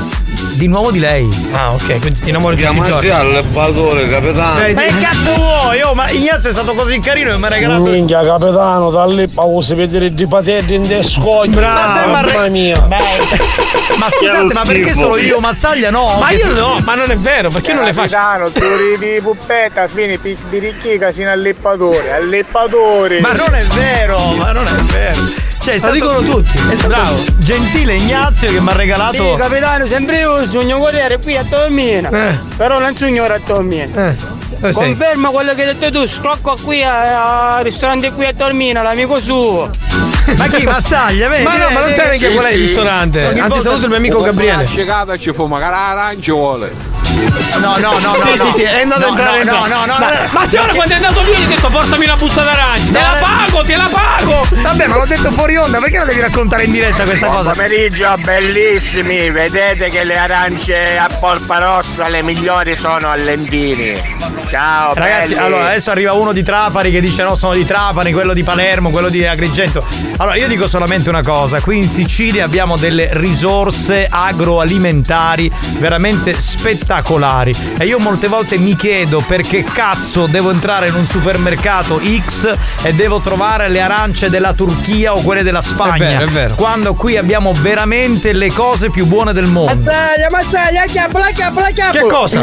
di nuovo di lei. Ah, ok, quindi ti innamori tutti i giorni. Chiama all'eppatore, capitano. Che cazzo vuoi? Oh, ma Ignazio è stato così carino e mi ha regalato. Minchia, capitano, dall'eppa si vedere di patente in te scogli. Bravo, mamma mia. Ma scusate, ma perché solo io, Mazzaglia no? Ma io no, ma non è vero, perché non le faccio? Capitano, tu ridi puppetta, fini di ricchica sino all'eppatore. Ma non è vero, ma non è vero. Cioè, lo dicono tutti. È stato bravo. Gentile Ignazio che mi ha regalato. Sì, capitano, sempre io sogno corriere qui a Taormina. Però non sogno ora a Taormina. Conferma quello che hai detto tu, scrocco qui al ristorante qui a Taormina, l'amico suo. Ma chi? Mazzaglia, vedi? Ma no, ma non sai neanche qual è il ristorante. Anzi, saluto il mio amico Gabriele. Ci fu magari arancione. No. Sì, è andato a entrare. No. Ma se ora quando è andato via, hai detto portami una busta d'arancia. Te la pago. Vabbè, ma l'ho detto fuori onda, perché la devi raccontare in diretta questa cosa? Buon pomeriggio, bellissimi. Vedete che le arance a polpa rossa, le migliori sono a Lentini. Ciao, ragazzi, belli. allora adesso arriva uno di Trapani che dice no, sono di Trapani, quello di Palermo, quello di Agrigento. Allora io dico solamente una cosa, qui in Sicilia abbiamo delle risorse agroalimentari veramente spettacolari e io molte volte mi chiedo perché cazzo devo entrare in un supermercato X e devo trovare le arance della Turchia o quelle della Spagna. È vero. Quando qui abbiamo veramente le cose più buone del mondo. Mazzaglia, chiappo. Che cosa?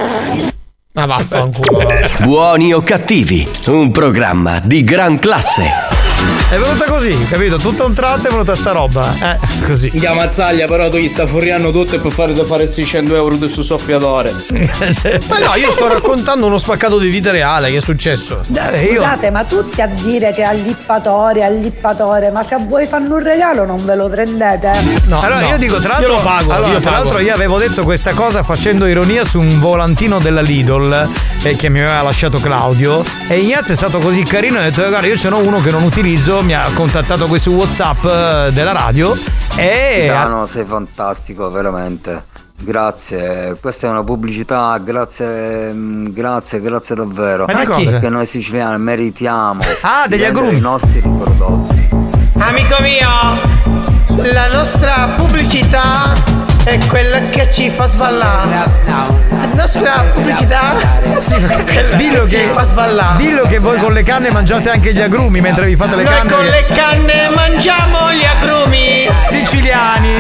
Ma vaffanculo. Buoni o cattivi, un programma di gran classe. È venuta così, capito? Tutto un tratto è venuta sta roba. Così. Minchia Mazzaglia, però tu gli sta furriando tutto e per fare 600 euro del suo soffiatore. Ma no, io sto raccontando uno spaccato di vita reale che è successo. Scusate, ma tutti a dire che all'ippatore, ma se a voi fanno un regalo non ve lo prendete? No. Allora io dico, tra l'altro, io lo pago. Tra l'altro io avevo detto questa cosa facendo ironia su un volantino della Lidl che mi aveva lasciato Claudio e Ignazio è stato così carino e ha detto guarda, io ce n'ho uno che non utilizzo, mi ha contattato qui su WhatsApp della radio e Tano, sei fantastico, veramente. Grazie, questa è una pubblicità, grazie davvero. Ma di cosa? Perché noi siciliani meritiamo degli agrumi, i nostri prodotti. Amico mio, la nostra pubblicità è quella che ci fa sballare. La nostra pubblicità dillo che fa sballare. Dillo che voi con le canne mangiate anche gli agrumi mentre vi fate le canne. Noi con le canne mangiamo gli agrumi. Siciliani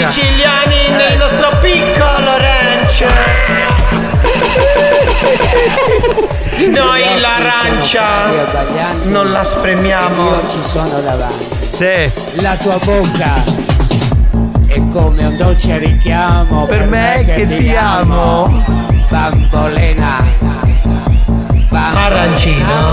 nel nostro piccolo ranch. Noi l'arancia non la spremiamo. Io ci sono davanti. Sì. La tua bocca è come un dolce richiamo per me che ti amo. Bambolena. Arancino.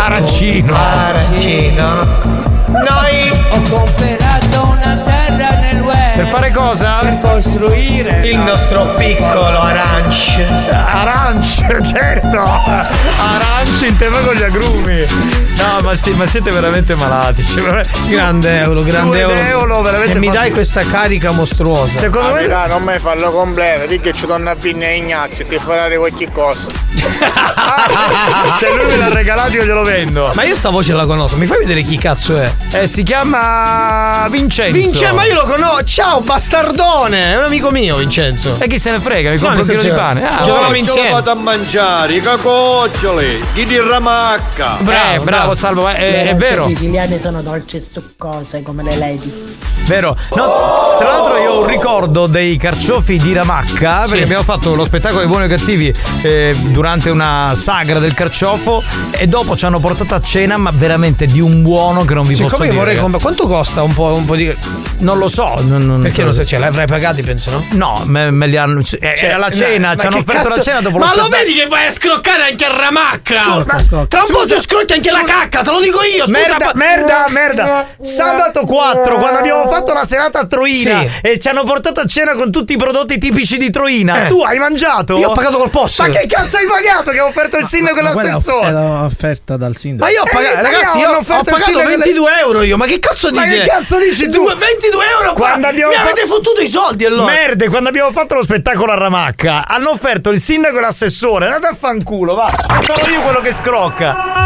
Noi ho comprato una terra nel web. Per fare cosa? Per costruire il nostro piccolo arance, certo. Arance in tema con gli agrumi. No, ma siete veramente malati. Grande euro veramente. E mi dai questa carica mostruosa. Secondo me non mi farlo completo, perché ci torna a pinne Ignazio che farà qualche cosa. Cioè lui me l'ha regalato, io glielo vendo. Ma io sta voce la conosco, mi fai vedere chi cazzo è? Si chiama Vincenzo. Ma io lo conosco. Ciao bastardone, è un amico mio Vincenzo. E chi se ne frega, mi compro un chilo di pane. Giocavamo insieme. Vado a mangiare i cacoccioli, di ramacca. Bravo Salvo, è vero. I siciliani sono dolci e succose come le lady. Vero. No, tra l'altro io ho un ricordo dei carciofi di Ramacca, perché abbiamo fatto lo spettacolo dei buoni e cattivi durante una sagra del carciofo e dopo ci hanno portato a cena, ma veramente di un buono che non vi posso dire. Vorrei comprare. Quanto costa un po' di. Non lo so. Perché non so, ce l'avrai pagati, penso, no? No, me li hanno. Alla cena, ci hanno offerto la cena dopo Ma lo vedi che vai a scroccare anche a Ramacca? Tra un po' tu scrocchi anche la cacca, te lo dico io. Merda. Sabato 4, quando abbiamo fatto la serata a Troina e ci hanno portato a cena con tutti i prodotti tipici di Troina. Tu hai mangiato? Io ho pagato col posto. Ma che cazzo hai pagato? Che ha offerto il sindaco e l'assessore? Era offerta dal sindaco. Ma io ho pagato, ragazzi, io ho pagato 22 euro io. Ma che cazzo dici? Ma che cazzo dici tu? 22 euro qua. Mi avete fottuto i soldi allora. Merde, quando abbiamo fatto lo spettacolo a Ramacca hanno offerto il sindaco e l'assessore. Andate a fanculo, va. Sono io quello che scrocca.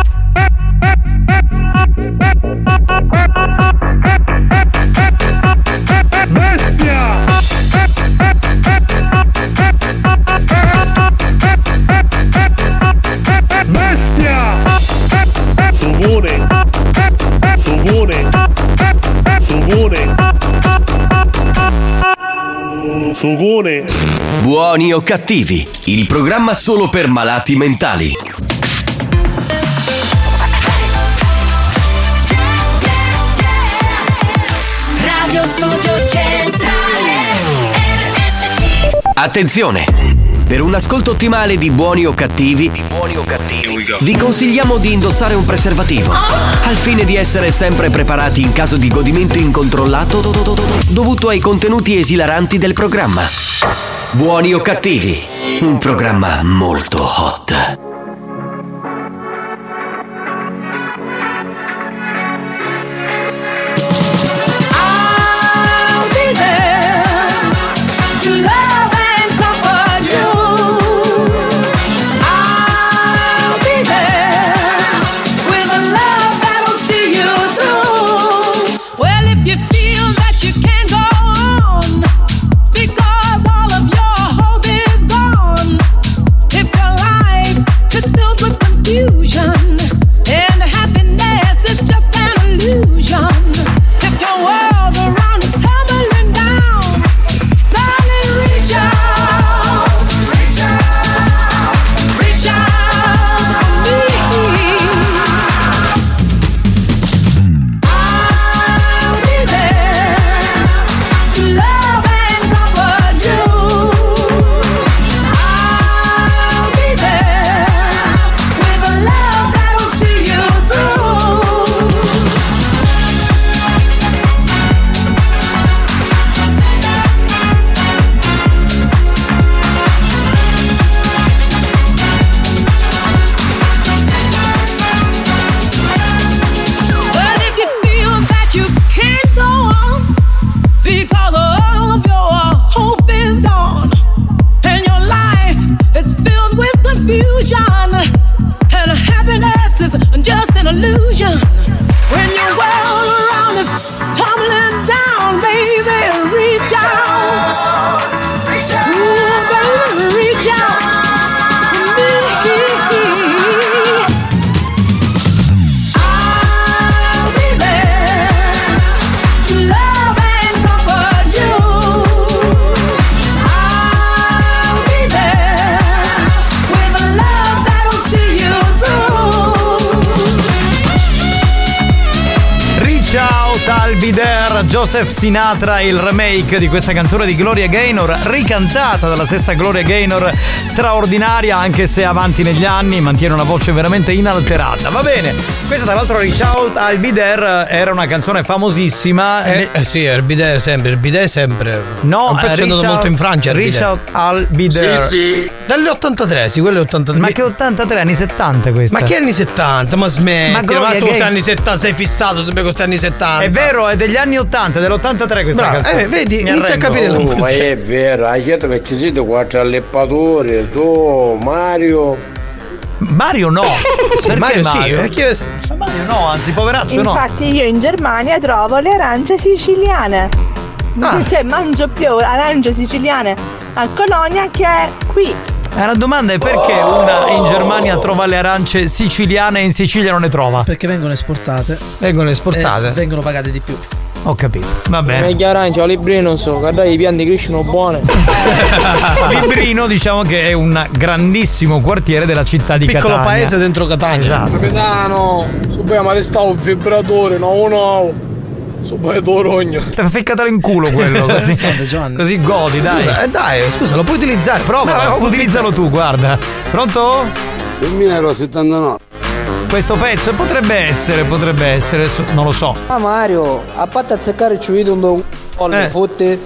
Bestia! Succone. Buoni o cattivi, il programma solo per malati mentali. Radio Studio Centrale RSC. Attenzione! Per un ascolto ottimale di Buoni o Cattivi, vi consigliamo di indossare un preservativo, al fine di essere sempre preparati in caso di godimento incontrollato dovuto ai contenuti esilaranti del programma. Buoni o Cattivi, un programma molto hot. Joseph Sinatra, il remake di questa canzone di Gloria Gaynor, ricantata dalla stessa Gloria Gaynor, straordinaria anche se avanti negli anni, mantiene una voce veramente inalterata. Va bene, questa tra l'altro Reach Out I'll Be There era una canzone famosissima. Sì, il bidet sempre. No, è un pezzo andato molto in Francia. Reach Out I'll Be There. Sì. Dalle 83, sì, quello è 83. Ma che 83, anni 70 questa? Ma che anni 70? Ma smetti, ma tu questi anni 70 sei fissato sempre con questi anni 70. È vero, è degli anni 80, dell'83 questa canzone. Vedi, inizia a capire la musica. Ma è vero, hai detto che ci siete quattro alleppatori, tu, Mario. Mario no. Mario sì, Mario no, anzi poveraccio no. Infatti io in Germania trovo le arance siciliane. Cioè mangio più arance siciliane a Colonia che qui. La domanda è perché una in Germania trova le arance siciliane e in Sicilia non ne trova? Perché vengono esportate. Vengono pagate di più. Ho capito, va bene. Meglio arancia o librino, non so, guarda i pianti crescono buone. Librino diciamo che è un grandissimo quartiere della città di Piccolo Catania. paese dentro Catania. Esatto. Capitano, subbiamo restavo un vibratore, no. Subito rogno. Ti fa ficcatelo in culo quello, così godi, dai. Scusa, lo puoi utilizzare, prova. Utilizzalo tu, guarda. Pronto? 2079. Questo pezzo potrebbe essere, non lo so. Ma Mario, a parte azzeccare ci vedo un fotte.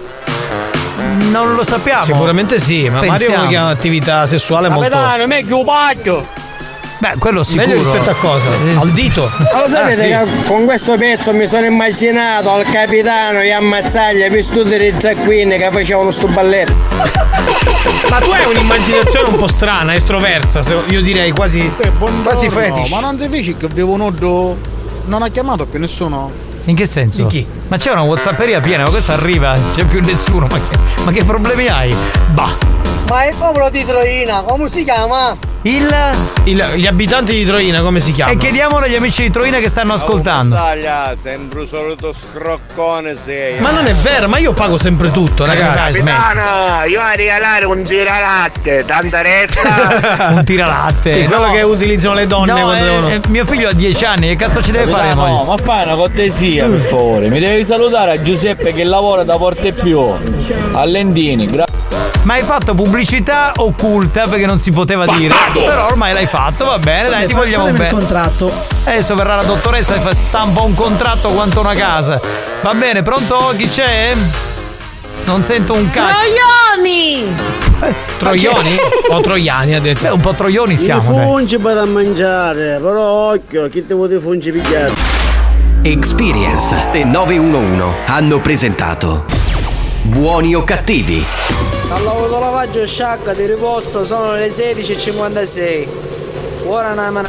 Non lo sappiamo. Sicuramente sì, ma Mario ha un'attività sessuale molto. Capitano, me che pacchio. Beh, quello sicuro. Meglio rispetto a cosa? Al dito. Ma lo sapete che con questo pezzo mi sono immaginato al capitano e ammazzaglia per studere i zacquini che facevano sto balletto. Ma tu hai un'immaginazione un po' strana, estroversa, io direi quasi fetish. Ma non si dice che avevo un oddo. Non ha chiamato più nessuno. In che senso? Di chi? Ma c'è una WhatsApperia piena, ma questo arriva, non c'è più nessuno. Ma che problemi hai? Bah. Ma è proprio di Troina, come si chiama? Gli abitanti di Troina, come si chiamano? E chiediamolo agli amici di Troina che stanno ascoltando. Sempre solito scroccone sei. Ma non è vero, ma io pago sempre tutto, ragazzi. Capitano, io a regalare un tiralatte, tanta resta. Un tiralatte. Sì, quello che utilizzano le donne quando devono. Mio figlio ha 10 anni, che cazzo ci deve fare? No, ma fai una cortesia, per favore. Mi devi salutare a Giuseppe che lavora da Porte Più a Lendini. Ma hai fatto pubblicità occulta perché non si poteva dire. Però ormai l'hai fatto, va bene, dai, ti vogliamo bene. Il contratto. Adesso verrà la dottoressa e stampa un contratto quanto una casa. Va bene, pronto? Chi c'è? Non sento un cazzo. Troioni! Troioni? O troiani ha detto. Un po' troioni siamo. Fungi da mangiare, però occhio, chi te vuole fungi pigliare? Experience e 911 hanno presentato Buoni o cattivi? Al lavoro di lavaggio e sciacca di riposto sono le 16:56. Ora no!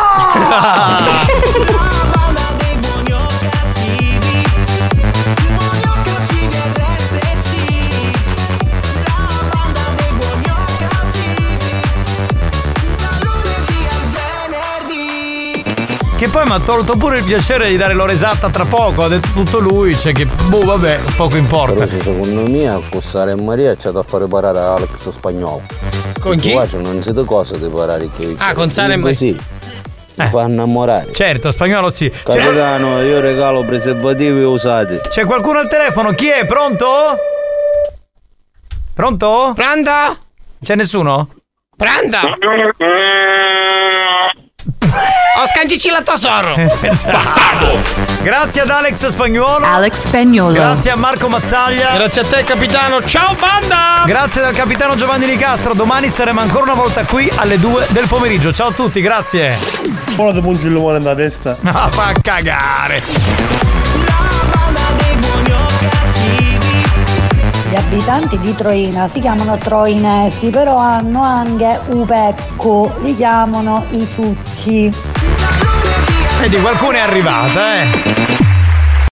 Che poi mi ha tolto pure il piacere di dare l'ora esatta tra poco, ha detto tutto lui, cioè che vabbè, poco importa. Però secondo me a Cossare e Maria c'è da fare parare Alex Spagnolo. Con chi? Qua non c'è da cosa di parare che. Con Sara e Maria. Sì. Mi fa innamorare. Certo, Spagnolo sì. Capitano, io regalo preservativi usati. C'è qualcuno al telefono? Chi è? Pronto? Pronto? Pronto? C'è nessuno? Pronto? Ho scancicilato tesoro. Grazie ad Alex Spagnuolo. Alex Spagnuolo. Grazie a Marco Mazzaglia. Grazie a te, capitano. Ciao banda. Grazie dal capitano Giovanni Nicastro. Domani saremo ancora una volta qui alle 2 del pomeriggio. Ciao a tutti, grazie. Ora ti pungi il limone nella testa. No, fa cagare. Gli abitanti di Troina si chiamano troinesi, però hanno anche un pecco, li chiamano i ciucci. Vedi, qualcuno è arrivata,